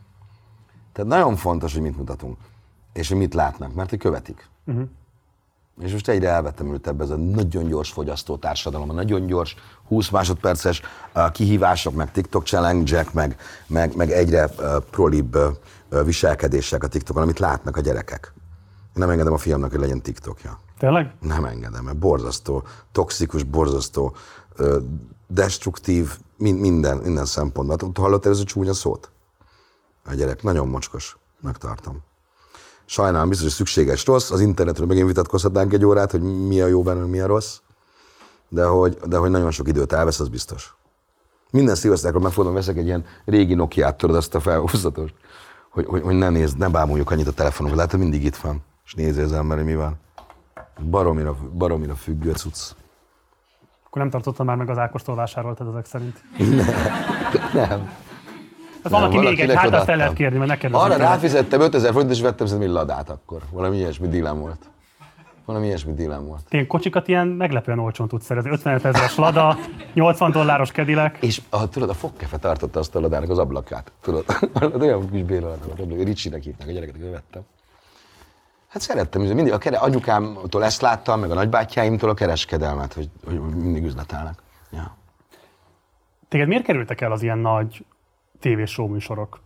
Tehát nagyon fontos, hogy mit mutatunk, és hogy mit látnak, mert hogy követik. Uh-huh. És most egyre elvettem ebbe ez a nagyon gyors fogyasztó társadalom, a nagyon gyors húsz másodperces uh, kihívások, meg TikTok challenge-ek, meg, meg, meg egyre uh, prolibb uh, viselkedések a TikTokon, amit látnak a gyerekek. Én nem engedem a fiamnak, hogy legyen TikTokja. Tényleg? Nem engedem, mert borzasztó, toxikus, borzasztó, uh, destruktív, min- minden, minden szempontból. Hallottál ez a csúnya szót? A gyerek nagyon mocskosnak tartom. Sajnálom, biztos, hogy szükséges rossz, az internetről megint vitatkozhatnánk egy órát, hogy mi a jó benne, mi a rossz, de hogy, de hogy nagyon sok időt elvesz, az biztos. Minden szilveszterkor megfordulom, veszek egy ilyen régi Nokiát, tudod, azt a felhúzatost, hogy, hogy, hogy ne nézd, ne bámuljuk annyit a telefonunkat, látod, mindig itt van, és nézi az ember, hogy mi van. Baromira, baromira függő cucc. Akkor nem tartottad már meg az Ákostól vásároltad ezek szerint? Nem. nem. Hát valaki még egy, hát azt el lehet kérni, mert neked arra ráfizettem ötezer forintot, és vettem szerintem egy ladát akkor. Valami ilyesmi dílem volt. Valami ilyesmi dílem volt. Ilyen kocsikat ilyen meglepően olcsón tudsz szerezni. ötvenöt ezeres lada, nyolcvan dolláros Cadillac. És a, tudod, a fogkefe tartotta azt a ladának az ablakát. Tudod, olyan kis béla lada, Ricsinek hívnak a gyereket, vettem. Hát szerettem, mindig a kere, anyukámtól ezt láttam, meg a nagybátyáimtól a kereskedelmet, hogy, hogy mindig üzletelnek. Ja. Téged miért kerültek el az ilyen nagy tévés show műsorok?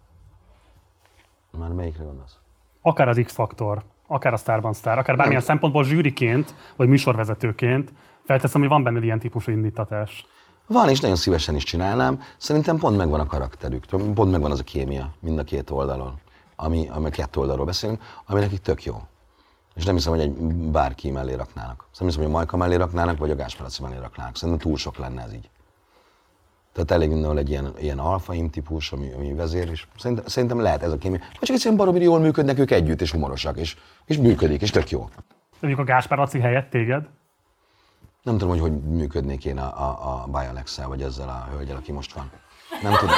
Már melyikre gondolsz? Akár az X-Faktor, akár a Starban Star, akár bármilyen nem. szempontból zsűriként, vagy műsorvezetőként, felteszem, hogy van benned ilyen típusú indítatás. Van, és nagyon szívesen is csinálnám. Szerintem pont megvan a karakterük, pont megvan az a kémia mind a két oldalon, ami, ami kettő oldalról beszélünk, ami nekik tök jó. És nem hiszem, hogy egy bárki mellé raknának. Nem hiszem, hogy a Majka mellé raknának, vagy a Gáspár Laci mellé raknának. Szerintem túl sok lenne ez így. Tehát elég mindenhol egy ilyen, ilyen alfaim típus, ami, ami vezér, és szerintem, szerintem lehet ez a kémia. Vagy csak egyszerűen baromi jól működnek ők együtt, és humorosak, és, és működik, és tök jó. Mondjuk a Gáspár Laci helyett téged? Nem tudom, hogy hogy működnék én a, a, a Bialex-szel, vagy ezzel a hölgyel, aki most van. Nem tudom.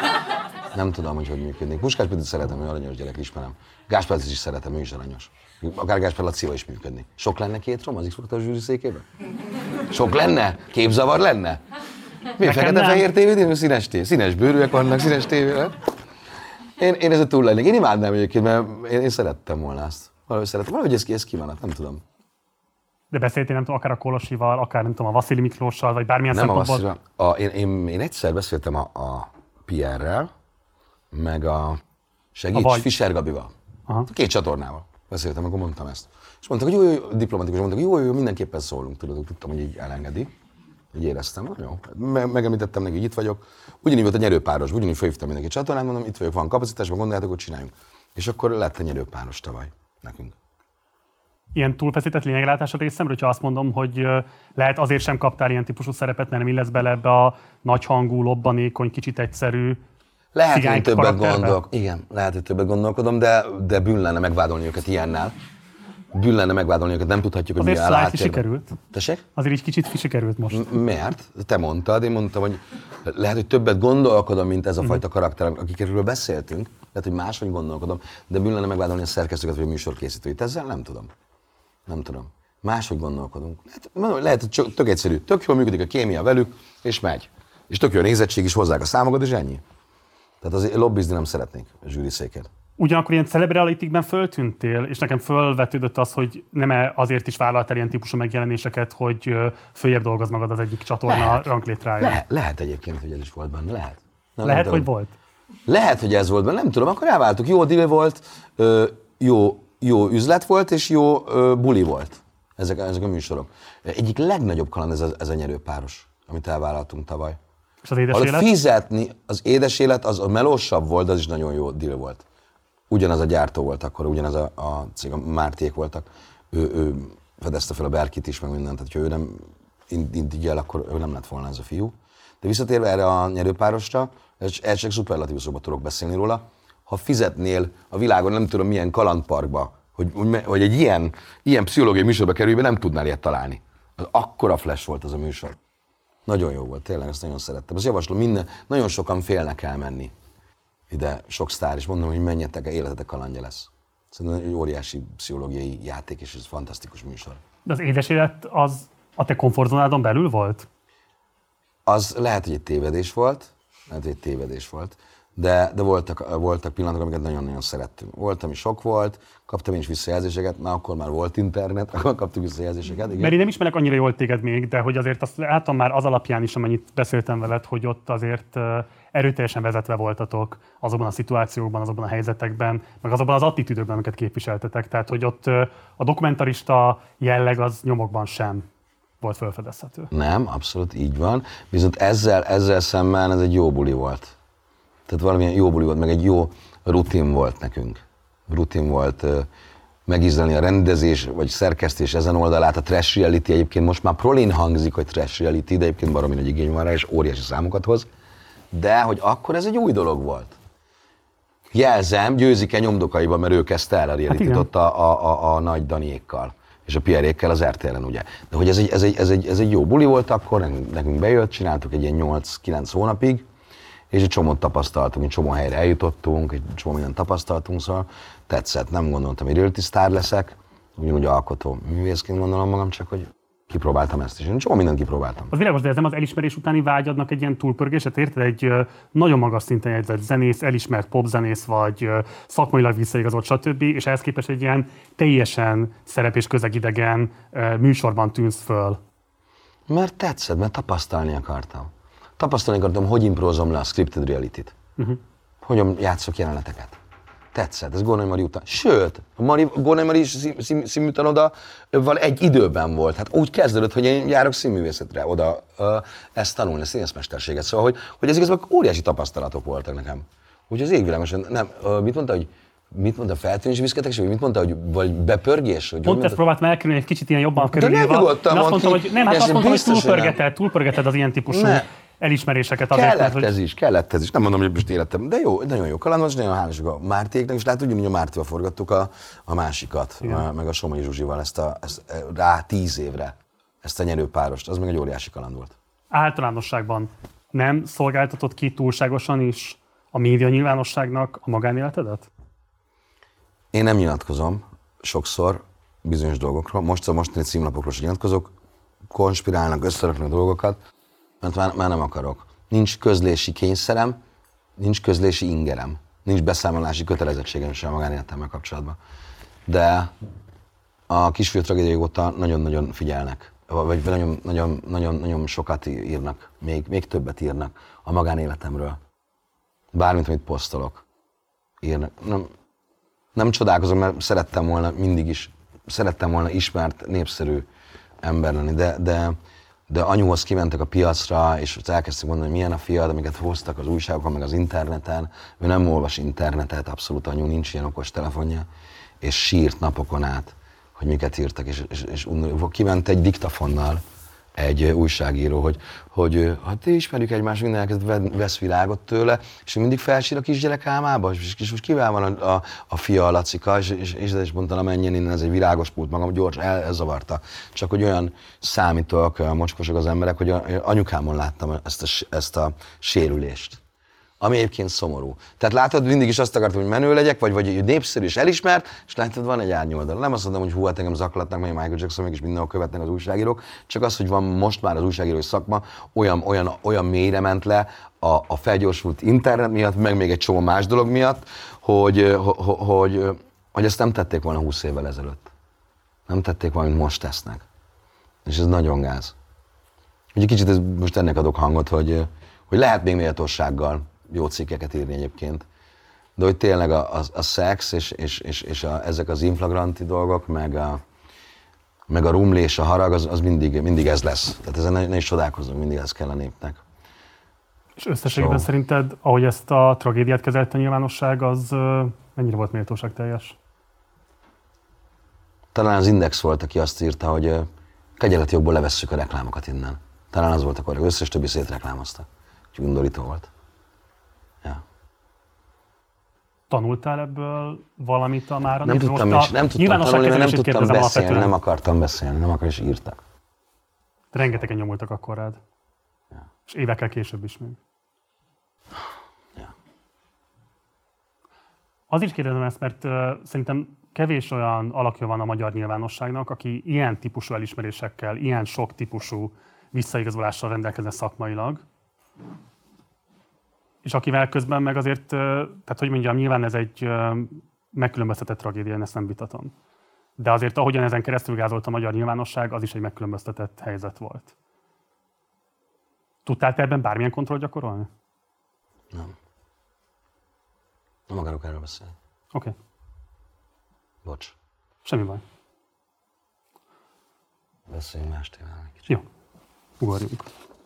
Nem tudom, hogy hogy működnék. Puskás Petit szeretem, ő aranyos gyerek, ismerem. Gáspár is szeretem, ő is aranyos. Akár Gáspár Lacival is működni. Sok lenne két rom az X-Factor zsűri székében? Sok lenne? Képzavar lenne? Mi a fekete-fehér tévé? Színes tévé. Színes bőrűek vannak, színes tévében. Én, én ezzel túl lennék. Én imádnám egyébként, mert én, én szerettem volna azt. Valahogy szerettem. Valahogy ez, ez kívánat, nem tudom. De beszéltél, nem tudom, akár a Kolosival, akár nem tudom, a Vasili Miklóssal, vagy bármilyen nem szempontból? A a, én, én, én egyszer beszéltem a, a Pierrel, meg a segíts, a Fischer Gabival. Aha. Két csatornával beszéltem, akkor mondtam ezt. És mondtak, hogy jó, jó, diplomatikus, mondtak, hogy jó, jó, mindenképpen szólunk, tudod, tudtam, hogy így elengedi. Így éreztem, jó. Me- megemlítettem neki, hogy itt vagyok. Ugyanígy volt a nyerőpáros, ugyanígy felhívtam mindenki csatornát, mondom, itt vagyok, van kapacitásban, gondoljátok, hogy csináljunk. És akkor lett a nyerőpáros tavaly nekünk. Ilyen túlfeszített lényeglátás a részemről, hogyha azt mondom, hogy lehet azért sem kaptál ilyen típusú szerepet, mert nem illesz bele ebbe a nagyhangú, lobbanékony, kicsit egyszerű lehet, hogy többet gondolok. Igen, lehet, hogy többet gondolkodom, de, de bűn lenne megvádolni őket ilyennel. Bűn lenne megvádolni őket, nem tudhatjuk, hogy azért mi áll háttérben. Azért sikerült. Tessék? Azért így kicsit sikerült most. M- miért? Te mondtad, én mondtam, hogy lehet, hogy többet gondolkodom, mint ez a fajta karakter, akikről beszéltünk. Lehet, hogy máshogy gondolkodom, de bűn lenne megvádolni a szerkesztőket, vagy a műsorkészítőit. Ezzel nem tudom. Nem tudom. Máshogy gondolkodunk. Lehet, lehet hogy tök egyszerű. Tök jól működik a kémia velük, és megy. És tök jó nézettség is hozzák a számokat, és ennyi. Tehát azért lobbizni nem szeretnék a zsűriszéket. Ugyanakkor ilyen celebrealitikben föltűntél, és nekem fölvetődött az, hogy nem azért is vállaltál ilyen típusú megjelenéseket, hogy följebb dolgoz magad az egyik csatorna ranklétráján. Lehet, lehet egyébként, hogy ez is volt benne. Lehet. Nem lehet, hogy volt? Lehet, hogy ez volt benne. Nem tudom, akkor elváltuk. Jó deal volt, jó, jó üzlet volt, és jó buli volt. Ezek, ezek a műsorok. Egyik legnagyobb kaland ez a, ez a nyerőpáros, amit elvállaltunk tavaly. És az édes élet? Fizetni, az édes élet, az a melósabb volt, az is nagyon jó deal volt. Ugyanaz a gyártó volt akkor, ugyanaz a, a cég, a Márték voltak. Ő, ő fedezte fel a Berkit is, meg mindent, tehát ha ő nem indítja el, akkor ő nem lett volna ez a fiú. De visszatérve erre a nyerőpárosra, ez csak szuperlatívuszokban tudok beszélni róla. Ha fizetnél a világon nem tudom milyen kalandparkba, hogy, hogy egy ilyen, ilyen pszichológiai műsorba kerülj be, nem tudnál ilyet találni. Az akkora flash volt az a műsor. Nagyon jó volt, tényleg, ezt nagyon szerettem. Azt javaslom, minden, nagyon sokan félnek elmenni ide, sok sztár, és mondom, hogy menjetek, életetek kalandja lesz. Szerintem egy óriási pszichológiai játék, és ez fantasztikus műsor. De az édes élet az a te komfortzónádon belül volt? Az lehet, hogy egy tévedés volt, lehet, hogy egy tévedés volt, de, de voltak, voltak pillanatok, amiket nagyon-nagyon szerettünk. Volt, ami sok volt, kaptam én is visszajelzéseket, na akkor már volt internet, akkor kaptuk visszajelzéseket. Igen. Mert én nem ismerek annyira jól téged még, de hogy azért azt láttam már az alapján is, amennyit beszéltem veled, hogy ott azért erőteljesen vezetve voltatok azokban a szituációkban, azokban a helyzetekben, meg azokban az attitűdökben, amiket képviseltetek. Tehát, hogy ott a dokumentarista jelleg az nyomokban sem volt felfedezhető. Nem, abszolút így van. Viszont ezzel, ezzel szemben ez egy jó buli volt. Tehát valamilyen jó buli volt, meg egy jó rutin volt nekünk. Rutin volt uh, megízlelni a rendezés, vagy szerkesztés ezen oldalát, a trash reality egyébként most már prolin hangzik, hogy trash reality, de egyébként baromi nagy igény van rá, és óriási számokat hoz. De hogy akkor ez egy új dolog volt. Jelzem, Győzike nyomdokaiban, mert ő kezdte el a reality-t hát ott a, a, a, a nagy Daniékkal, és a Pierrékkel az er té el-en, ugye. De hogy ez egy, ez, egy, ez, egy, ez egy jó buli volt akkor, nekünk, nekünk bejött, csináltuk egy ilyen nyolc-kilenc hónapig, és egy csomót tapasztaltunk, egy csomó helyre eljutottunk, egy csomó mindent tapasztaltunk, szóval tetszett. Nem gondoltam, hogy reality sztár leszek, ugyanúgy alkotó művészként gondolom magam, csak hogy kipróbáltam ezt is. Én csomó mindent kipróbáltam. Az világos, de ez nem az elismerés utáni vágyadnak egy ilyen túlpörgéset, érted? Egy nagyon magas szinten jegyzett zenész, elismert popzenész, vagy szakmailag visszaigazolt, stb. És ehhez képest egy ilyen teljesen szerep- és közegidegen műsorban tűnsz föl. Mert tetszett, mert tapasztalni akartam. Tapasztalni akartam, hogy imprózom le a scripted reality-t. Uh-huh. Hogyan játszok jeleneteket. Tetszett, ez Gornai Mari után. Sőt, a Mari, Gornai Mari színműtanoda egy időben volt. Hát úgy kezdődött, hogy én járok színművészetre oda uh, ezt tanulni, a színészmesterséget. Szóval, hogy, hogy ez igazából óriási tapasztalatok voltak nekem. Úgyhogy az égvilágosan, nem, uh, mit mondta, hogy mit mondta, feltűnés viszketegség, vagy mit mondta, hogy vagy bepörgés? Hogy pont ezt próbáltam elkerülni, egy kicsit ilyen jobban körülnél. De nem nyugodtan azt mondtam, hogy nem, hát azt mondtam, hogy túlpörgeted, túlpörgeted az ilyen típusú ne. elismeréseket. Azért, kellett hogy... ez is, kellett ez is. Nem mondom, hogy most életem, de jó, nagyon jó kaland, most nagyon hálásak a Mártéknak, és látod, ugyanúgy a Mártival forgattuk a, a másikat, a, meg a Somai Zsuzsival ezt, a, ezt rá tíz évre ezt a nyerőpárost. Az meg egy óriási kaland volt. Általánosságban nem szolgáltatott ki túlságosan is a média nyilvánosságnak a magánéletedet? Én nem nyilatkozom sokszor bizonyos dolgokról. Most a mostani címlapokról sem nyilatkozok, konspirálnak, összeraknak dolgokat, mert már, már nem akarok. Nincs közlési kényszerem, nincs közlési ingerem, nincs beszámolási kötelezettségem sem a magánéletemmel kapcsolatban. De a kisfiú tragédiai óta nagyon-nagyon figyelnek, vagy nagyon, nagyon, nagyon, nagyon sokat írnak, még, még többet írnak a magánéletemről. Bármit, amit posztolok, írnak. Nem, nem csodálkozom, mert szerettem volna mindig is, szerettem volna ismert, népszerű ember lenni, de, de, de anyuhoz kimentek a piacra, és elkezdték mondani, hogy milyen a fiad, amiket hoztak az újságokon, meg az interneten. Ő nem olvas internetet, abszolút anyu, nincs ilyen okos telefonja, és sírt napokon át, hogy miket írtak, és, és, és kiment egy diktafonnal egy újságíró, hogy, hogy hát ismerjük egymást, minden elkezd vesz világot tőle, és mindig felsír a kisgyerek álmába, és, és most kivel van a, a, a fia, a Lacika, és, és, és, és mondta, na menjen innen, ez egy virágos pult, magam gyors, el, elzavarta. Csak hogy olyan számítóak, mocskosok az emberek, hogy a, anyukámon láttam ezt a, ezt a sérülést. Ami egyébként szomorú. Tehát látod, mindig is azt akartam, hogy menő legyek, vagy, vagy népszerű és elismert, és látod, van egy árnyoldal. Nem azt mondom, hogy hú, hát engem zaklatnak, mert Michael Jackson mégis mindenhol követnek az újságírók, csak az, hogy van most már az újságírói szakma olyan, olyan, olyan mélyre ment le a, a felgyorsult internet miatt, meg még egy csomó más dolog miatt, hogy, hogy, hogy, hogy ezt nem tették volna húsz évvel ezelőtt. Nem tették volna, mint most tesznek. És ez nagyon gáz. Úgyhogy kicsit ez, most ennek adok hangot, hogy, hogy lehet még méltósággal jó cikkeket írni egyébként, de hogy tényleg a, a, a szex és, és, és, és a, ezek az inflagranti dolgok, meg a, meg a rumlés, a harag, az, az mindig, mindig ez lesz. Tehát ezen ne, ne is csodálkozzunk, mindig ez kell a népnek. És összességében so. Szerinted, ahogy ezt a tragédiát kezelte a nyilvánosság, az mennyire volt méltóságteljes? Talán az Index volt, aki azt írta, hogy kegyeleti jogból levesszük a reklámokat innen. Talán az volt akkor, összes többi szétreklámozta. Úgyhogy undorító volt. Ja. Tanultál ebből valamit a mára? Nem tudtam, most a nem tudtam tanulni, mert nem tudtam beszélni, nem akartam beszélni, nem akar, és írtak. De rengetegen nyomultak akkor rád. Ja. És évekkel később is még. Ja. Azért kérdezem ezt, mert uh, szerintem kevés olyan alakja van a magyar nyilvánosságnak, aki ilyen típusú elismerésekkel, ilyen sok típusú visszaigazolással rendelkezne szakmailag, és akivel közben meg azért, tehát hogy mondjam, nyilván ez egy megkülönböztetett tragédia, én ezt nem vitatom. De azért ahogyan ezen keresztül gázolt a magyar nyilvánosság, az is egy megkülönböztetett helyzet volt. Tudtál te ebben bármilyen kontroll gyakorolni? Nem. Nem akarok erről beszélni. Oké. Okay. Bocs. Semmi baj. Beszéljünk más témán egy kicsit. Jó. Ugorjunk.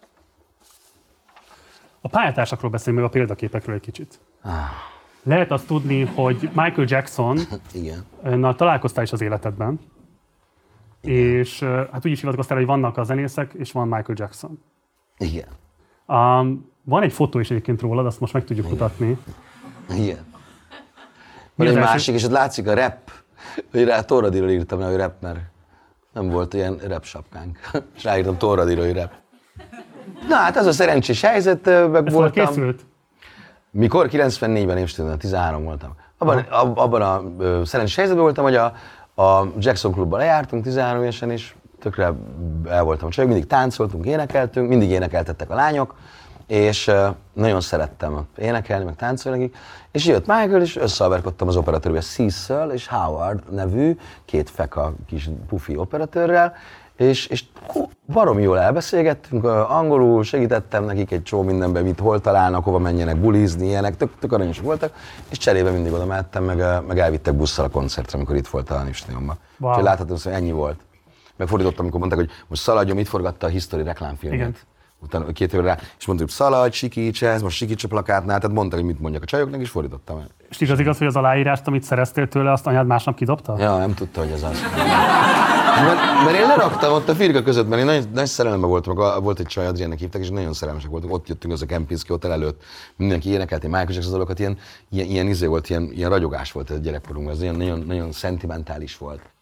A pályatársakról beszélünk meg, a példaképekről egy kicsit. Ah. Lehet azt tudni, hogy Michael Jackson Igen. Na, találkoztál is az életedben, igen. És hát úgy is hivatkoztál, hogy vannak a zenészek, és van Michael Jackson. Igen. Um, van egy fotó is egyébként rólad, azt most meg tudjuk igen. mutatni. Igen. Van egy másik, első... és ott látszik a rap, hogy rá Torradiról írtam, hogy rap, mert nem volt ilyen rap sapkánk. És ráírtam Torradiról, hogy rap. Na hát ez a szerencsés helyzet, meg ez voltam. Készült? Mikor? kilencvennégyben évstében, tizenhárom voltam. Abban, ab, abban a ö, szerencsés helyzetben voltam, hogy a, a Jackson klubban lejártunk tizenhárom évesen, és tökre el voltam a csajok, mindig táncoltunk, énekeltünk, mindig énekeltettek a lányok, és ö, nagyon szerettem énekelni, meg táncolni nekik. És jött Michael, és összehaverkodtam az operatőrrel, Cecil és Howard nevű két feka kis pufi operatőrrel, és, és baromi jól elbeszélgettünk, angolul segítettem nekik egy csomó mindenben, mit hol találnak, hova menjenek bulizni, ilyenek, tök, tök aranyosak voltak, és cserébe mindig oda mehettem, meg, meg elvittek busszal a koncertre, amikor itt volt a Nipsniomban. Wow. Úgyhogy láthatom, hogy ennyi volt. Megfordítottam, amikor mondták, hogy most szaladjon, itt forgatta a History reklámfilmet. Igen. Utána két évre rá, és mondtuk, hogy szaladj, sikíts ez, most sikíts a plakátnál, tehát mondták, hogy mit mondjak a csajoknak, és fordítottam. És igaz, igaz, hogy az aláírást, amit szereztél tőle, azt anyád másnap kidobta? Ja, nem tudta, hogy ez az. Mert, mert én leraktam ott a firka között, mert én nagy, nagy szerelemben voltam, volt egy csaj, Adriennek hívták, és nagyon szerelmesek voltunk, ott jöttünk az a Kempinski Hotel előtt, mindenki énekelt, én Michael Jackson dalokat, ilyen, ilyen, ilyen izé volt, ilyen, ilyen ragyogás volt ez a gyerekkorunkban, ez ilyen nagyon, nagyon szentimentális volt.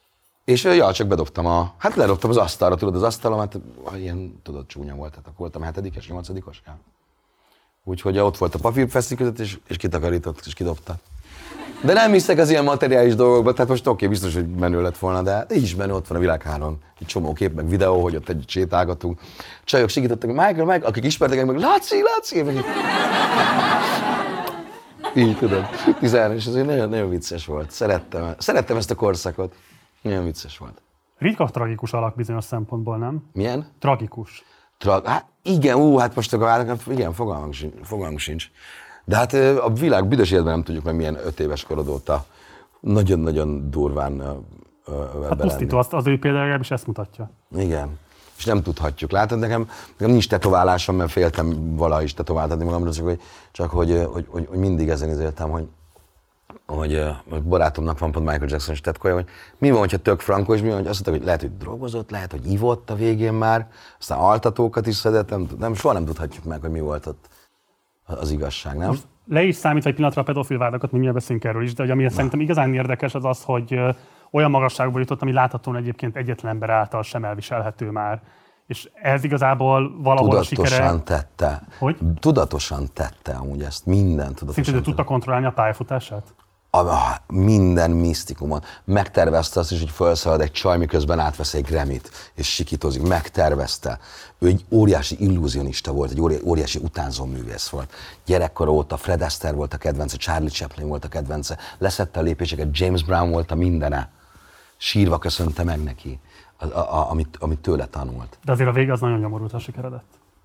És ja, csak bedobtam a, hát ledobtam az asztalra, tudod, az asztalom, hát ilyen, tudod, csúnya volt, tehát akkor voltam hetedikes, nyolcadikos. Ja. Úgyhogy ott volt a papírfeszti között, és, és kitakarított, és kidobta. De nem hiszek az ilyen materiális dolgokba, tehát most oké, okay, biztos, hogy menő lett volna, de, de is menő, ott van a világhálón. Egy csomó kép, meg videó, hogy ott együtt sétálgatunk. Csajok segítettek, Michael, Michael, akik ismertek meg, Laci, Laci, meg így. Így tudod, tizen, és ez nagyon, nagyon vicces volt. Szerettem, szerettem ezt a korszakot. Nagyon vicces volt. Ritka tragikus alak bizonyos szempontból, nem? Milyen? Tragikus. Tra- hát igen, ú, hát most akkor igen, fogalmunk sincs, fogalmunk sincs. De hát a világ büdös életben nem tudjuk meg milyen öt éves korod óta nagyon-nagyon durván Hát pusztító, az, az ő például legalábbis ezt mutatja. Igen. És nem tudhatjuk. Látod, nekem, nekem nincs tetoválásom, mert féltem valaha is tetováltatni magamra, csak hogy, csak hogy, hogy, hogy, hogy mindig ezen izéltem, hogy, hogy, hogy barátomnak van pont Michael Jackson-os tetkója, hogy mi van, hogyha tök frankó, és mi van, hogy azt mondták, hogy lehet, hogy drogozott, lehet, hogy ivott a végén már, aztán altatókat is szedett, nem, nem, soha nem tudhatjuk meg, hogy mi volt ott az igazság, nem? Most le is számítva egy pillanatra a pedofil vádakat, mi mindjárt beszélünk erről is, de hogy ami szerintem igazán érdekes az az, hogy olyan magasságba jutott, ami láthatóan egyébként egyetlen ember által sem elviselhető már. És ez igazából valahol tudatosan a sikere... tette. Hogy? Tudatosan tette amúgy ezt, minden tudatosan. Szerinted tudta kontrollálni a pályafutását? A, a, minden misztikumon. Megtervezte azt is, hogy felszalad egy csaj, miközben átvesz egy Grammy-t, és sikítozik. Megtervezte. Ő egy óriási illúzionista volt, egy óriási utánzó művész volt. Gyerekkora óta Fred Astaire volt a kedvence, Charlie Chaplin volt a kedvence, leszette a lépéseket, James Brown volt a mindene. Sírva köszönte meg neki, a, a, a, amit, amit tőle tanult. De azért a vége az nagyon nyomorult, sikeredett.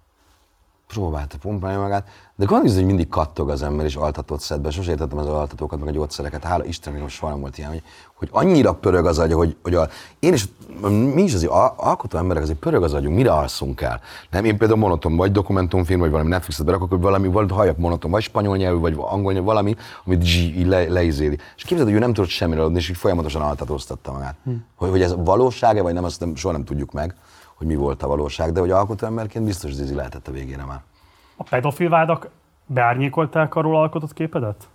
Próbálta pumpálni magát, de gondolj, hogy mindig kattog az ember és altatót szed be. Sose értettem az altatókat, meg a gyógyszereket. Hála Istennek, most soha nem volt ilyen, hogy, hogy annyira pörög az agya, hogy, hogy a, én is, mi is azért alkotó emberek, azért pörög az agyunk, mire alszunk el. Nem, én például monoton vagy dokumentumfilm, vagy valami Netflixet berakok, hogy valami, valami halljak monoton, vagy spanyol nyelvű, vagy angol nyelvű, valami, amit zsí, le, leizéli. És képzeld, hogy ő nem tudott semmire adni, és így folyamatosan altatóztatta magát. Hm. Hogy, hogy ez valóság-e, vagy nem, azt nem, soha nem tudjuk meg, hogy mi volt a valóság, de hogy alkotó emberként biztos zizi lehetett a végére már. A pedofil vádak beárnyékolták arról alkotott képedet?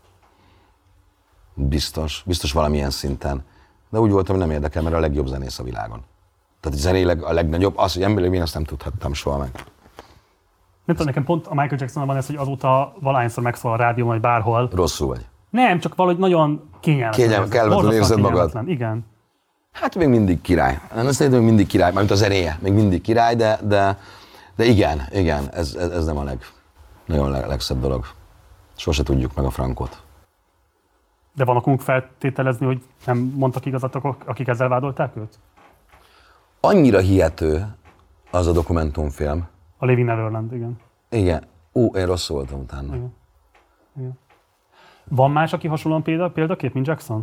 Biztos, biztos valamilyen szinten. De úgy voltam, hogy nem érdekel, mert a legjobb zenész a világon. Tehát zenéleg a legnagyobb, az, hogy emberileg én azt nem tudhattam soha meg. Nem tudom, nekem pont a Michael Jackson van ez, hogy azóta valahányszor megszól a rádión, vagy bárhol. Rosszul vagy. Nem, csak valahogy nagyon kényelmetlen. Kényelmetlen, kellemetlen érzed magad. Igen. Hát még mindig király. Nem azt mondom, hogy mindig király, mármint a zenéje, még mindig király, de, de, de igen, igen, ez, ez, ez nem a leg, nagyon leg, legszebb dolog. Sose tudjuk meg a frankot. De van okunk feltételezni, hogy nem mondtak igazat, akik ezzel vádolták őt? Annyira hihető az a dokumentumfilm. A Leaving Neverland, igen. Igen. Ú, én rosszul voltam utána. Igen. Igen. Van más, aki hasonlóan példa, példakép, mint Jackson?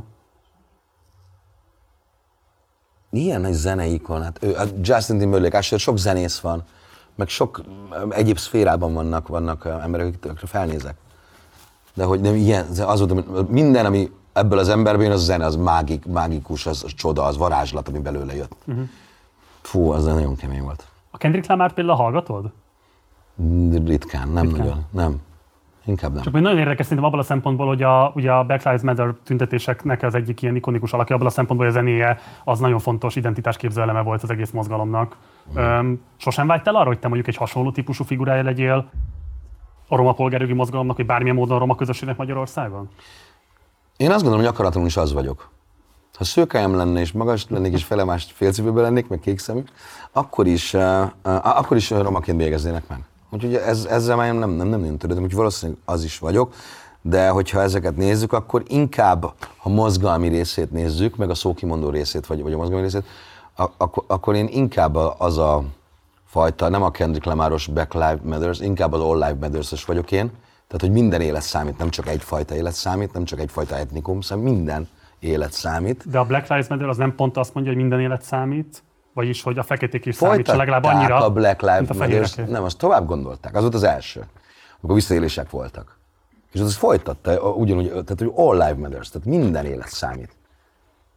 Ilyen nagy zeneikon, hát ő, Justin Timberlake, Usher, sok zenész van, meg sok egyéb szférában vannak, vannak emberek, akikre felnézek. De hogy nem ilyen, az volt, minden, ami ebből az emberből jön, az zene, az mágik, mágikus, az, az csoda, az varázslat, ami belőle jött. Uh-huh. Fú, az nagyon kemény volt. A Kendrick Lamart például hallgatod? Ritkán, nem Ritkán. Nagyon, nem. Inkább nem. Csak még nagyon érdekes szerintem abban a szempontból, hogy a, ugye a Black Lives Matter tüntetéseknek az egyik ilyen ikonikus alakja, abban a szempontból, hogy a zenéje az nagyon fontos identitásképző eleme volt az egész mozgalomnak. Mm. Öm, sosem vágytál arra, hogy te mondjuk egy hasonló típusú figurája legyél a roma polgárjogi mozgalomnak, vagy bármilyen módon a roma közösségnek Magyarországon? Én azt gondolom, hogy akaratlanul is az vagyok. Ha szőkályom lenne, és magas lennék, és felemás félcipőben lennék, meg kék szemű, akkor is, uh, uh, akkor is romaként végeznének meg. Úgyhogy ez, ezzel már nem, nem, nem nagyon törődöm, úgyhogy valószínűleg az is vagyok, de hogyha ezeket nézzük, akkor inkább a mozgalmi részét nézzük, meg a szókimondó részét, vagy, vagy a mozgalmi részét, akkor, akkor én inkább az a fajta, nem a Kendrick Lamaros Black Lives Matter, inkább az All Lives Matter-ös vagyok én. Tehát, hogy minden élet számít, nem csak egyfajta élet számít, nem csak egyfajta etnikum, szóval minden élet számít. De a Black Lives Matter az nem pont azt mondja, hogy minden élet számít? Vagyis, hogy a feketék is számítsa legalább annyira, a Black Lives Matter, nem, azt tovább gondolták. Az volt az első, amikor visszaélések voltak. És az folytatta, ugyanúgy, tehát hogy all life matters, tehát minden élet számít.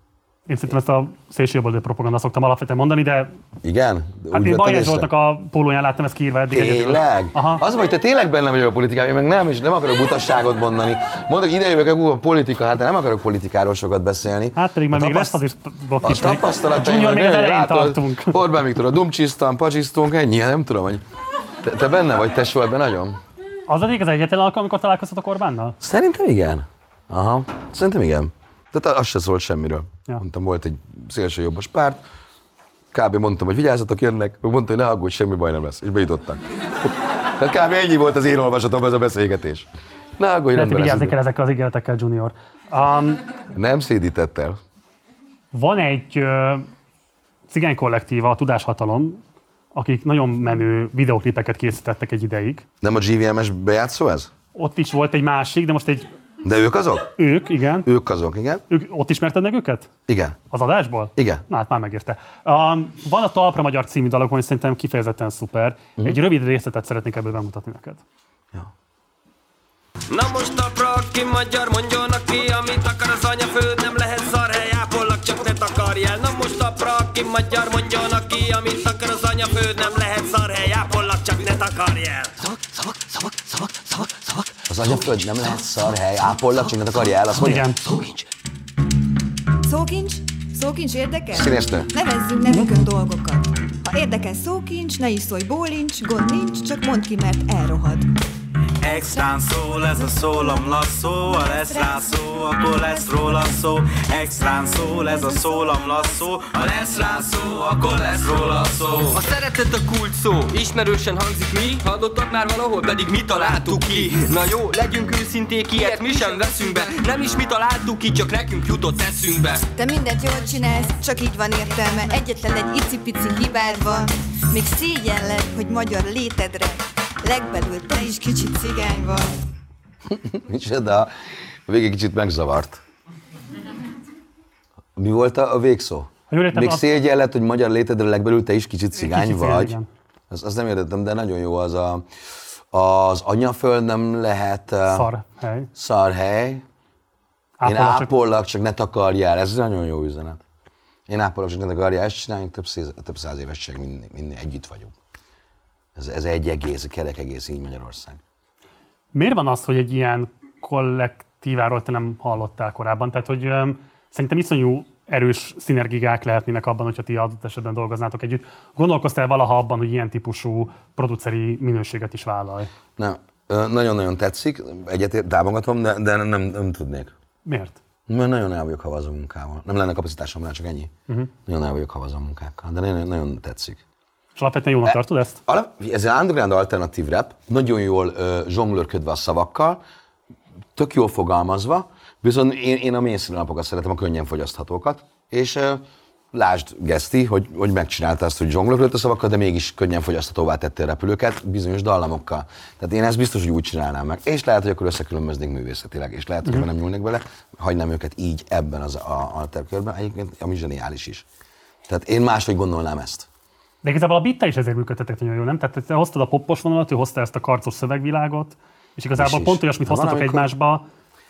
Én szerintem ezt a szélsőjobboldali propaganda szoktam alapvetően mondani, de... Igen? De hát én Bajer Zsoltnak a pólóján láttam ezt kiírva eddig. Tényleg? Az, hogy te tényleg benne vagy a politikában, én meg nem, és nem akarok butasságot mondani. Mondok, ide jövök a politika, hát nem akarok politikáról sokat beszélni. Hát pedig már még lesz az is A tapasztalataim, hogy még az elején tartunk. Orbán Viktor, dumcsisztan, pacsisztunk, ennyi, nem tudom, hogy te, te benne vagy, tesó ebben nagyon? Az egyik az egyetlen alkalom, amikor találkoztatok Orbánnal? Szerintem igen. Aha, szerintem igen. Tehát az se szólt semmiről. Ja. Mondtam, volt egy szélső jobbos párt, kb. Mondtam, hogy vigyázzatok, jönnek, mondta, hogy ne aggódj, semmi baj nem lesz, és bejutottak. Tehát kb. Ennyi volt az én olvasatom, ez a beszélgetés. Ne aggódj, rendben lesz. Vigyázni kell ezekkel az ígéretekkel, Junior. Um, nem szédített el. Van egy uh, cigány kollektíva, a Tudáshatalom, akik nagyon menő videoklipeket készítettek egy ideig. Nem a gé vé em es bejátszó ez? Ott is volt egy másik, de most egy... De ők azok? Ők, igen. Ők azok, igen. Ők, ott ismerted meg őket? Igen. Az adásból? Igen. Na hát már megérte. Um, van a Talpra Magyar című dalok, ami szerintem kifejezetten szuper. Uh-huh. Egy rövid részletet szeretnék ebből bemutatni neked. Ja. Na most talpra, aki magyar, mondjon aki, amit akar az anyaföld, nem lehet szarhely, ápollak, csak ne takarj el. Na most talpra, aki magyar, mondjon aki, amit akar az anyaföld, nem lehet szarhely, ápollak, csak ne takarj el. Szavak, szavak, szavak, szavak, szavak, szavak. Az anyaföld nem lehet szarhely, ápollak, csak ne takarj el, azt mondja? Igen. Szókincs. Szókincs? Szókincs érdekel? Színésznő. Nevezzünk nevükön dolgokat. Ha érdekel szókincs, ne is szólj bólincs, gond nincs, csak mondd ki, mert elrohad. Extrán szól, ez a szólam lasszó, ha lesz rá szó, akkor lesz róla szó. Extrán szól, ez a szólam lasszó, ha lesz rá szó, akkor lesz róla szó. A szeretet a kult szó, ismerősen hangzik mi, hallottak már valahol, pedig mi találtuk ki. Na jó, legyünk őszinték, ilyet mi sem veszünk be, nem is mi találtuk ki, csak nekünk jutott eszünkbe. Te mindent jól csinálsz, csak így van értelme, egyetlen egy icipici hibád van. Még szégyenled, hogy magyar létedre, legbelül te is kicsit cigány vagy. Micsoda, a végig kicsit megzavart. Mi volt a végszó? Még szégyen lett, hogy magyar létedre legbelül te is kicsit cigány kicsit vagy. Azt, azt nem értettem, de nagyon jó az a... Az anyaföld nem lehet... Szarhely. Szarhely. Én ápollak, csak ne takarjál. Ez nagyon jó üzenet. Én ápollak, csak ne takarjál. Ezt csináljunk, több, széz, több száz évesség, mind, mind együtt vagyunk. Ez, ez egy egész, kerek egész így Magyarország. Miért van az, hogy egy ilyen kollektíváról te nem hallottál korábban? Tehát, hogy um, szerintem iszonyú erős szinergiák lehetnének abban, hogyha ti adott esetben dolgoznátok együtt. Gondolkoztál valaha abban, hogy ilyen típusú produceri minőséget is vállalj? Nem. Nagyon-nagyon tetszik, egyetért támogatom, de, de nem, nem tudnék. Miért? Mert nagyon el vagyok havazó munkával. Nem lenne kapacitásom rá, csak ennyi. Uh-huh. Nagyon el vagyok havazó munkákkal, de nagyon, nagyon tetszik. És alapvetően jónak tartod ezt? Ez egy underground alternatív rap, nagyon jól uh, zsonglőrködve a szavakkal, tök jól fogalmazva, viszont én, én a mainstream napokat szeretem, a könnyen fogyaszthatókat, és uh, lásd Geszti, hogy, hogy megcsinálta azt, hogy zsonglőrködött a szavakkal, de mégis könnyen fogyaszthatóvá tettél repülőket bizonyos dallamokkal. Tehát én ezt biztos, hogy úgy csinálnám meg. És lehet, hogy akkor összekülönböznék művészetileg, és lehet, hogy uh-huh. nem nyúlnék bele, hagynám őket így ebben az alterkörben, egyébként ami zseniális is. Tehát én máshogy gondolnám ezt. De igazából a Bittel is ezért működtetek nagyon jól, nem? Tehát te hoztad a poppos vonalat, ő hozta ezt a karcos szövegvilágot, és igazából is pont olyasmit hoztatok amikor... egymásba.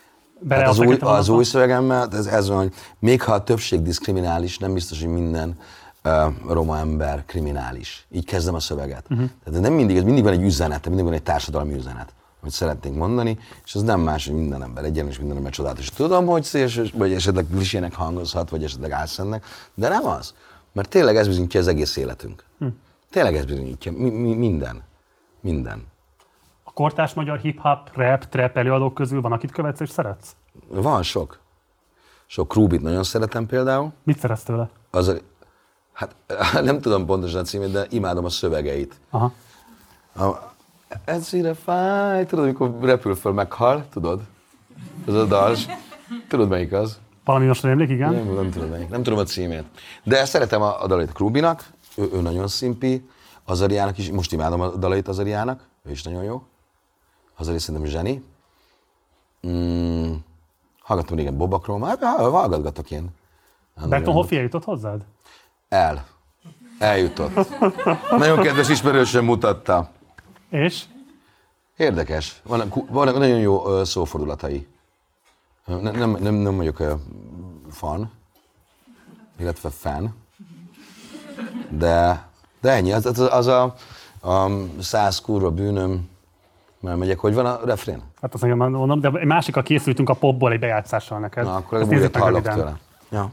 Hát az, új, az új szövegemmel, ez, ez van, hogy még ha a többség diszkriminális, nem biztos, hogy minden uh, roma ember kriminális. Így kezdem a szöveget. Uh-huh. Tehát nem mindig, ez mindig van egy üzenet, mindig van egy társadalmi üzenet, amit szeretnénk mondani, és az nem más, hogy minden ember egyenlős, minden ember csodálatos. Tudom, hogy szélsős, vagy esetleg klisének hangozhat, vagy esetleg álszennek, de nem az. Mert tényleg ez bizonyítja az egész életünk. Hm. Tényleg ez bizonyítja. Mi, mi, minden. Minden. A kortárs magyar hip-hop, rap, trap előadók közül van, akit követsz és szeretsz? Van sok. Sok. Krúbit nagyon szeretem például. Mit szeretsz tőle? Az a, hát nem tudom pontosan a címét, de imádom a szövegeit. Aha. A, ez ide fáj, tudod, amikor repül föl, meghal, tudod? Ez a dal. Tudod, melyik az? Valami most emlék, igen? Nem, nem tudom melyik, nem tudom a címét. De szeretem a, a dalait Krúbinak, ő, ő nagyon szimpi, Azariának is, most imádom a dalait Azariának, ő is nagyon jó. Azari szerintem zseni. Mm, hallgattam régen Bobakról, már hallgatgatok én. Berton Hoffi eljutott hozzád? El. Eljutott. Nagyon kedves ismerősen mutatta. És? Érdekes. Vannak, vannak nagyon jó szófordulatai. Nem, nem, nem vagyok uh, fan. illetve fan. De, de ennyi, az, az, az a, a száz kurva bűnöm, mert megyek, hogy van a refrén? Hát azt mondom, de egy másikkal készültünk a popból egy bejátszással neked. Na, akkor ez újat hallok tőle. Ja.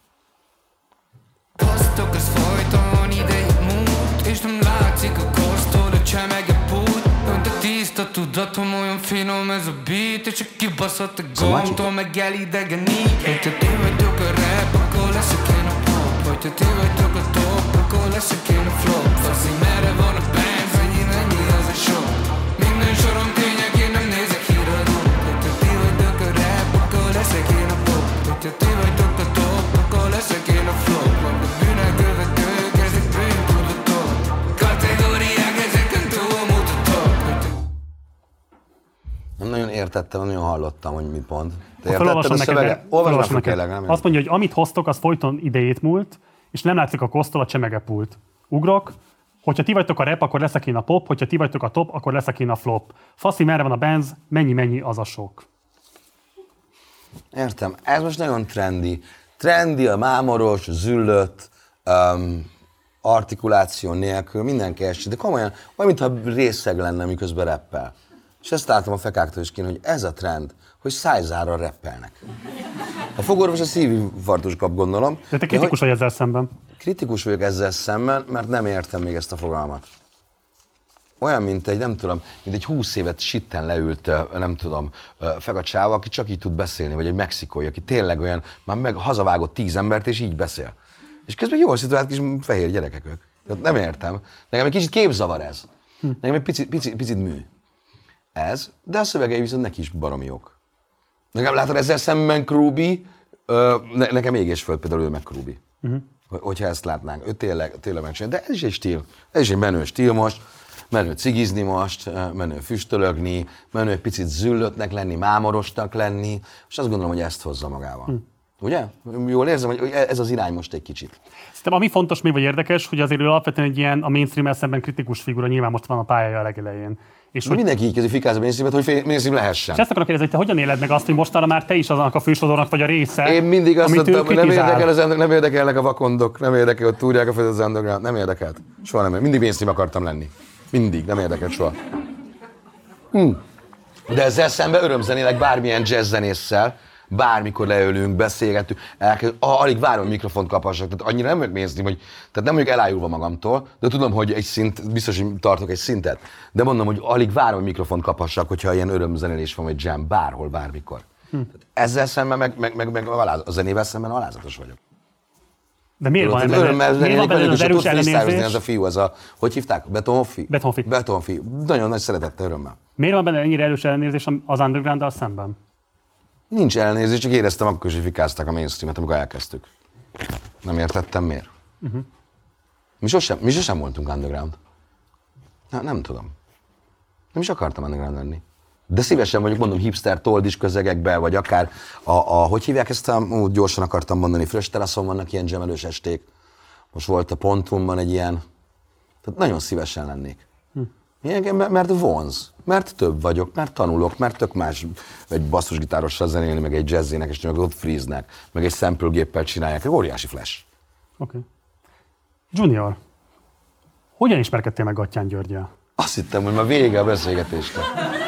Kosztok, ez folyton ideig múlt, és nem látszik a kosztól, a csemege pút. Önt a tiszta tudatom, olyan finom ez a beat, és csak kibaszott a gomtól, meg elidegenít. Hogyha ti vagytok a rap, akkor leszek én a pop. Hogyha ti vagytok a top, akkor leszek én a flop. Faszi, merre van a pénz, ennyi, ennyi az a sok. Minden sorom tények, én nem nézek híradót. Hogyha ti vagytok a rap, akkor leszek én a pop. Hogyha ti vagytok a top, akkor leszek én a flop. Majd a bűnelkövetők, ezek bűntudatok. Kategóriák, ezeken túlmutatok. Nem nagyon értettem, nem nagyon hallottam, hogy mit mond. Te értetted a szöveget? Olvasd meg kérlek, nem? Azt mondja, hogy amit hoztok, az folyton idejét múlt, és nem látszik a kosztól, a csemegepult. Ugrok, hogyha ti vagytok a rap, akkor leszek én a pop, hogyha ti vagytok a top, akkor leszek én a flop. Faszi, merre van a benz, mennyi-mennyi az a sok. Értem, ez most nagyon trendi. Trendi, a mámoros, züllött, um, artikuláció nélkül, mindenki ezt, de komolyan, olyan, mintha részeg lenne, miközben rappel. És ezt láttam a fekáktól is kéne, hogy ez a trend, hogy szájzára rappelnek. A fogorvos a szívinfarktus kap, gondolom. De te kritikus vagy ezzel szemben. Kritikus vagyok ezzel szemben, mert nem értem még ezt a fogalmat. Olyan, mint egy, nem tudom, mint egy húsz évet sitten leült, nem tudom, fekacsáva, aki csak így tud beszélni, vagy egy mexikói, aki tényleg olyan, már meg hazavágott tíz embert, és így beszél. És közben jól szituált kis fehér gyerekek ők. Nem értem. Nekem egy kicsit képzavar ez. Nekem egy picit, picit, picit mű. Ez, de a szövegei viszont neki is baromi jók. Nekem látod, ezzel szemben Krúbi, ne, nekem ég és föld például ő meg Krúbi. Uh-huh. Hogyha ezt látnánk, ő tényleg, tényleg megcsinálja. De ez is egy stíl. Ez is egy menő stíl most. Menő cigizni most, menő füstölögni, menő egy picit züllöttnek lenni, mámorosnak lenni, és azt gondolom, hogy ezt hozza magával. Hm. Ugye? Jól érzem, hogy ez az irány most egy kicsit. Szerintem ami fontos még, vagy érdekes, hogy azért ő alapvetően egy ilyen a mainstream-el szemben kritikus figura, nyilván most van a pályája a legelején. És hogy... Mindenki így kezdi fikázni a mainstreamet, hogy mainstream lehessen. És ezt akarom kérdezni, hogy te hogyan éled meg azt, hogy mostanra már te is azonnak a fősodornak vagy a része, én mindig azt mondtam, hogy nem, érdekel az, nem érdekelnek a vakondok, nem érdekel, hogy túrják a föld az underground, nem érdekelt. Soha nem. Mindig mainstream akartam lenni. Mindig, nem érdekelt soha. Hm. De ezzel szemben örömzenélek bármilyen jazzzenésszel, bármikor leülünk, beszélgetünk, elkezd, alig várom, hogy mikrofont kaphassak, tehát annyira nem vagyok mainstream, hogy, tehát nem vagyok elájulva magamtól, de tudom, hogy egy szint, biztos, hogy tartok egy szintet, de mondom, hogy alig várom, hogy mikrofont kaphassak, hogyha ilyen örömzenélés van, vagy jam, bárhol, bármikor. Hm. Ezzel szemben, meg, meg, meg, meg a zenével szemben alázatos vagyok. De miért van benne, miért van benne az erős ellenérzés? Ez a fiú, az a, hogy hívták? Betonfi? Betonfi. Betonfi. Nagyon nagy szeretettel, örömmel. Miért van benne ennyire erős ellenérzés az underground-dal szemben? Nincs ellenérzés, csak éreztem akkor, hogy fikázták a mainstreamet, amikor elkezdtük. Nem értettem miért. Uh-huh. Mi, sosem, mi sosem voltunk underground. Na, nem tudom. Nem is akartam underground lenni. De szívesen vagyok, mondom, hipster, toldis közegekben, vagy akár a, a hogy hívják ezt, a, ó, gyorsan akartam mondani, Frös teraszon vannak ilyen jamelős esték. Most volt a Pontumban egy ilyen. Tehát nagyon szívesen lennék. Hm. Ilyen, mert vonz, mert több vagyok, mert tanulok, mert tök más egy basszusgitárossal zenélni, meg egy jazzének, és meg ott freeze-nek, meg egy sample géppel csinálják, egy óriási flash. Oké. Okay. Junior, hogyan ismerkedtél meg Gattyán Györgyel? Azt hittem, hogy már vége a beszélgetésnek.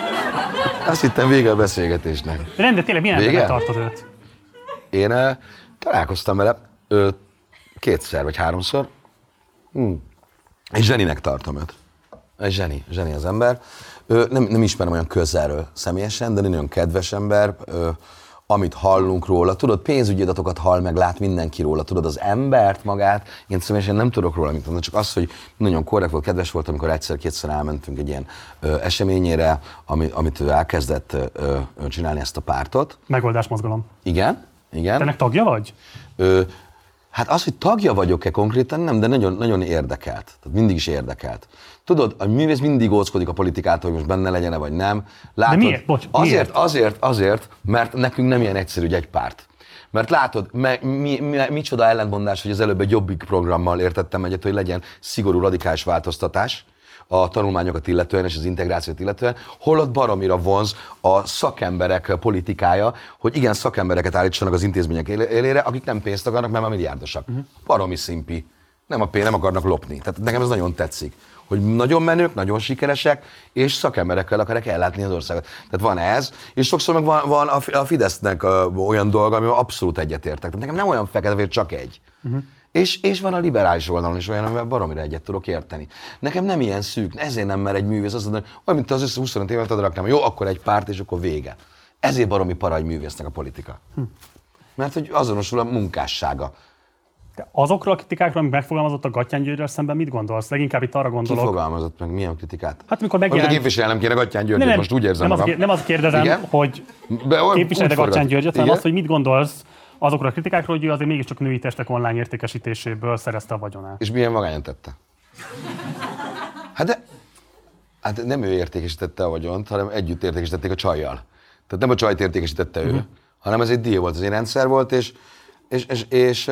Azt hittem vége a beszélgetésnek. Rendben, tényleg milyen embernek tartod őt? Én uh, találkoztam vele uh, kétszer vagy háromszor. Hm. Egy zseninek tartom őt. Egy zseni, zseni az ember. Ő, nem, nem ismerem olyan közelről személyesen, de nagyon kedves ember. Ő, amit hallunk róla, tudod, pénzügyi adatokat hall meg, lát mindenki róla, tudod, az embert magát, én személyesen nem tudok róla mit mondani, csak az, hogy nagyon korrekt volt, kedves volt, amikor egyszer-kétszer elmentünk egy ilyen ö, eseményére, ami, amit ő elkezdett ö, ö, csinálni ezt a pártot. Megoldás mozgalom. Igen, igen. Te ennek tagja vagy? Ö, hát az, hogy tagja vagyok-e konkrétan, nem, de nagyon, nagyon érdekelt. Tehát mindig is érdekelt. Tudod, a művész mindig óckodik a politikától, hogy most benne legyen-e vagy nem. Látod, de miért? Bocs, azért, miért? Azért, azért, mert nekünk nem ilyen egyszerű, hogy egy párt. Mert látod, me, mi, mi, micsoda ellentmondás, hogy az előbb egy Jobbik programmal értettem egyet, hogy legyen szigorú radikális változtatás, a tanulmányokat illetően és az integrációt illetően, holott baromira vonz a szakemberek politikája, hogy igen, szakembereket állítsanak az intézmények élére, akik nem pénzt akarnak, mert már milliárdosak. Uh-huh. Baromi szimpi. Nem a pénz, nem akarnak lopni. Tehát nekem ez nagyon tetszik. Hogy nagyon menők, nagyon sikeresek, és szakemberekkel akarják ellátni az országot. Tehát van ez, és sokszor meg van, van a Fidesznek olyan dolga, amivel abszolút egyetértek. Tehát nekem nem olyan fekete, csak egy. Uh-huh. És, és van a liberális oldalon is olyan, amivel baromira egyet tudok érteni. Nekem nem ilyen szűk, ezért nem mer egy művész azt mondani, olyan, mint az össze huszonöt évet adraknám, jó, akkor egy párt, és akkor vége. Ezért baromi para egy művésznek a politika. Hm. Mert hogy azonosul a munkássága. De azokról a kritikákról, amik megfogalmazott a Gattyán Györgyel szemben, mit gondolsz? Leginkább itt arra gondolok. Ki fogalmazott meg? Milyen kritikát? Hát mikor megjelent... Amit képviselnem kéne Gattyán Györgyet, nem, most úgy érzem nem magam. Az, nem azt kérdezem, igen? Hogy képviseled a Gattyán Györgyet, hanem azt, hogy mit gondolsz azokról a kritikákról, hogy ő azért mégiscsak női testek online értékesítéséből szerezte a vagyonát. És milyen magányan tette? Hát de... Hát nem ő értékesítette a vagyont, hanem együtt értékesítették a csajjal. Tehát nem a csajt értékesítette ő, uh-huh. hanem ez egy deal volt, ez egy rendszer volt, és... és, és, és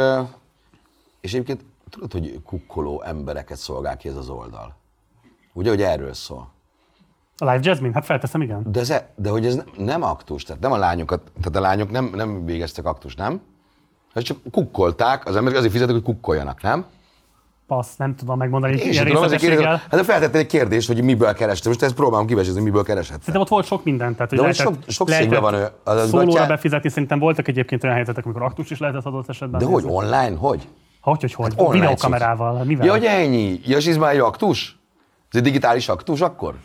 És egyébként tudod, hogy kukkoló embereket szolgál ki ez az oldal? Ugye, hogy erről szól. A Live Jasmine? Hát felteszem, igen. De, ez, de hogy ez nem aktus, tehát nem a lányokat, tehát a lányok nem, nem végeztek aktus, nem? Hát csak kukkolták, az emberek azért fizetek, hogy kukkoljanak, nem? Passz, nem tudom megmondani. Én sem tudom, azért kérdez, hát de feltettél egy kérdést, hogy miből kerestem. Most ezt próbálom kivesézni, hogy miből kereshettem. Szerintem ott volt sok minden. Tehát, hogy de sok, sok székben van ő. Szólóra gatyá... befizetni, szerintem voltak egyébként olyan helyzetek, amikor aktus is lehetett adott esetben. De hogy, online? Hogy? Hogy, hogy, hogy? Hát videókamerával. Mivel? Ja, hogy ennyi. Ja, és ez már egy aktus? Ez egy digitális aktus akkor?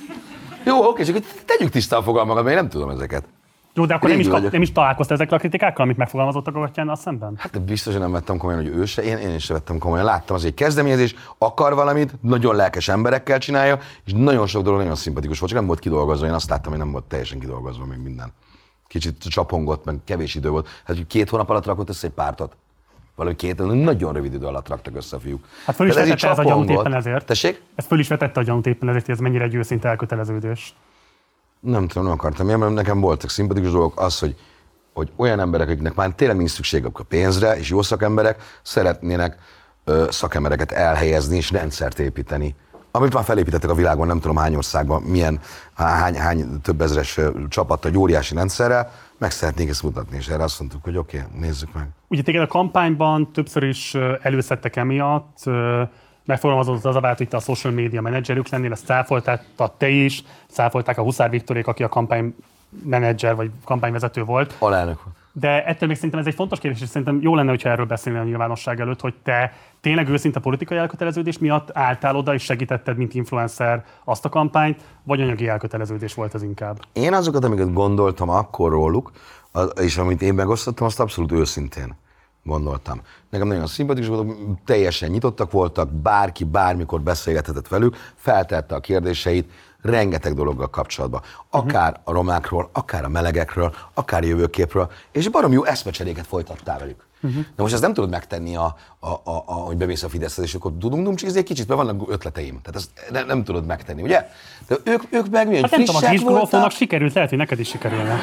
Jó, oké, csak tegyük tisztán a fogalmakat, mert én nem tudom ezeket. Jó, de akkor nem is, nem is találkoztál ezekkel a kritikákkal, amit megfogalmazottak a Gattyánnal szemben? Hát biztos, hogy nem vettem komolyan, hogy ő se, én, én is sem vettem komolyan. Láttam, az egy kezdeményezés, akar valamit, nagyon lelkes emberekkel csinálja, és nagyon sok dolog nagyon szimpatikus volt, csak nem volt kidolgozva, én azt láttam, hogy nem volt teljesen kidolgozva még minden. Kicsit csapongott, meg kevés idő volt. Hát, hogy két hónap alatt rakott össze egy pártot. Valahogy két, nagyon rövid idő alatt raktak össze a fiúk. Hát föl is vetette ez, ez a gyanút éppen ezért. Tessék? Ez föl is vetette a gyanút éppen ezért, hogy ez mennyire egy őszinte elköteleződés. Nem tudom, nem akartam ilyen, mert nekem voltak szimpatikus dolgok, az, hogy, hogy olyan emberek, akiknek már tényleg nincs szükségük a pénzre, és jó szakemberek, szeretnének ö, szakembereket elhelyezni és rendszert építeni. Amit már felépítettek a világon, nem tudom hány országban, milyen, hány, hány több ezres csapattal, egy óriási rendszerrel, meg szeretnék ezt mutatni, és erre azt mondtuk, hogy oké, okay, nézzük meg. Ugye téged a kampányban többször is előszedtek emiatt, megfogalmazott az a vált, hogy te a social media menedzserük lennél, ezt cáfoltál te is, cáfolták a Huszár Viktorék, aki a kampánymenedzser vagy kampányvezető volt. Alelnök volt. De ettől még szerintem ez egy fontos kérdés, és szerintem jó lenne, hogyha erről beszélnél a nyilvánosság előtt, hogy te tényleg őszinte politikai elköteleződés miatt álltál oda, és segítetted, mint influencer azt a kampányt, vagy anyagi elköteleződés volt az inkább? Én azokat, amiket gondoltam akkor róluk, és amit én megosztottam, azt abszolút őszintén gondoltam. Nekem nagyon szimpatikus voltak, teljesen nyitottak voltak, bárki bármikor beszélgethetett velük, feltette a kérdéseit, rengeteg dologgal kapcsolatban. Akár a romákról, akár a melegekről, akár a jövőképről, és barom jó eszmecseréket folytattál velük. Uh-huh. De most ezt nem tudod megtenni, a, a, a, a, hogy bemész a Fideszhez, és akkor tudunk dumcsizni egy kicsit, mert vannak ötleteim. Tehát ezt nem, nem tudod megtenni, ugye? De ők, ők meg milyen hát frissek voltak. Nem tudom, a sikerült, lehet, hogy neked is sikerülne.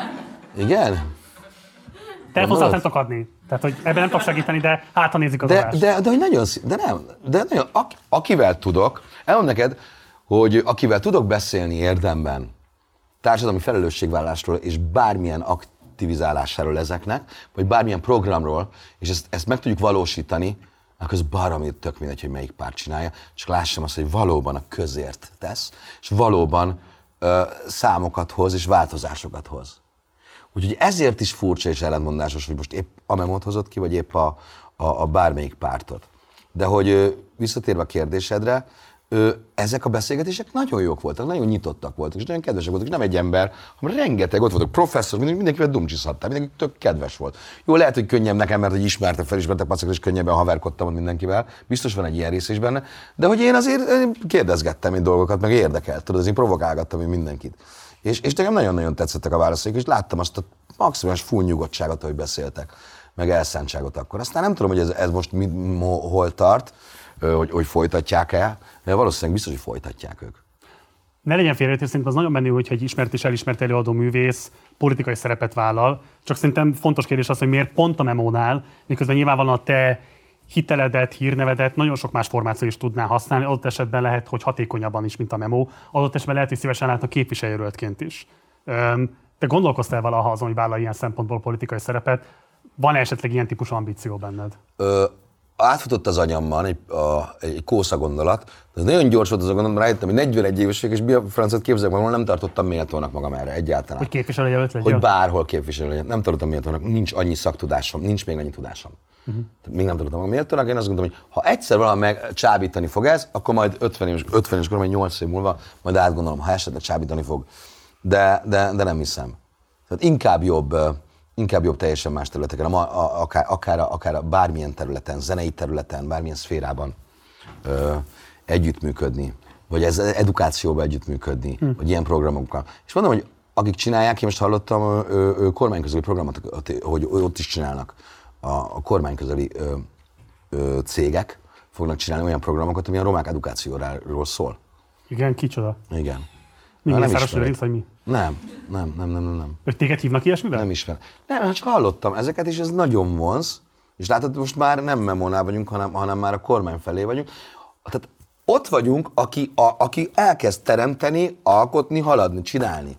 Igen? Telefonszámot nem tudok adni. Tehát, hogy ebben nem tudok segíteni, de hát, ha nézik az de, de, de, de, hogy nagyon, de nem, de nagyon, ak, akivel tudok, elmondom neked, hogy akivel tudok beszélni érdemben társadalmi felelősségvállásról és bármilyen aktivizálásáról ezeknek, vagy bármilyen programról, és ezt, ezt meg tudjuk valósítani, akkor az baromi tök mindegy, hogy melyik párt csinálja, csak lássam azt, hogy valóban a közért tesz, és valóban ö, számokat hoz és változásokat hoz. Úgyhogy ezért is furcsa és ellentmondásos, hogy most épp a memót hozott ki, vagy épp a, a, a bármelyik pártot. De hogy ö, visszatérve a kérdésedre, Ö, ezek a beszélgetések nagyon jók voltak, nagyon nyitottak voltak, és nagyon kedvesek voltak, és nem egy ember, hanem rengeteg, ott voltak professzor, mindenkivel dumcsiszhattál, mindenki tök kedves volt. Jó, lehet, hogy könnyebb nekem, mert hogy ismertek, felismertek pacokat, és könnyebben haverkodtam ott mindenkivel, biztos van egy ilyen rész is benne, de hogy én azért kérdezgettem én dolgokat, meg érdekelt, tudod, én provokálgattam én mindenkit. És, és nekem nagyon-nagyon tetszettek a válaszaik, és láttam azt a maximális full nyugodtságot, ahogy beszéltek, meg elszántságot akkor. Aztán nem tudom, hogy ez, ez most mi, hol tart, hogy, hogy folytatják el, de valószínűleg biztos, hogy folytatják ők. Ne legyen félreértés, szerintem az nagyon menő, hogyha egy ismert és elismert előadó művész politikai szerepet vállal. Csak szerintem fontos kérdés az, hogy miért pont a memónál, miközben nyilvánvalóan a te hiteledet, hírnevedet nagyon sok más formáció is tudná használni, adott esetben lehet, hogy hatékonyabban is, mint a Memo, adott esetben lehet, hogy szívesen látnak képviselőjelöltként is. Te gondolkoztál valaha azon, hogy vállal ilyen szempontból politikai szerepet? Van-e esetleg ilyen típusú ambíció benned? Ö, átfutott az agyamban egy, a, egy kósza gondolat, de ez nagyon gyors volt az a gondolat, rájöttem, hogy negyvenegy éves vagyok, és mi a francot képzelek magam, nem tartottam méltónak magam erre egyáltalán. Hogy képviselőjelölt legyél? Hogy bárhol képviselőjelölt. Nem tartottam méltónak, nincs annyi szaktudásom, nincs még annyi tudásom. Uh-huh. Még nem tartottam magam méltónak, én azt gondolom, hogy ha egyszer valami megcsábítani fog ez, akkor majd ötven éves, ötven éves korom, nyolc év múlva majd átgondolom, ha esetleg csábítani fog. De, de, de nem hiszem. Tehát inkább jobb, inkább jobb teljesen más területeken, akár, akár, akár bármilyen területen, zenei területen, bármilyen szférában ö, együttműködni, vagy ez edukációban együttműködni, hm. vagy ilyen programokkal. És mondom, hogy akik csinálják, én most hallottam ö, ö, kormányközeli programot, hogy ott is csinálnak a, a kormányközeli ö, ö, cégek, fognak csinálni olyan programokat, ami a romák edukációról szól. Igen, kicsoda? Igen. Mi, Mészáros Lőrinc, vagy mi? Nem, nem, nem, nem, nem. Hogy téged hívnak ilyesmivel? Nem ismer. Nem, csak hallottam ezeket, és ez nagyon vonz. És látod, most már nem Memónál vagyunk, hanem, hanem már a kormány felé vagyunk. Tehát ott vagyunk, aki, a, aki elkezd teremteni, alkotni, haladni, csinálni.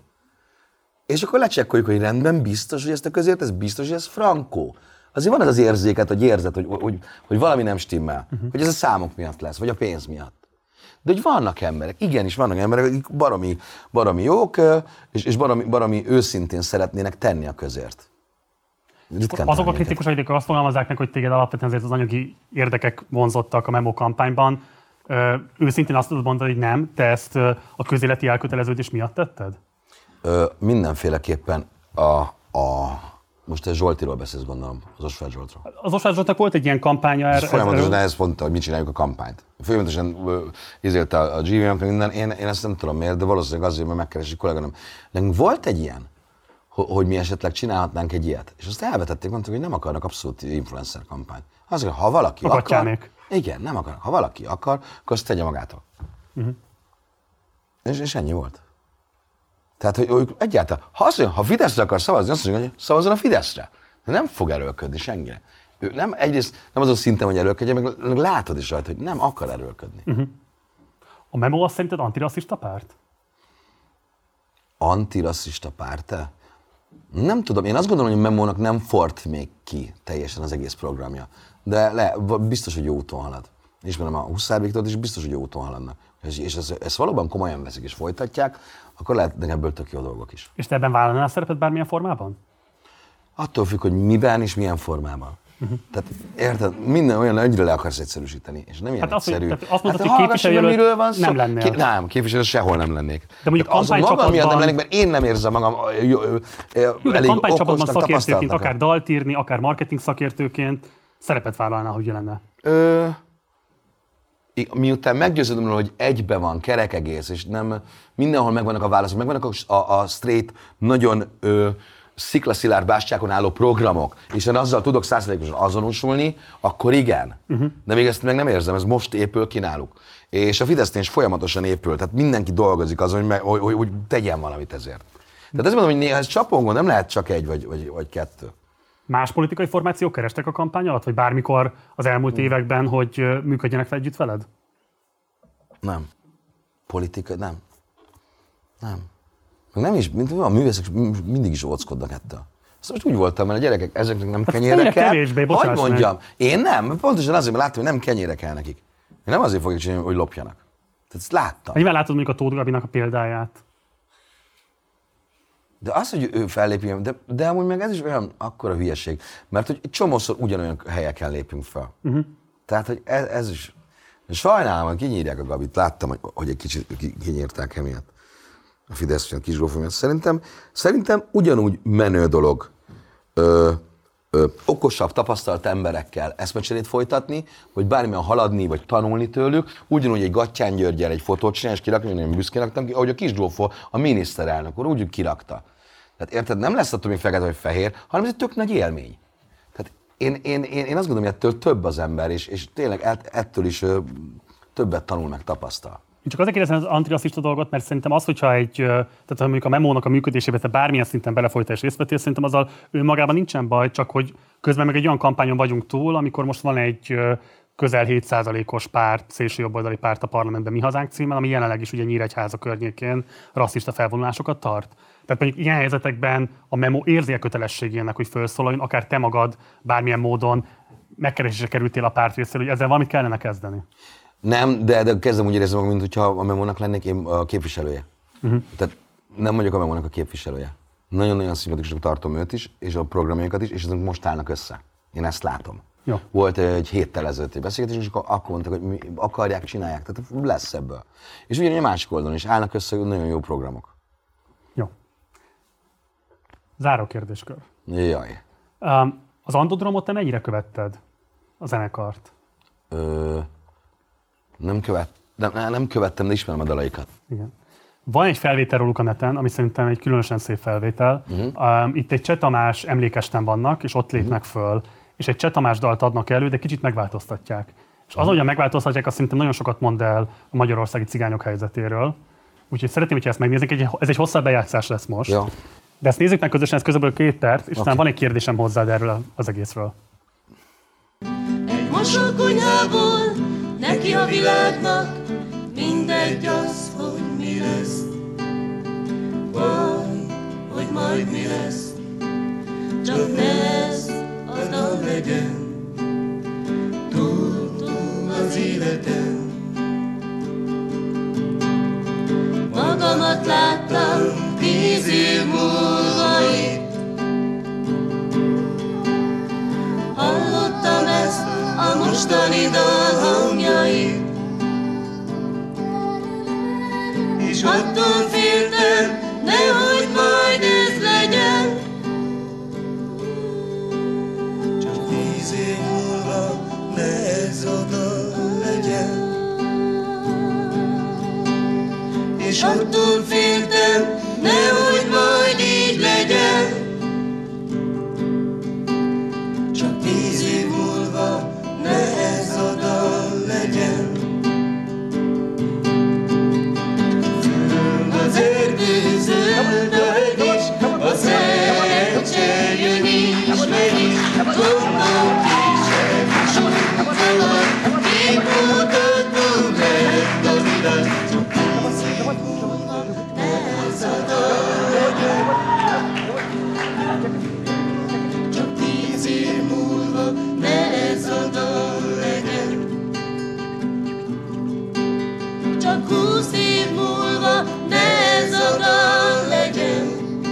És akkor lecsekkoljuk, hogy rendben, biztos, hogy ezt a közért, ez biztos, hogy ez frankó. Azért van ez az érzéket, hogy érzed, hogy, hogy, hogy valami nem stimmel. Uh-huh. Hogy ez a számok miatt lesz, vagy a pénz miatt. De hogy vannak emberek, igenis vannak emberek, akik baromi, baromi jók, és, és baromi, baromi őszintén szeretnének tenni a közért. Ritkán azok a kritikusok, akik azt fogalmazzák meg, hogy téged alapvetően azért az anyagi érdekek vonzottak a Memo kampányban, őszintén azt tudod mondani, hogy nem, te ezt a közéleti elköteleződés miatt tetted? Ö, mindenféleképpen a, a most te Zsoltiról beszélsz, gondolom, az Osváth Zsoltról. Az Osváth Zsoltnak volt egy ilyen kampánya erre. Folyamatosan ezt mondta, hogy mit csináljuk a kampányt. Folyamatosan izélte a gé vé em-t, minden. Én, én ezt nem tudom miért, de valószínűleg azért, mert megkeresi kolléganőm. Nekünk volt egy ilyen, hogy mi esetleg csinálhatnánk egy ilyet. És azt elvetették, mondtuk, hogy nem akarnak abszolút influencer kampányt. Azért, ha valaki a akar... Igen, nem akarnak. Ha valaki akar, akkor azt tegye magától. Uh-huh. És, és ennyi volt. Tehát, hogy ők egyáltalán, ha azt mondja, ha Fideszre akar szavazni, azt mondja, hogy szavazzon a Fideszre. De nem fog erőlködni senkire. Ő nem, egyrészt nem azon szinten, hogy erőlködje, meg, meg látod is rajta, hogy nem akar erőlködni. Uh-huh. A Memo azt szerinted antirasszista párt? Antirasszista párt-e? Nem tudom, én azt gondolom, hogy a Memónak nem fort még ki teljesen az egész programja. De le, biztos, hogy jó úton halad. Ismerem a Huszár Viktort, és biztos, hogy jó úton haladnak. És, és ezt, ezt valóban komolyan veszik és folytatják, akkor lehet de ebből tök jó dolgok is. És te ebben vállalnál szerepet bármilyen formában? Attól függ, hogy miben és milyen formában. Uh-huh. Tehát érted, minden olyan, egyre le akarsz egyszerűsíteni, és nem ilyen hát egyszerű. Azt, azt mondod, hát, hogy képviselőjelölt nem szó? lennél. Ki, nem, képviselő sehol nem lennék. De mondjuk kampánycsapatban... miatt nem lennék, mert én nem érzem magam jó, jó, jó, elég kampánycsapatban szakértőként, akár dalt írni, akár marketing szakértőként szerepet vállalnál, hogy lenne. Ö... Miután meggyőződöm róla, hogy egybe van, kerek egész, és nem mindenhol megvannak a válaszok, megvannak a, a, a straight, nagyon ö, sziklaszilárd bástyákon álló programok, és én azzal tudok száz százalékosan azonosulni, akkor igen. Uh-huh. De még ezt meg nem érzem, ez most épül ki náluk. És a Fidesznél is folyamatosan épül, tehát mindenki dolgozik azon, hogy, meg, hogy, hogy, hogy tegyen valamit ezért. Tehát ezt mondom, hogy néha ez csapongon, nem lehet csak egy vagy, vagy, vagy kettő. Más politikai formációk kerestek a kampány alatt, vagy bármikor az elmúlt hmm. években, hogy működjenek fel együtt veled? Nem. Politika, nem. Nem. Meg nem is, mint a művészek mindig is óckodnak ettől. Azt most úgy voltam, mert a gyerekek ezeknek nem kenyére kell. Kevésbé, hogy mondjam, meg. Én nem, pontosan azért, mert láttam, hogy nem kenyére kell nekik. Én nem azért fogjuk csinálni, hogy lopjanak. Tehát ezt láttam. Nyilván látod mondjuk a Tóth Gabinak a példáját. De az, hogy ő fellépjön, de, de amúgy meg ez is olyan akkora hülyeség, mert hogy egy csomószor ugyanolyan helyeken lépünk fel. Uh-huh. Tehát, hogy ez, ez is... Sajnálom, hogy kinyírják a Gabit, láttam, hogy, hogy egy kicsit kinyírták emiatt a Fidesz a Kisgrófó miatt. Szerintem, szerintem ugyanúgy menő dolog ö, ö, okosabb, tapasztalt emberekkel eszmecserét folytatni, vagy bármilyen haladni, vagy tanulni tőlük, ugyanúgy egy Gattyán Györgyel egy fotót csinálni, és kirakni, nagyon büszkén raktam ki, ahogy a Kisgrófó, a miniszterelnök úr úgy kirakta. Tehát érted, nem lesz attól még fekete vagy fehér, hanem ez egy tök nagy élmény. Tehát én, én, én, én azt gondolom, hogy ettől több az ember, és, és tényleg ettől is ö, többet tanul meg tapasztal. Csak azért kérdezem az antirasszista dolgot, mert szerintem az, hogyha egy, tehát ha mondjuk a memónak a működésébe te bármilyen szinten belefolytál és részt vettél, szerintem azzal önmagában nincsen baj, csak hogy közben meg egy olyan kampányon vagyunk túl, amikor most van egy közel hét százalékos párt, szélsőjobboldali párt a parlamentben Mi Hazánk címmel, ami jelenleg is ugye Nyíregyháza környékén rasszista felvonulásokat tart. Tehát mondjuk ilyen helyzetekben a memó érzi a kötelességének, hogy felszólaljon, akár te magad bármilyen módon megkeresésre kerültél a párt részéről, hogy ezzel valamit kellene kezdeni. Nem, de, de kezdem úgy érezni magam, mint hogyha a memónak lennék én a képviselője. Uh-huh. Tehát nem vagyok a memónak a képviselője. Nagyon-nagyon szimpatikusnak tartom őt is, és a programjaikat is, és ezek most állnak össze. Én ezt látom. Jó. Volt egy héttel ezelőtti beszélgetés, és akkor mondták, hogy mi akarják, csinálják, tehát lesz ebből. És ugyanúgy a másik oldalon is állnak össze nagyon jó programok. Jó. Záró kérdéskör. Jaj. Um, az Andodromot te mennyire követted a zenekart? Ö, nem, követ, nem, nem követtem, de ismerem a dalaikat. Igen. Van egy felvétel róluk a neten, ami szerintem egy különösen szép felvétel. Uh-huh. Um, itt egy Cseh Tamás emlékesten vannak, és ott lépnek uh-huh. föl, és egy Cseh Tamás dalt adnak elő, de kicsit megváltoztatják. És az, ahogyan megváltoztatják, azt szerintem nagyon sokat mond el a magyarországi cigányok helyzetéről. Úgyhogy szeretném, hogyha ezt megnézzük. Ez egy hosszabb bejátszás lesz most. Ja. De ezt nézzük meg közösen, ez közben két perc, és okay. Aztán van egy kérdésem hozzád erről az egészről. Egy mosókonyhából neki a világnak, mindegy az, hogy mi lesz. Baj, hogy majd mi lesz. Csak ne ez a dal legyen. Túl-túl az életen. Magamat láttam tíz év múlva itt. Hallottam ezt a mostani dal hangjait, és attól féltem, nehogy majd ez legyen. Csak tíz év múlva ne ez a dal legyen. És attól féltem, nehogy majd így legyen. Csak tíz év múlva ne ez a dal legyen. Fölm az erdő zöld a is, a szerencse jön is, megy is, gondok kisebb is úttalak, még mutatom lett az utat. Csak tíz év múlva ne ez a dal legyen. Csak húsz év múlva ne ez a dal legyen.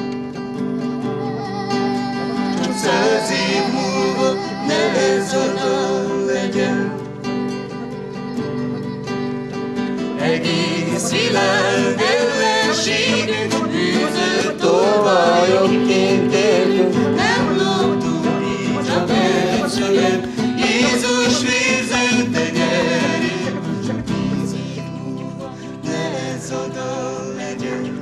Csak száz év múlva ne ez a dal legyen. Egész világ ellenségünk bűzött tolvajokként éltünk. Nem loptunk, csak elsőleg Jézus vérzett nyerünk. Csak tíz év múlva ne ez a dal legyen.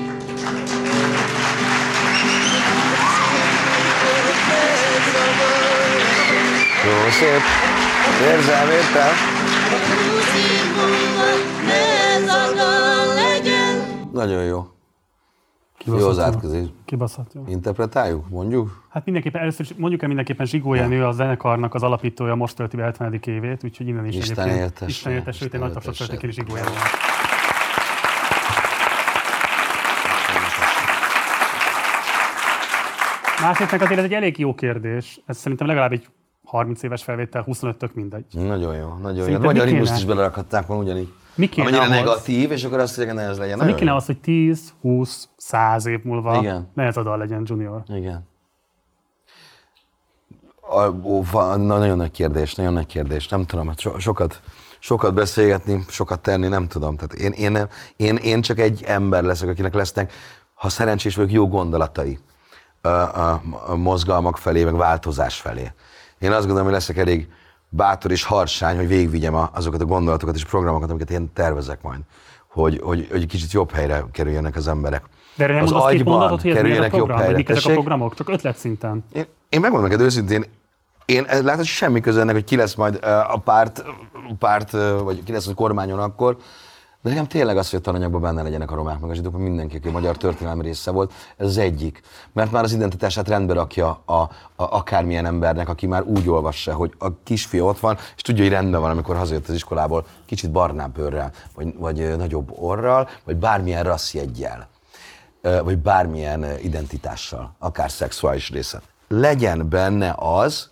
Jó szép. Érzem, értem. Húsz év múlva ne ez a dal legyen. Nagyon jó. Kibaszható. Jó az átkezés. Kibaszható. Interpretáljuk, mondjuk? Hát mindenképpen, először mondjuk el mindenképpen Zsigó Jenő, a zenekarnak az alapítója, most tölti be hetvenedik évét, úgyhogy innen is Isten éltesse. Isten éltesse, sőt, egy nagy tapsot töltik ki Zsigó Jenőnek. Másrészt meg azért ez egy elég jó kérdés. Ez szerintem legalább egy harminc éves felvétel, huszonöt tök mindegy. Nagyon jó, nagyon Szerinted jó. Magyar mi himnuszt kéne? is belerakhatták volna ugyanígy. Mi kéne Amennyire ahhoz? negatív, és akkor azt mondják, hogy ne ez legyen. Szóval mi kéne jó. az, hogy tíz, húsz, száz év múlva Igen. ne ez a dal legyen, Junior? Igen. A, ó, va- na, nagyon nagy kérdés, nagyon nagy kérdés. Nem tudom, hát so, sokat, sokat beszélgetni, sokat tenni, nem tudom. Tehát én, én, nem, én, én csak egy ember leszek, akinek lesznek, ha szerencsés vagyok, jó gondolatai a, a, a mozgalmak felé, meg változás felé. Én azt gondolom, hogy leszek elég bátor és harsány, hogy végigvigyem a, azokat a gondolatokat és programokat, amiket én tervezek majd, hogy, hogy, hogy kicsit jobb helyre kerüljenek az emberek. De erre nem az mondasz két agyban mondatot, hogy ez milyen a kerüljenek jobb program, vagy helyre. mik ezek a Tessék? programok? Csak ötlet szinten. Én, én megmondom neked őszintén, én látod, hogy semmi köze ennek, hogy ki lesz majd uh, a párt, párt uh, vagy ki lesz a kormányon akkor. De nekem tényleg az, hogy a tananyagban benne legyenek a romák meg a zsidók, mindenki, aki a magyar történelem része volt, ez az egyik. Mert már az identitását rendbe rakja a, a, akármilyen embernek, aki már úgy olvassa, hogy a kisfiú ott van, és tudja, hogy rendben van, amikor hazajött az iskolából kicsit barnább bőrrel, vagy, vagy nagyobb orral, vagy bármilyen rasszjeggyel, vagy bármilyen identitással, akár szexuális részen. Legyen benne az,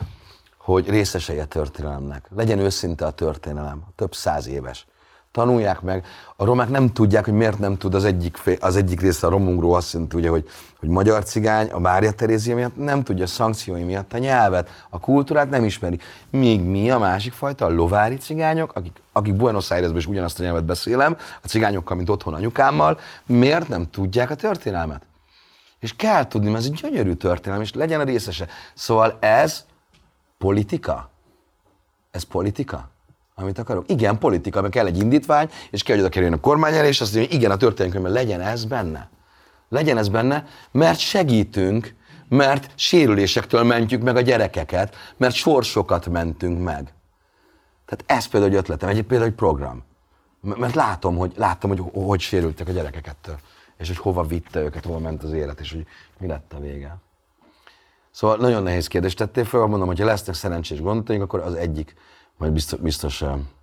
hogy részesei a történelemnek. Legyen őszinte a történelem, több száz éves. Tanulják meg. A romák nem tudják, hogy miért nem tud az egyik, az egyik része a romungról azt jelenti, ugye, hogy, hogy magyar cigány, a Mária Terézia miatt nem tudja, a szankciói miatt a nyelvet, a kultúrát nem ismeri. Míg mi a másik fajta, a lovári cigányok, akik, akik Buenos Airesben is ugyanazt a nyelvet beszélem, a cigányokkal, mint otthon anyukámmal, miért nem tudják a történelmet? És kell tudni, mert ez egy gyönyörű történelem, és legyen a részese. Szóval ez politika? Ez politika? Amit akarok? Igen, politika, mert kell egy indítvány, és kell, hogy oda kerüljön a kormány elé, és azt mondja, hogy igen, a történelmkönyvben legyen ez benne. Legyen ez benne, mert segítünk, mert sérülésektől mentjük meg a gyerekeket, mert sorsokat mentünk meg. Tehát ez például egy ötletem, egy például egy program. Mert látom, hogy, látom, hogy hogy sérültek a gyerekek ettől, és hogy hova vitte őket, hova ment az élet, és hogy mi lett a vége. Szóval nagyon nehéz kérdést tettél fel, mondom, hogy ha lesznek szerencsés gondolataink, akkor az egyik, majd biztos, biztos,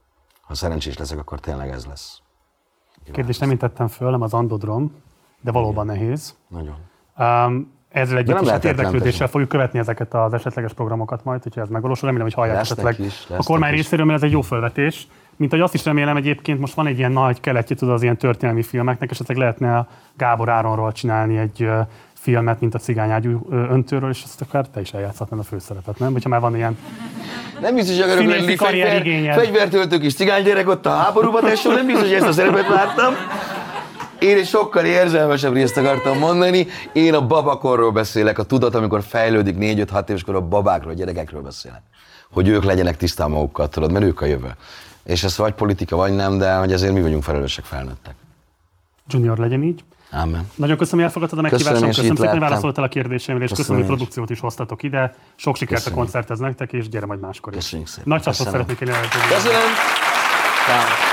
ha szerencsés leszek, akkor tényleg ez lesz. Kérdést nem tettem föl, nem az Andodrom, de valóban igen. Nehéz. Nagyon. Um, ezzel együtt is hát érdeklődéssel fogjuk követni ezeket az esetleges programokat majd, hogyha ez megvalósul. Remélem, hogy hallják lesznek esetleg is, a kormány is. részéről, mert ez egy jó felvetés. Mint hogy azt is remélem egyébként, most van egy ilyen nagy keletje, tudod, az ilyen történelmi filmeknek, esetleg lehetne a Gábor Áronról csinálni egy uh, filmet, mint a Cigányágyú öntőről, és azt akár te is eljátszhatnád a főszerepet, nem? Hogyha már van ilyen nem biztos, hogy akarok lenni fegyver, fegyvertöltő kis cigánygyerek ott a háborúban, tesó, nem biztos, hogy ezt a szerepet láttam. Én egy sokkal érzelmesebb részt akartam mondani. Én a babakorról beszélek, a tudat, amikor fejlődik négy-öt-hat éveskor, a babákról, a gyerekekről beszélek. Hogy ők legyenek tisztán magukkal, tudod, mert ők a jövő. És ez vagy politika, vagy nem, de hogy ezért mi vagyunk felelősek, felnőttek. Junior legyen így. Amen. Nagyon köszönöm, hogy elfogadtad a meghívásom, köszönöm, köszönöm szépen, hogy válaszoltál a kérdéseimre, és köszönöm, köszönöm, hogy produkciót is hoztatok ide. Sok sikert a koncerthez nektek, és gyere majd máskor is. Köszönjük szépen. Nagy csatot szeretnék én elérni. Köszönöm.